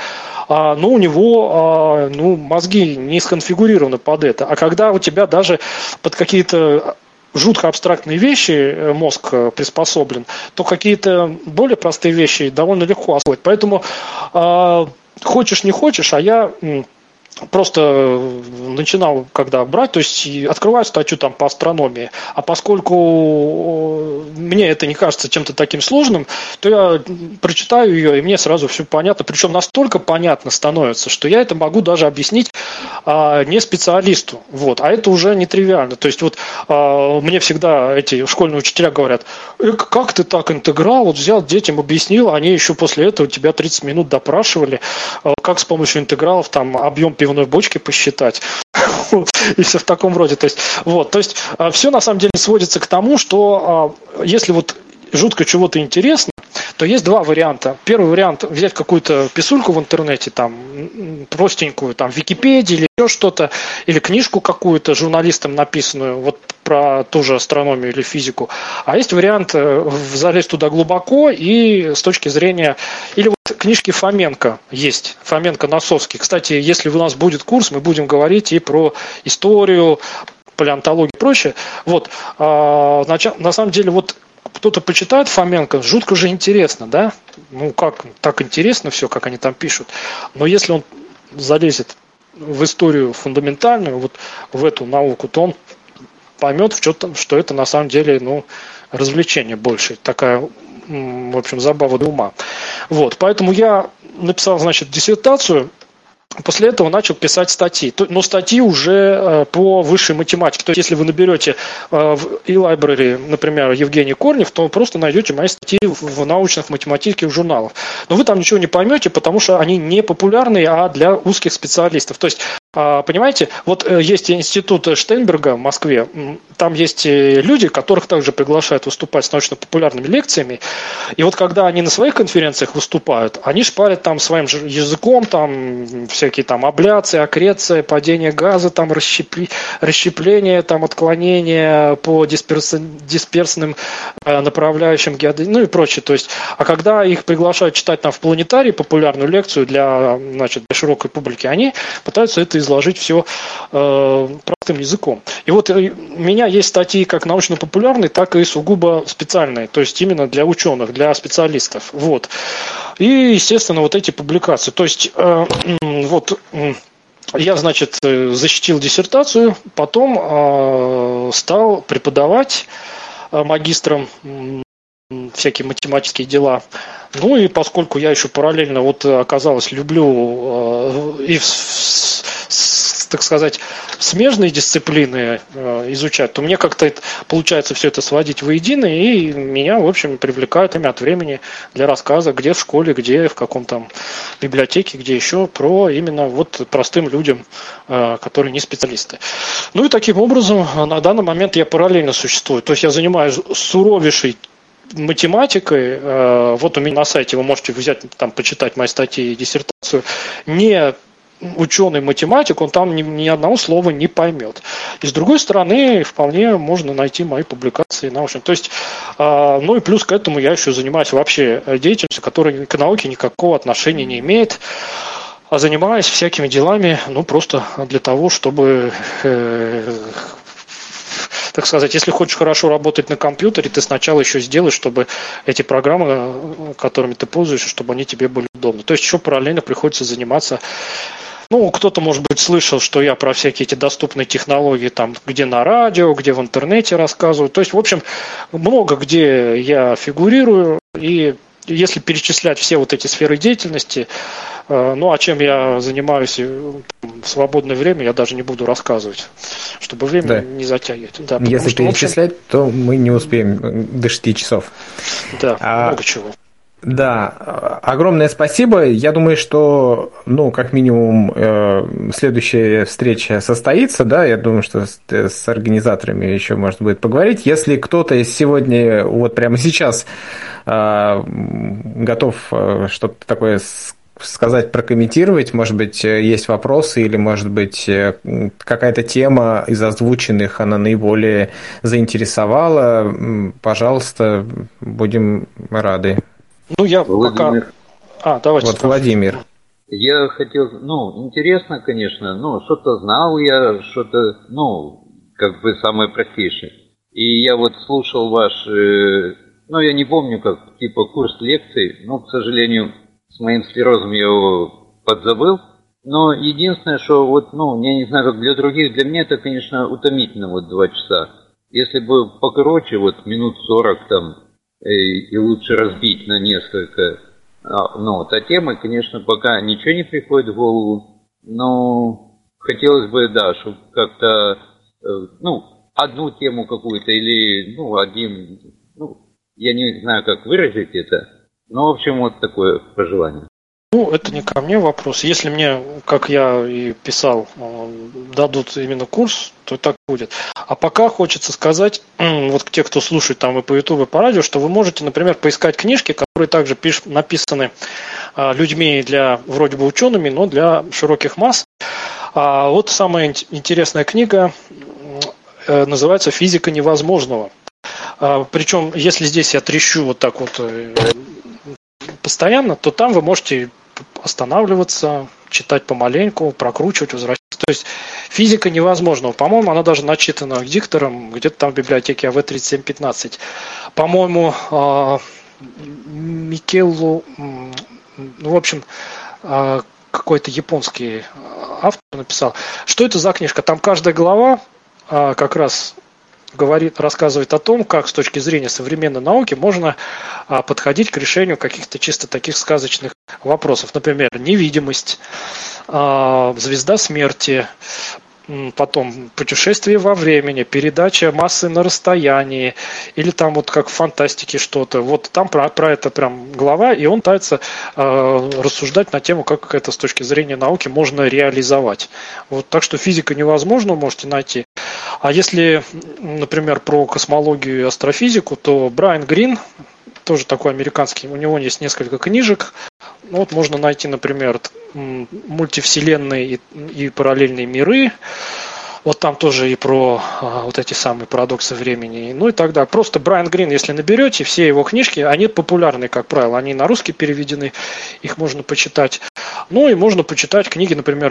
у него мозги не сконфигурированы под это. А когда у тебя даже под какие-то жутко абстрактные вещи мозг приспособлен, то какие-то более простые вещи довольно легко освоить. Поэтому хочешь не хочешь, а я просто начинал когда брать, то есть открываю статью там по астрономии, а поскольку мне это не кажется чем-то таким сложным, то я прочитаю ее, и мне сразу все понятно, причем настолько понятно становится, что я это могу даже объяснить не специалисту, вот, а это уже нетривиально, то есть вот мне всегда эти школьные учителя говорят, как ты так интеграл, вот взял детям, объяснил, они еще после этого тебя 30 минут допрашивали, как с помощью интегралов там объем пивной бочки посчитать. И все в таком роде. То есть все на самом деле сводится к тому, что если вот жутко чего-то интересно, то есть два варианта. Первый вариант — взять какую-то писульку в интернете, там, простенькую, там, в Википедии или еще что-то, или книжку какую-то журналистом написанную, вот про ту же астрономию или физику. А есть вариант залезть туда глубоко и с точки зрения... Или вот книжки Фоменко есть, Фоменко-Носовский. Кстати, если у нас будет курс, мы будем говорить и про историю, палеонтологию и прочее. Вот, на самом деле, вот кто-то почитает Фоменко, жутко же интересно, да? Ну как, так интересно все, как они там пишут. Но если он залезет в историю фундаментальную, вот в эту науку, то он поймет, что это на самом деле, развлечение больше, такая, в общем, забава для ума. Вот, поэтому я написал, значит, диссертацию. После этого начал писать статьи, но статьи уже по высшей математике. То есть, если вы наберете в e-library, например, Евгений Корнев, то вы просто найдете мои статьи в научных математических журналах. Но вы там ничего не поймете, потому что они не популярные, а для узких специалистов. То есть, понимаете, вот есть институт Штейнберга в Москве, там есть люди, которых также приглашают выступать с научно-популярными лекциями, и вот когда они на своих конференциях выступают, они шпарят там своим же языком, там всякие там абляции, аккреции, падение газа, там расщепление, там отклонение по дисперсным направляющим геодезии, и прочее. То есть, а когда их приглашают читать там в планетарии популярную лекцию для широкой публики, они пытаются это изложить все простым языком. И вот у меня есть статьи как научно-популярные, так и сугубо специальные, то есть именно для ученых, для специалистов. Вот. И, естественно, вот эти публикации. То есть, я, значит, защитил диссертацию, потом стал преподавать магистром всякие математические дела. Ну и поскольку я еще параллельно, оказалось, люблю так сказать, смежные дисциплины изучать, то мне как-то получается все это сводить воедино, и меня, в общем, привлекают время от времени для рассказа, где в школе, где в каком там библиотеке, где еще, про именно простым людям, которые не специалисты. Ну и таким образом на данный момент я параллельно существую. То есть я занимаюсь суровейшей математикой. Вот у меня на сайте вы можете взять, там, почитать мои статьи и диссертацию. Не ученый-математик, он там ни одного слова не поймет. И с другой стороны, вполне можно найти мои публикации научные. То есть, и плюс к этому я еще занимаюсь вообще деятельностью, которая к науке никакого отношения не имеет, а занимаюсь всякими делами, просто для того, чтобы... так сказать, если хочешь хорошо работать на компьютере, ты сначала еще сделаешь, чтобы эти программы, которыми ты пользуешься, чтобы они тебе были удобны. То есть еще параллельно приходится заниматься. Кто-то, может быть, слышал, что я про всякие эти доступные технологии, там, где на радио, где в интернете рассказываю. То есть, в общем, много где я фигурирую. И если перечислять все эти сферы деятельности, а чем я занимаюсь в свободное время, я даже не буду рассказывать, чтобы время не затягивать. Да, если перечислять, то мы не успеем до 6 часов. Да, много чего. Да, огромное спасибо. Я думаю, что, как минимум, следующая встреча состоится, да, я думаю, что с организаторами еще можно будет поговорить. Если кто-то сегодня, прямо сейчас готов что-то такое сказать, прокомментировать, может быть, есть вопросы или, может быть, какая-то тема из озвученных, она наиболее заинтересовала, пожалуйста, будем рады. Я Владимир. пока... давайте. Владимир. Я хотел, интересно, конечно, что-то знал я, что-то, самое простейшее. И я слушал ваш, я не помню, курс лекций, к сожалению, с моим склерозом я его подзабыл. Но единственное, что вот, я не знаю, как для других, для меня это, конечно, утомительно, 2 часа. Если бы покороче, минут 40 там, и лучше разбить на несколько, а темы, конечно, пока ничего не приходит в голову, но хотелось бы, да, чтобы как-то, одну тему какую-то или, я не знаю, как выразить это, но, в общем, такое пожелание. Это не ко мне вопрос. Если мне, как я и писал, дадут именно курс, то так будет. А пока хочется сказать, те, кто слушает там и по Ютубу, и по радио, что вы можете, например, поискать книжки, которые также написаны людьми вроде бы учеными, но для широких масс. Самая интересная книга называется «Физика невозможного». Причем, если здесь я трещу постоянно, то там вы можете останавливаться, читать помаленьку, прокручивать, возвращаться. То есть физика невозможного. По-моему, она даже начитана диктором где-то там в библиотеке АВ-3715. По-моему, Микеллу, какой-то японский автор написал. Что это за книжка? Там каждая глава как раз рассказывает о том, как с точки зрения современной науки можно подходить к решению каких-то чисто таких сказочных вопросов. Например, невидимость, звезда смерти, потом путешествие во времени, передача массы на расстоянии, или там как в фантастике что-то. Там про это прям глава, и он пытается рассуждать на тему, как это с точки зрения науки можно реализовать. Так что физика невозможно, можете найти. А если, например, про космологию и астрофизику, то Брайан Грин, тоже такой американский, у него есть несколько книжек. Можно найти, например, мультивселенные и параллельные миры. Там тоже и про эти самые парадоксы времени. И так далее. Просто Брайан Грин, если наберете, все его книжки, они популярны, как правило. Они на русский переведены, их можно почитать. И можно почитать книги, например,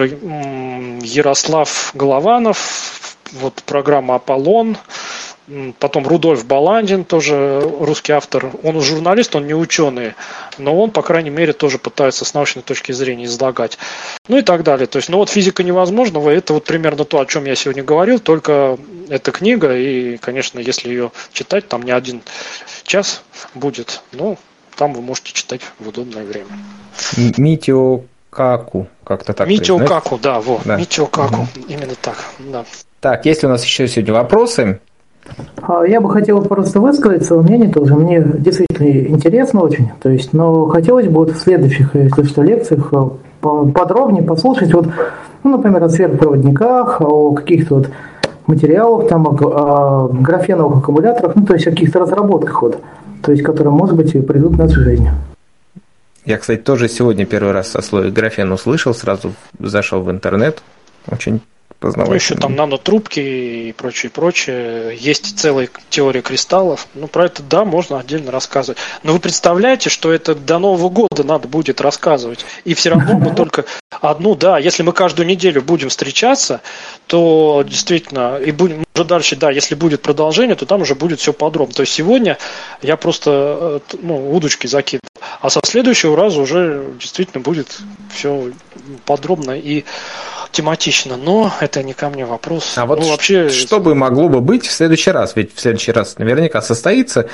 Ярослав Голованов, программа «Аполлон», потом Рудольф Баландин, тоже русский автор. Он журналист, он не ученый, но он, по крайней мере, тоже пытается с научной точки зрения излагать. И так далее. То есть, физика невозможного, это примерно то, о чем я сегодня говорил, только эта книга, и, конечно, если ее читать, там не 1 час будет, там вы можете читать в удобное время. Митио Каку, как-то так. Митио Каку, да. Митио Каку, именно так, да. Так, есть ли у нас еще сегодня вопросы? Я бы хотел просто высказаться, мнение тоже. Мне действительно интересно очень. Но хотелось бы в следующих, если что, лекциях подробнее послушать, например, о сверхпроводниках, о каких-то материалах, о графеновых аккумуляторах, о каких-то разработках, которые, может быть, придут в нашу жизнь. Я, кстати, тоже сегодня первый раз о слое графен услышал, сразу зашел в интернет. Очень познавательно. Еще там нанотрубки и прочее. Есть целая теория кристаллов. Про это, да, можно отдельно рассказывать. Но вы представляете, что это до Нового года надо будет рассказывать. И все равно мы только одну, да, если мы каждую неделю будем встречаться, то действительно, и будем уже дальше, да, если будет продолжение, то там уже будет все подробно. То есть сегодня я просто удочки закидывал. А со следующего раза уже действительно будет все подробно и тематично, но это не ко мне вопрос. А вообще, что бы могло бы быть в следующий раз? Ведь в следующий раз наверняка состоится.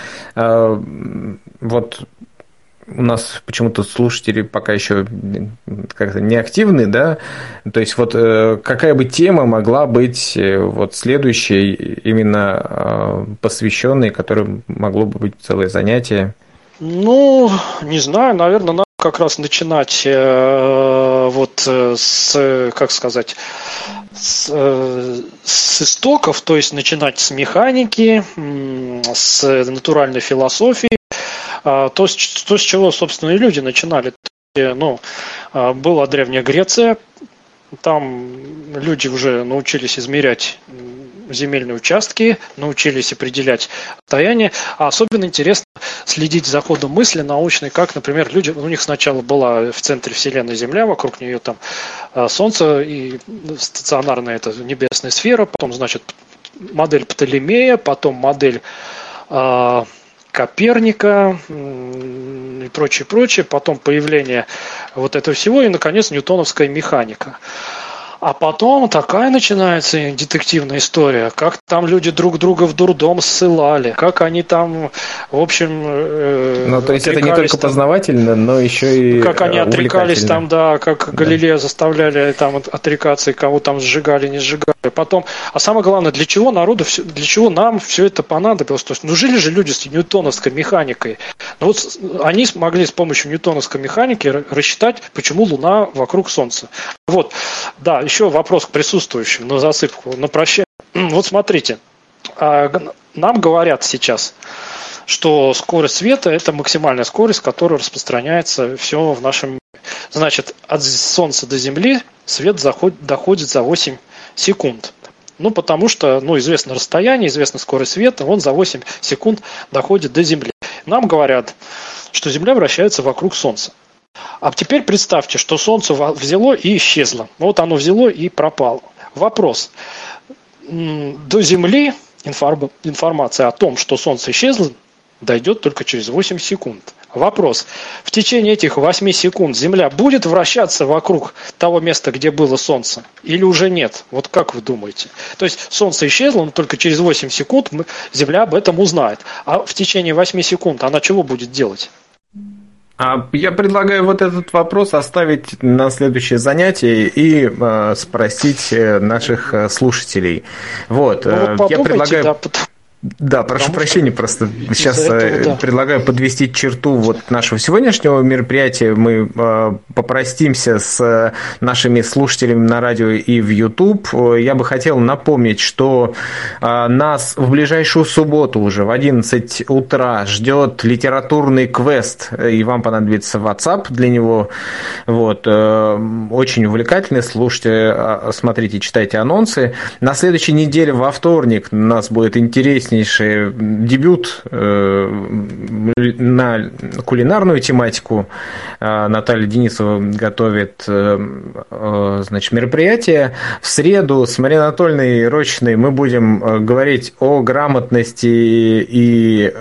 У нас почему-то слушатели пока еще как-то не активны, да? То есть какая бы тема могла быть следующей, именно посвященной, которой могло бы быть целое занятие? Не знаю, наверное, надо как раз начинать с истоков, то есть начинать с механики, с натуральной философии, то, с чего, собственно, и люди начинали. Была Древняя Греция, там люди уже научились измерять земельные участки, научились определять расстояние. А особенно интересно следить за ходом мысли научной, как, например, люди, у них сначала была в центре Вселенной Земля, вокруг нее там Солнце и стационарная эта небесная сфера, потом, модель Птолемея, потом модель Коперника и прочее, потом появление вот этого всего и, наконец, ньютоновская механика. А потом такая начинается детективная история, как там люди друг друга в дурдом ссылали, как они там, в общем, ну, то есть это не только познавательно, но еще и как они отрекались там, да, как Галилея заставляли там отрекаться, и кого там сжигали, не сжигали. Потом, а самое главное, для чего народу, для чего нам все это понадобилось? То есть, ну, жили же люди с ньютоновской механикой. Ну, вот они смогли с помощью ньютоновской механики рассчитать, почему Луна вокруг Солнца. Вот, да, еще вопрос к присутствующим на засыпку, на прощание. Вот смотрите, нам говорят сейчас, что скорость света – это максимальная скорость, которая распространяется все в нашем мире. Значит, от Солнца до Земли свет доходит за 8 секунд. Ну, потому что, известно расстояние, известна скорость света, он за 8 секунд доходит до Земли. Нам говорят, что Земля вращается вокруг Солнца. А теперь представьте, что Солнце взяло и исчезло. Вот оно взяло и пропало. Вопрос. До Земли информация о том, что Солнце исчезло, дойдет только через 8 секунд. Вопрос. В течение этих 8 секунд Земля будет вращаться вокруг того места, где было Солнце? Или уже нет? Вот как вы думаете? То есть Солнце исчезло, но только через 8 секунд Земля об этом узнает. А в течение 8 секунд она чего будет делать? Я предлагаю вот этот вопрос оставить на следующее занятие и спросить наших слушателей. Вот, я предлагаю... Да, прошу прощения, просто сейчас предлагаю подвести черту вот нашего сегодняшнего мероприятия. Мы попростимся с нашими слушателями на радио и в YouTube. Я бы хотел напомнить, что нас в ближайшую субботу уже в 11 утра ждет литературный квест, и вам понадобится WhatsApp для него. Вот. Очень увлекательный, слушайте, смотрите, читайте анонсы. На следующей неделе во вторник у нас будет интереснейший дебют на кулинарную тематику. Наталья Денисова готовит, мероприятие. В среду с Мариной Анатольевной Рощиной мы будем говорить о грамотности и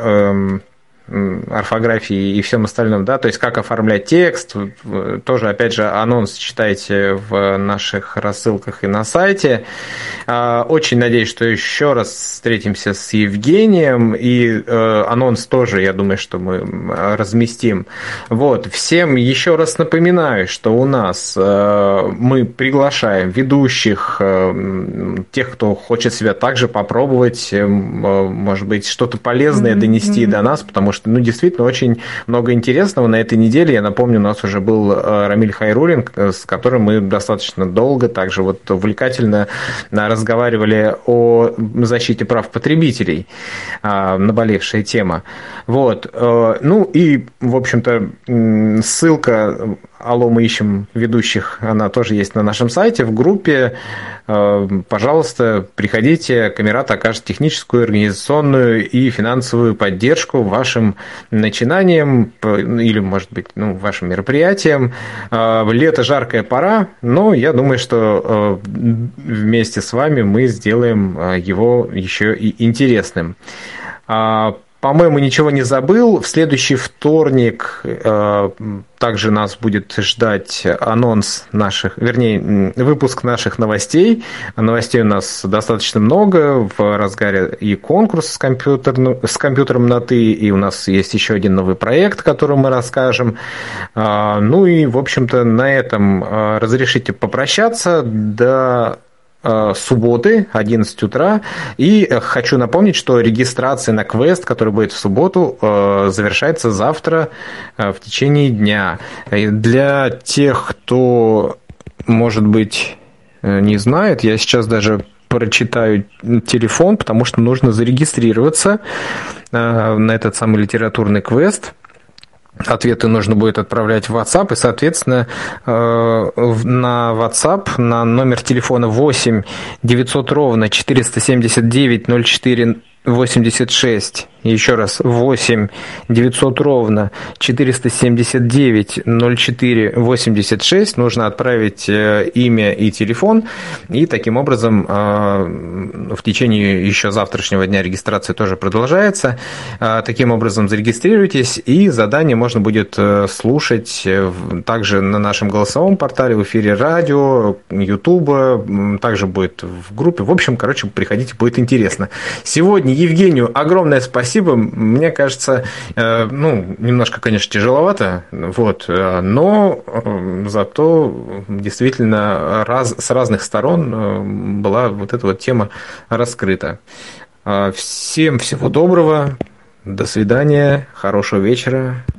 орфографии и всем остальном, да, то есть как оформлять текст, тоже, опять же, анонс читайте в наших рассылках и на сайте. Очень надеюсь, что еще раз встретимся с Евгением, и анонс тоже, я думаю, что мы разместим. Вот, всем еще раз напоминаю, что у нас мы приглашаем ведущих, тех, кто хочет себя также попробовать, может быть, что-то полезное донести до нас, потому что действительно очень много интересного на этой неделе. Я напомню, у нас уже был Рамиль Хайруллин, с которым мы достаточно долго, также вот увлекательно разговаривали о защите прав потребителей, наболевшая тема. Вот. И, в общем-то, ссылка «Алло, мы ищем ведущих», она тоже есть на нашем сайте, в группе. Пожалуйста, приходите, Камерат окажет техническую, организационную и финансовую поддержку вашим начинаниям или, может быть, вашим мероприятиям. Лето, жаркая пора, но я думаю, что вместе с вами мы сделаем его еще и интересным. По-моему, ничего не забыл. В следующий вторник также нас будет ждать анонс выпуск наших новостей. Новостей у нас достаточно много. В разгаре и конкурс с компьютером на «ты», и у нас есть еще один новый проект, о котором мы расскажем. И, в общем-то, на этом разрешите попрощаться до субботы, 11 утра. И хочу напомнить, что регистрация на квест, который будет в субботу, завершается завтра в течение дня. Для тех, кто, может быть, не знает, я сейчас даже прочитаю телефон, потому что нужно зарегистрироваться на этот самый литературный квест. Ответы нужно будет отправлять в WhatsApp, и, соответственно, на WhatsApp на номер телефона 8 900 ровно 479 04 86 Еще раз, 8 900 ровно 479 04 86. Нужно отправить имя и телефон. И таким образом в течение еще завтрашнего дня регистрация тоже продолжается. Таким образом зарегистрируйтесь, и задание можно будет слушать также на нашем голосовом портале, в эфире радио, Ютуба, также будет в группе. В общем, приходите, будет интересно. Сегодня Евгению огромное спасибо. Мне кажется, немножко, конечно, тяжеловато, но зато действительно с разных сторон была вот эта вот тема раскрыта. Всем всего доброго, до свидания, хорошего вечера.